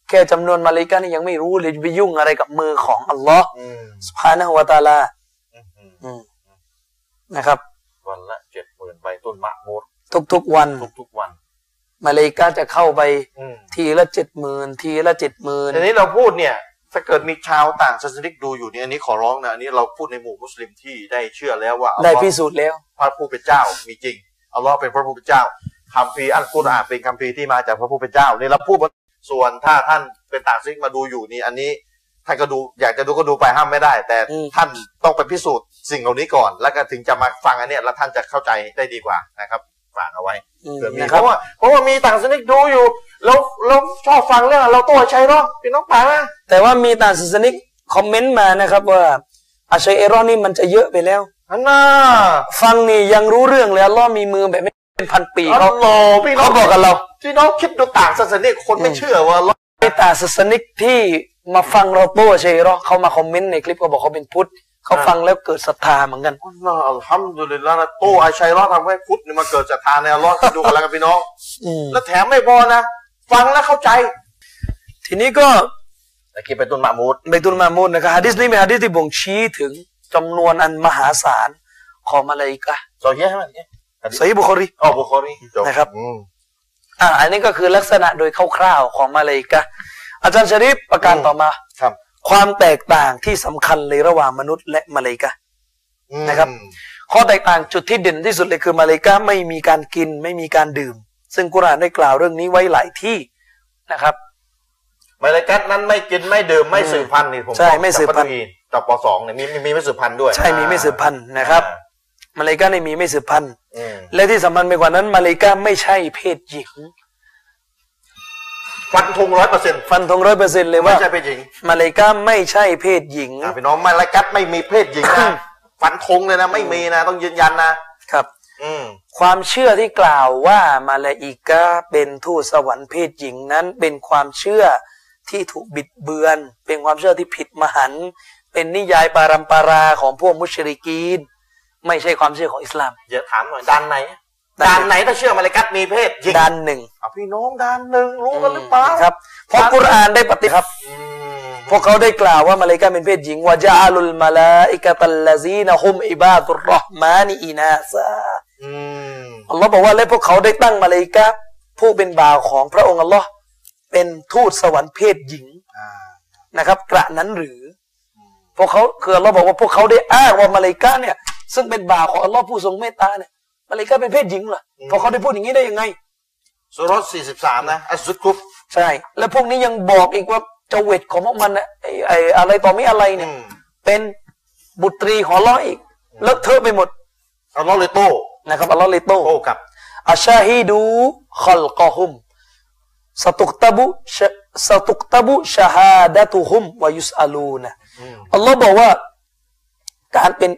แค่จำนวนมาลาอิกะฮ์นี่ยังไม่รู้เลยไปยุ่งอะไรกับมือของอัลลอฮ์ซุบฮานะฮูวะตะอาลานะครับวันละเจ็ดหมื่นใบต้นมะมูดทุกๆวันทุกๆวันมาลาอิกะฮ์จะเข้าไปทีละเจ็ดหมื่นทีละเจ็ดหมื่นทีนี้เราพูดเนี่ยถ้าเกิดมีชาวต่างศาสนิกดูอยู่เนี่ยอันนี้ขอร้องนะอันนี้เราพูดในหมู่มุสลิมที่ได้เชื่อแล้วว่าได้พิสูจน์แล้วพระผู้เป็นเจ้ามีจริงอัลลอฮ์เป็นพระผู้เป็นเจ้าคัมภีร์อัลกุรอานเป็นคัมภีร์ที่มาจากพระผู้เป็นเจ้านี่เราพูดส่วนถ้าท่านเป็นต่างศาสนิกมาดูอยู่นี่อันนี้ท่านก็ดูอยากจะดูก็ดูไปห้ามไม่ได้แต่ท่านต้องไปพิสูจน์สิ่งเหล่านี้ก่อนแล้วก็ถึงจะมาฟังอันเนี้ยแล้วท่านจะเข้าใจได้ดีกว่านะครับฝากเอาไว้เผื่อมีเพราะว่าเพราะว่ามีต่างศาสนิกดูอยู่แล้วเราชอบฟังเรื่องเราโต้ชัยเนาะพี่น้องป่านะแต่ว่ามีต่างศาสนิกคอมเมนต์มานะครับว่าอัชชัยเอรอนี่มันจะเยอะไปแล้วอันน่าฟังนี่ยังรู้เรื่องเลยอัลลอฮ์มีมือแบบไม่เป็นพันปีเขาเขาบอกกับเราพี่น้องคิดดูต่างศาสนิกคนไม่เชื่อว่ามีต่างศาสนิกที่มาฟังเราโต้ชัยเอรอเขามาคอมเมนต์ในคลิปเขาบอกเขาเป็นพุทธเขาฟังแล้วเกิดศรัทธาเหมือนกันอัลฮัมดุลิลลาห์โต้อัชชัยเอรอทำให้พุทธนี่มาเกิดศรัทธาในอัลลอฮ์ดูกันแล้วกันพี่น้องแล้วแถมไม่พอนะฟังแล้วเข้าใจทีนี้ก็ตะกี้ไปตุนมามูดไปตุนมามูดนะครับหะดีษนี้เป็นหะดีษที่บ่งชี้ถึงจำนวนอันมหาศาลของมลาอิกะฮ์ซอฮีฮ์มั้ยเนี่ยซอฮีฮ์บุคอรีอ๋อบุคอรีนะครับอ่าอันนี้ก็คือลักษณะโดยคร่าวๆของมลาอิกะฮ์อาจารย์ชะรีฟประการต่อมาครับความแตกต่างที่สำคัญเลยระหว่างมนุษย์และมลาอิกะฮ์นะครับข้อแตกต่างจุดที่เด่นที่สุดเลยคือมลาอิกะฮ์ไม่มีการกินไม่มีการดื่มซึ่งกุรอานได้กล่าวเรื่องนี้ไว้หลายที่นะครับมลาอิกะฮ์นั้นไม่กินไม่ดื่มไม่สืบพันธุ์นี่ผมใช่ไม่สืบพันธุ์ต่อป.สองเนี่ยมีมีไม่สืบพันธุ์ด้วยใช่มีไม่สืบพันธุ์นะครับมลาอิกะฮ์นี่มีไม่สืบพันธุ์และที่สำคัญไปกว่านั้นมลาอิกะฮ์ไม่ใช่เพศหญิงฟันธงร้อยเปอร์เซ็นต์ฟันธงร้อยเปอร์เซ็นต์เลยว่าไม่ใช่เพศหญิงมลาอิกะฮ์ไม่ใช่เพศหญิงพี่น้องมลาอิกะฮ์ไม่มีเพศหญิงนะฟันธงเลยนะไม่มีนะต้องยืนยันนะครับความเชื่อที่กล่าวว่ามาลาอิกะฮ์เป็นทูตสวรรค์เพศหญิงนั้นเป็นความเชื่อที่ถูกบิดเบือนเป็นความเชื่อที่ผิดมหันต์เป็นนิยายปารัมปาราของพวกมุชริกีนไม่ใช่ความเชื่อของอิสลามอย่าถามหน่อยด้านไหนด้านไหนถ้าเชื่อมลาอิกะฮ์มีเพศหญิงด้านหนึ่งอ่ะพี่น้องด้านหนึ่งรู้กันหรือเปล่าครับเพราะกุรอานได้ปฏิครับพวกเขาได้กล่าวว่ามลาอิกะฮ์เป็นเพศหญิงวะจาลุลมะลาอิกะตัลลซีนะฮุมอิบาดุรเราะห์มานีอินาซาอัลลอฮ์บอกว่าและพวกเขาได้ตั้งมลาอิกะฮ์ผู้เป็นบ่าวของพระองค์อัลลอฮ์เป็นทูตสวรรค์เพศหญิงนะครับกระนั้นหรือพวกเขาคืออัลลอฮ์บอกว่าพวกเขาได้อ้างว่ามลาอิกะฮ์เนี่ยซึ่งเป็นบ่าวของอัลลอฮ์ผู้ทรงเมตตาเนี่ยมลาอิกะฮ์เป็นเพศหญิงเหรอพวกเขาได้พูดอย่างนี้ได้ยังไงซูเราะห์สี่สิบสามนะอัสซุกุฟใช่และพวกนี้ยังบอกอีกว่าเจวิตของพวกมันนะไอ้ไอ้อะไรต่อมีอะไรเนี่ยเป็นบุตรีของอัลลอฮ์อีกเลอะเทอะไปหมดอัลลอฮ์เลยโต้นะครับอัลลอฮ์เลยโต้โต้กับอัชชาฮิดูขลกะฮุมสตุกตบุสตุกตบุชะฮาดะตุฮุมวะยุสอาลูนะอัลลอฮ์บอกว่าการเป็น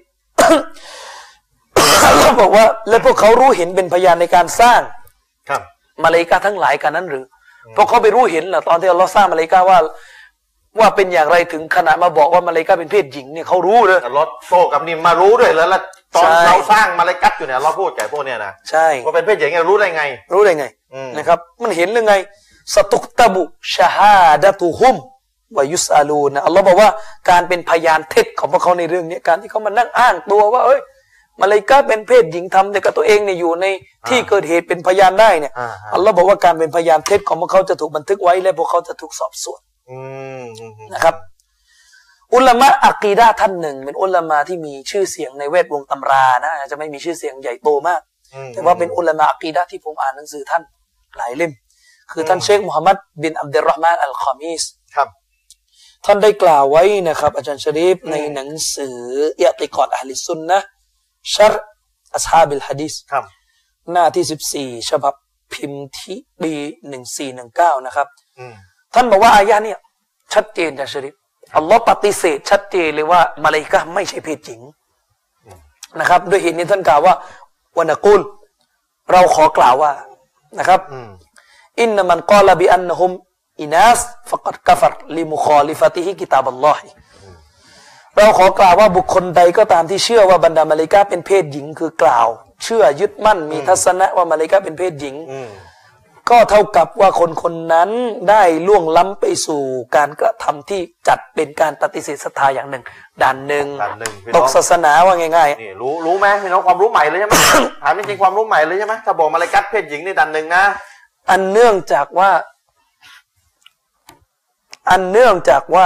อัลลอฮ์บอกว่าและพวกเขารู้เห็นเป็นพยานในการสร้างครับมาลาอิกะฮ์ทั้งหลายกันนั้นหรือพวกเขาไปรู้เห็นเหรอตอนที่อัลลอฮ์สร้างมาลาอิกะฮ์ว่าว่าเป็นอย่างไรถึงขนาดมาบอกว่ามาลาอิกะฮ์เป็นเพศหญิงเนี่ยเขารู้เลยอัลลอฮ์โต้กับนี่มารู้ด้วยแล้วตอนเราสร้างมาลาอิกะฮ์อยู่เนี่ยเราพูดแก่พวกเนี้ยนะใช่ว่าเป็นเพศหญิงรู้ได้ไงรู้ได้ไงนะครับมันเห็นหรือไงสตุกตบุชะฮาดะตุฮุมวะยุสอาลูนะอัลลอฮ์บอกว่าการเป็นพยานเท็จของพวกเขาในเรื่องนี้การที่เขามานั่งอ้างตัวว่าเอ้ยมาลาอิกะฮ์เป็นเพศหญิงทำแต่กับตัวเองเนี่ยอยู่ในที่เกิดเหตุเป็นพยานได้เนี่ยอัลลอฮ์บอกว่าการเป็นพยานเท็จของพวกเขาจะถูกบันทึกไว้และพวกเขาจะถูกสอบสวนนะครับอุลามะอะกีดะห์ท่านหนึ่งเป็นอุลามะที่มีชื่อเสียงในแวดวงตำรานะอาจจะไม่มีชื่อเสียงใหญ่โตมากแต่ว่าเป็นอุลามะอะกีดะห์ที่ผมอ่านหนังสือท่านหลายเล่มคือท่านเชคมุฮัมมัดบินอับดุลเราะห์มานอัลคอมีสครับท่านได้กล่าวไว้นะครับอาจารย์ชะรีฟในหนังสืออิอ์ติกอดอะห์ลิสซุนนะห์ชัรห์อัศฮาบิลหะดีษครับหน้าที่สิบสี่ฉบับพิมพ์ที่ปีหนึ่งสี่หนึ่งเก้านะครับท่านบอกว่าอายะห์เนี่ยชัดเจนนะชะรีฟอัลลอฮ์ปฏิเสธชัดเจนเลยว่ามาลาอิกะฮ์ไม่ใช่เพศหญิงนะครับด้วยเหตุนี้ท่านกล่าวว่าวะนะกูลเราขอกล่าวว่านะครับอินนัมันกอลบิอันนะฮุมอินัสฟะกัดกัฟรลิมุคอลิฟะติฮิกิตาบัลลอฮิเราขอกล่าวว่าบุคคลใดก็ตามที่เชื่อว่าบรรดามาลาอิกะฮ์เป็นเพศหญิงคือกล่าวเชื่อยึดมั่นมีทัศนะว่ามาลาอิกะฮ์เป็นเพศหญิงก็เท่ากับว่าคนคนนั้นได้ล่วงล้ำไปสู่การกระทำที่จัดเป็นการปฏิเสธศรัทธาอย่างหนึ่งด่านหนึ่งด่านหนึ่งพี่ตน้อก งศาสนาว่าง่ายนี่รู้รู้ไหมพี่น้องความรู้ใหม่เลยใช่ไหม ถามจริงๆความรู้ใหม่เลยใช่ไหมถ้าบอกมาลาอิกัตเพศหญิงในด่านหนึ่งนะๆอันเนื่องจากว่า อันเนื่องจากว่า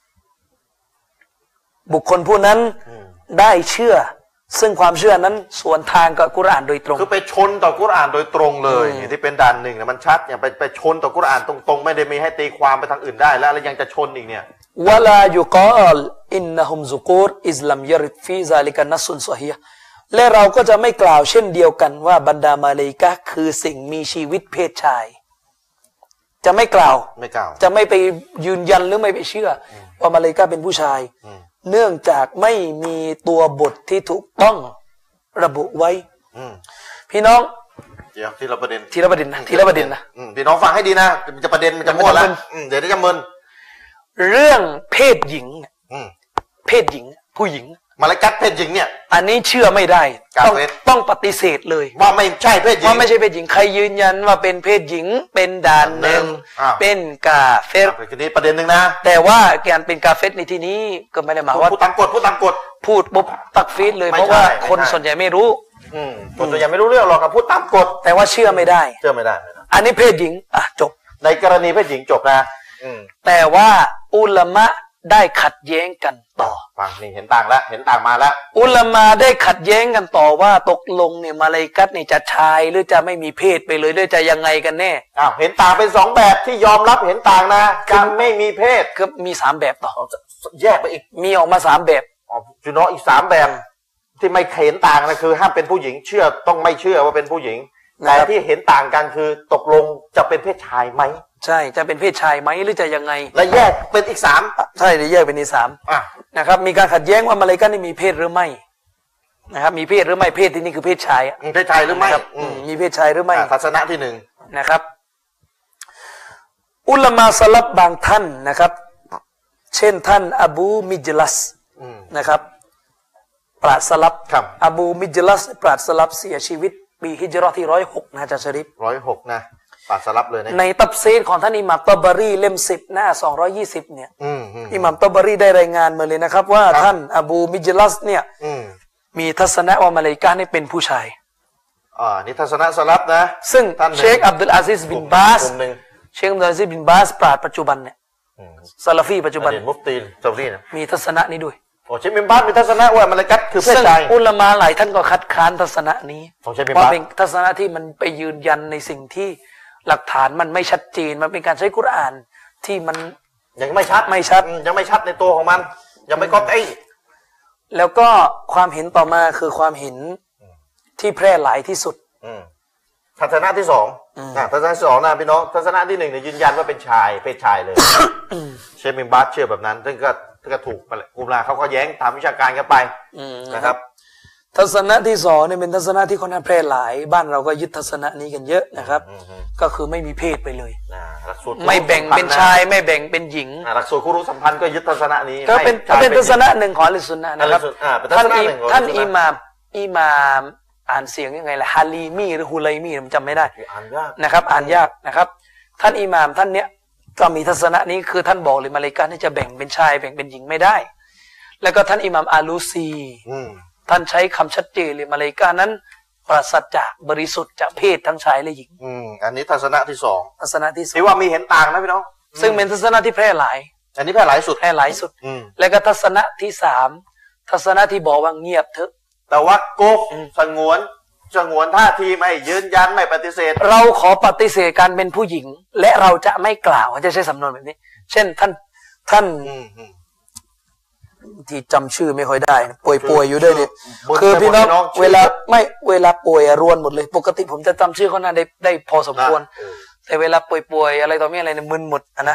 บุคคลผู้นั้นอืมได้เชื่อ ซึ่งความเชื่อนั้นสวนทางกับกุรอานโดยตรงคือไปชนต่อกุรอานโดยตรงเลยอืมที่เป็นด่านหนึ่งเนี่ยมันชัดเนี่ยไปไปชนต่อกุรอานตรงๆ ไม่ได้มีให้ตีความไปทางอื่นได้แล้วแล้วยังจะชนอีกเนี่ยวะลายุกอลอินนะฮุมซุกูรอิสลัมยริดฟีซาลิกันนัสซุนซอฮีฮ์และเราก็จะไม่กล่าวเช่นเดียวกันว่าบรรดามาเลาอิกะฮ์คือสิ่งมีชีวิตเพศชาย จะไม่กล่าวไม่กล่าวจะไม่ไปยืนยันหรือไม่ไปเชื่ออว่ามาเลาอิกะฮ์เป็นผู้ชายอืมเนื่องจากไม่มีตัวบทที่ถูกต้องระบุไว้อืมพี่น้องเดี๋ยวทีละประเด็นทีละประเด็นนะทีละประเด็นนะอืมพี่น้องฟังให้ดีนะมันจะประเด็นมันจะมั่วแล้วอืมเดี๋ยวจะมึนเรื่องเพศหญิงอืมเพศหญิง ผู้หญิงมาลาอิกัตเพศหญิงเนี่ยอันนี้เชื่อไม่ได้กาต้องเฟรต้องปฏิเสธเลยว่าไม่ใช่เพศหญิงว่าไม่ใช่เพศหญิงใครยืนยันว่าเป็นเพศหญิงเป็นด่านหนึ่งอ้าวเป็นกาเฟรอ่ะทีนี้ประเด็นหนึ่งนะแต่ว่าการเป็นกาเฟรในที่นี้ก็ไม่ได้หมายว่าพูดตามกฎพูดตามกฎพูดปุ๊บตักฟีดเลยไม่เพราะว่าใช่ไม่คนใช่ส่วนใหญ่ไม่รู้อืมคนตัวยังไม่รู้เรื่องหรอกครับพูดตามกฎแต่ว่าเชื่อไม่ได้เชื่อไม่ได้ไม่ได้อันนี้เพศหญิงอ่ะจบในกรณีเพศหญิงจบนะ อืมแต่ว่าอุลามะได้ขัดแย้งกันต่อฟังนี่เห็นต่างแล้วเห็นต่างมาแล้วอุลามะได้ขัดแย้งกันต่อว่าตกลงเนี่ยมาลาอิกัตนี่จะชายหรือจะไม่มีเพศไปเลยหรือจะยังไงกันแน่อ้าวเห็นต่างเป็นสองแบบที่ยอมรับเห็นต่างนะการไม่มีเพศก็มีสามแบบต่อเอาแยกไปอีกมีออกมาสามแบบอ๋อจุนออีกสามแบบ ที่ไม่เห็นต่างนะคือห้ามเป็นผู้หญิงเชื่อต้องไม่เชื่อว่าเป็นผู้หญิงนะครับแต่ที่เห็นต่างกันคือตกลงจะเป็นเพศชายไหมใช่จะเป็นเพศชายไหมหรือจะยังไงและแยกเป็นอีกสามใช่เดี๋ยวแยกเป็นในสามอ่ะนะครับ มีการขัดแย้งว่ามาลาอิกัตนี่มีเพศหรือไม่นะครับ มีเพศหรือไม่เพศที่นี่คือเพศชายอะเพศชายหรือไม่นะครับอืมมีเพศชายหรือไม่อ่ะทัศนะที่หนึ่งนะครับ อุลามาสลับบางท่านนะครับ เช่นท่านอบูมิจลัสอืมนะครับ ปราชญ์สลับครับอบูมิจลัสปราชญ์สลับเสียชีวิตปีฮิจเราะห์ที่ร้อยหกนะอาจารย์ชริฟร้อยหกนะปาสลับเลยนะในตับซีรของท่านอิหม่ามตอบารีเล่มสิบหน้าสองร้อยยี่สิบเนี่ยอืมอืมอิหม่ามตอบารีได้รายงานมาเลยนะครับ ว่าครับท่านอบูมิจลัสเนี่ยอืมมีทัศนะว่ามาลาอิกะฮ์นี่เป็นผู้ชายอ่านี่ทัศนะสลับนะซึ่งท่านหนึ่งเชคอับดุลอาซิซบินบาสกลุ่มหนึ่งเชคอับดุลอาซิซบินบาสปราชญ์ปัจจุบันเนี่ยอืมซาลาฟีปัจจุบันอดีตมุฟตีซาอุดีนะมีทัศนะนี้ด้วยโอ้เชคบินบาสมีทัศนะว่ามาลาอิกัตคือเพศซึ่งชายอุลามะหลายท่านก็คัดค้านทัศนะนี้ของเชคบินเพราะบาสเป็นทัศนะที่มันไปยืนยันในสิ่งที่หลักฐานมันไม่ชัดเจนมันเป็นการใช้กุรอานที่มันยังไม่ชัดไม่ชัดอืยังไม่ชัดในตัวของมัน ยังไม่ก็ไอ้แล้วก็ความเห็นต่อมาคือความเห็นที่แพร่หลายที่สุดอืมทัศนะที่สองอืมอ่ะทัศนะที่สองนะพี่น้องทัศนะที่หนึ่งเนี่ยยืนยันว่าเป็นชายเพศชายเลย เชคบินบาสเชื่อแบบนั้นซึ่งก็ซึ่งก็ถูกไปแหละกลุ่มลาเขาก็แย้งตามวิชาการกันไปอืมนะครับทัศนะที่สองเนี่ยเป็นทัศนะที่ค่อนข้างแพร่หลาย บ้านเราก็ยึดทัศนะนี้กันเยอะนะครับอืมอืมก็คือไม่มีเพศไปเลยอ่าหลักสูตรไม่แบ่งเป็นชายไม่แบ่งเป็นหญิงอ่าหลักสูตรครูรู้สัมพันธ์ก็ยึดทัศนะนี้ก็เป็นไม่ก็เป็นชายทัศนะหนึ่งของอัลสุนนะห์นะครับอัลสุนอ่าเป็นทัท่านศนะอิหนึ่งของท่านอัลสุนนะอิหม่ามอิหม่ามอ่านเสียงยังไงล่ะฮาลีมีหรือฮุไลมีผมจำไม่ได้อ่านยากนะครับ อ่านยากนะครับ ท่านอิหม่ามท่านเนี้ยก็มีทัศนะนี้คือท่านบอกเลยมาเลาอิกะฮ์นี่จะแบ่งเป็นชายแบ่งเป็นหญิงไม่ได้ แล้วก็ท่านอิหม่ามอาลูซีอืมท่านใช้คำชัดเจนเลยมาเลาอิกะฮ์นั้นปราศจากบริสุทธิ์จากเพศทั้งชายและหญิงอืมอันนี้ทัศนะที่สองทัศนะที่สอที่งว่ามีเห็นต่างนะพี่น้องซึ่งเป็นทัศนะที่แพร่หลายอันนี้แพร่หลายสุดแพร่หลายสุดอืมแล้วก็ทัศนะที่สามทัศนะที่บอกว่าเงียบเถอะแต่ว่ากุฟอืมสงวนสงวนท่าทีไม่ยืนยันไม่ปฏิเสธเราขอปฏิเสธการเป็นผู้หญิง และเราจะไม่กล่าวจะใช้สำนวนแบบนี้ เช่นท่านท่านอืมอืมที่จำชื่อไม่ค่อยได้นะป่วยป่วยอยู่ด้วยเนี่ยบนคือพี่น้องบนพี่น้องชื่อเวลาไม่เวลาป่วยอะรวนหมดเลย ปกติผมจะจำชื่อเขาน่าได้ได้พอสมควรเออแต่เวลาป่วยป่วยอะไรต่อมีอะไรเนี่ยมึนหมดอะนะ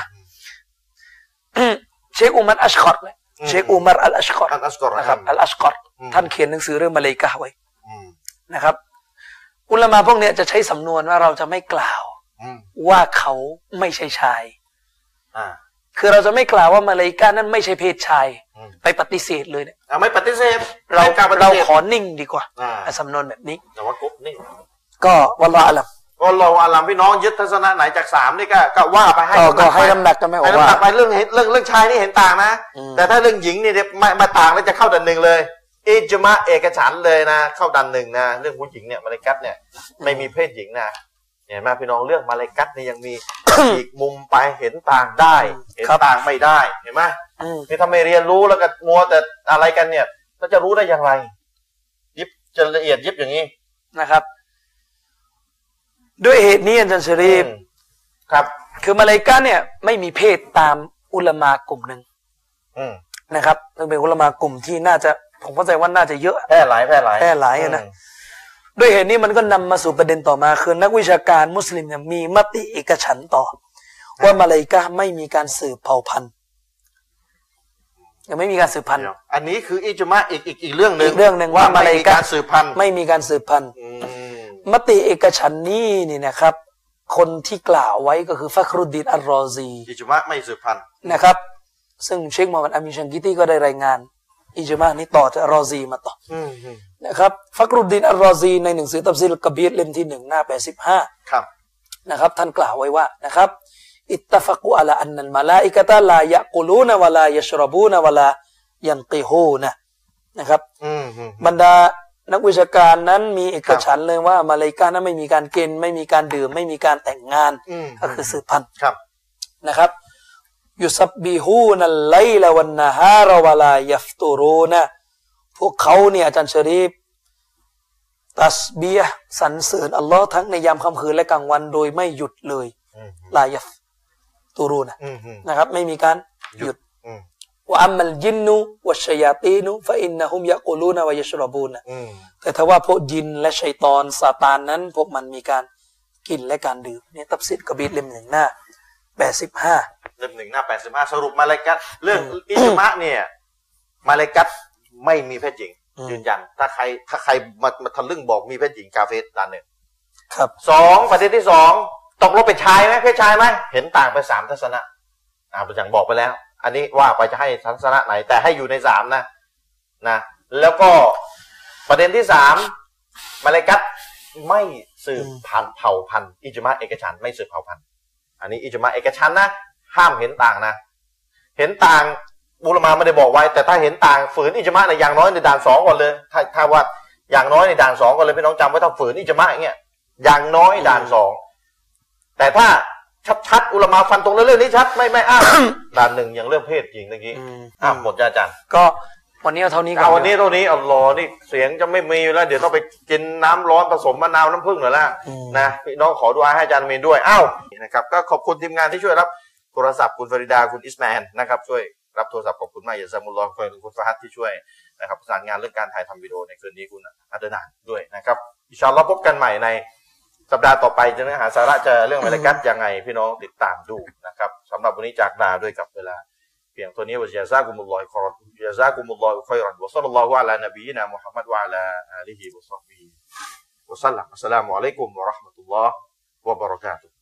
เชคอุมัรอัชกอรเนี่ยเชคอุมัรอัลอัชกอรอัลอัสกอรนะครับอัลอัชกอรอืมท่านเขียนหนังสือเรื่องมาเลาอิกะฮ์ไว้อืมนะครับ อุลามะพวกเนี้ยจะใช้สำนวนว่าเราจะไม่กล่าวอืมว่าเขาไม่ใช่ชายอ่าคือเราจะไม่กล่าวว่ามาเลาอิกะฮ์นั้นไม่ใช่เพศชายอืมไปปฏิเสธเลยเนี่ยอ่าไม่ปฏิเสธเราไม่กล้ปฏิเราสธขอนิ่งดีกว่าอ่าไอ้สำนวนแบบนี้แต่ว่ากุฟนี่ก็วัลลอฮุอะลัมก็เราอาลัมพี่น้องยึดทัศนะไหนจากสามนี่ก็ก็ว่าไปให้ก็ให้น้ำหนักกันไม่ออกให้ว่าน้ำหนักไปเรื่องเห็นเรื่องเรื่องชายนี่เห็นต่างนะแต่ถ้าเรื่องหญิงนี่ไม่ไม่ต่างแล้วจะเข้าดันหนึ่งเลยอิจมะเอกฉันท์เลยนะเข้าดันหนึ่งนะเรื่องผู้หญิงเนี่ยมาเลกัตเนี่ยไม่มีเพศหญิงนะเห็นไหมพี่น้องเรื่องมาเลกัตนี่ยังมี อีกมุมไปเห็นต่างได้เห็นต่างไม่ได้เห็นไหมนี่ถ้าไม่เรียนรู้แล้วก็มัวแต่อะไรกันเนี่ยเราจะรู้ได้อย่างไรยิบจะละเอียดยิบอย่างนี้นะครับด้วยเหตุนี้อาจารย์ชะรีฟครับคือมาเลาอิกะฮ์เนี่ยไม่มีเพศตามอุลามากลุ่มหนึ่งนะครับซึ่งเป็นอุลามากลุ่มที่น่าจะผมเข้าใจว่าน่าจะเยอะแพร่หลายแพร่หลายแพร่หลายนะด้วยเหตุนี้มันก็นำมาสู่ประเด็นต่อมาคือนักวิชาการมุสลิมเนี่ยมีมติเอกฉันท์ต่อว่ามาเลาอิกะฮ์ไม่มีการสืบเผ่าพันธุ์ยังไม่มีการสืบพันธุ์อันนี้คืออิจมะอีกอีกอีกเรื่องหนึ่งอีกเรื่องหนึ่งว่ามาเลาอิกะฮ์สืบพันธุ์ไม่มีการสืบพันธุ์มติเอกฉันท์นี้นี่นะครับคนที่กล่าวไว้ก็คือฟักรุดดีนอัลรอซีอิจมะไม่สืบพันธุ์นะครับซึ่งเชคมูฮัมหมัดอามีนชังกิตีก็ได้รายงานอิจมะนี้ต่อจากรอซีมาต่อนะครับฟักรุดดีนอัลรอซีในหนังสือตัฟซีรกะบีรเล่มที่หนึ่งหน้าแปดสิบห้าครับนะครับท่านกล่าวไว้ว่านะครับอิตตะฟักุอะลาอันนัลมะลาอิกะตะลายะกุลูนวะลายัชรบูนวะลายันกิฮูนนะครับบรรดานักวิชาการนั้นมีเอกฉันท์เลยว่ามาเลาอิกะฮ์นั้นไม่มีการกินไม่มีการดื่มไม่มีการแต่งงานก็คือสืบพันธุ์นะครับยุซับบิฮูนัลไลลาวันนะฮารวะลายัฟตุรูนะพวกเขาเนี่ยอาจารย์ชะรีฟตัสบีฮ์สรรเสริญอัลลอฮ์ทั้งในยามค่ำคืนและกลางวันโดยไม่หยุดเลยลายัฟตุรูนะนะครับไม่มีการหยุดว่าอัมมัลจินนุวัชชัยาตีนุฟะอินนะฮุมยะกูลูนะวะยัชรบูนะแต่ถ้าว่าพวกจินและชัยฏอนซาตานนั้นพวกมันมีการกินและการดื่มเนี่ยตัฟซีรกะบีรเล่มหนึ่งหน้าแปดสิบห้าเล่มหนึ่งหน้าแปดสิบห้าสรุปมาเลาอิกะฮ์เรื่องอิจมะเนี่ยมาเลาอิกะฮ์ไม่มีเพศหญิงยืนยันถ้าใครถ้าใครมามาทะลึ่งบอกมีเพศหญิงกาเฟรด้านหนึ่งครับสองประเด็นที่สองตกลงเป็นชายไหมเพศชายไหมเห็นต่างไปสามทัศนะอ่าอย่างบอกไปแล้วอันนี้ว่าไปจะให้ทัศนะไหนแต่ให้อยู่ในสามนะนะแล้วก็ประเด็นที่สามมาเลาอิกะฮ์ไม่สืบพันธุ์เผ่าพันธุ์อิจมะเอกฉันท์ไม่สืบเผ่าพันธุ์อันนี้อิจมะเอกฉันท์นะห้ามเห็นต่างนะเห็นต่างอุลามะไม่ได้บอกไว้แต่ถ้าเห็นต่างฝืนอิจมะในอย่างน้อยในด่านสองก่อนเลยถ้าถ้าว่าอย่างน้อยในด่านสองก่อนเลยพี่น้องจำไว้ถ้าฝืนอิจมะอย่างเงี้ยอย่างน้อยด่านสองแต่ถ้าชัดๆอุลามะฟันตรงเรื่องนี้ชัดไม่ไม่อ้าวด่านหนึ่งอย่างเรื่องเพศหญิงเมื่อกี้อ้าวหมดอาจารย์ก็วันนี้เอาเท่านี้ก่อนวันนี้เท่านี้อัลลอฮ์นี่เสียงจะไม่มีแล้วเดี๋ยวต้องไปกินน้ำร้อนผสมมะนาวน้ำผึ้งหน่อยละนะพี่น้องขอดุอาให้อาจารย์มีนด้วยอ้าวนะครับก็ขอบคุณทีมงานที่ช่วยรับโทรศัพท์คุณฟาริดาคุณอิสมาอิลนะครับช่วยรับโทรศัพท์ขอบคุณมากอย่าซามุลลอฮ์คุณฟาฮัดที่ช่วยนะครับประสานงานเรื่องการถ่ายทำวิดีโอในคืนนี้คุณอัตนานด้วยนะครับอินชาอัลลอฮ์พบกันใหม่ในสัปดาห์ต่อไปจะเนื้อหาสาระจะเรื่องมาเลาอิกะฮ์ยังไงพี่น้องติดตามดูนะครับสำหรับวันนี้จากลาด้วยกับเวลาเพียงเท่านี้วะญะซากุมุลลอฮิค็อยรอนญะซากุมุลลอฮิค็อยรอนวะศ็อลลัลลอฮุอะลานบีนะมุฮัมมัดวะอะลาอาลิฮิวะศอฮบิฮิวะซัลลัมอัสสลามุอะลัยกุมวะเราะห์มะตุลลอฮ์วะบะเราะกาตุฮ์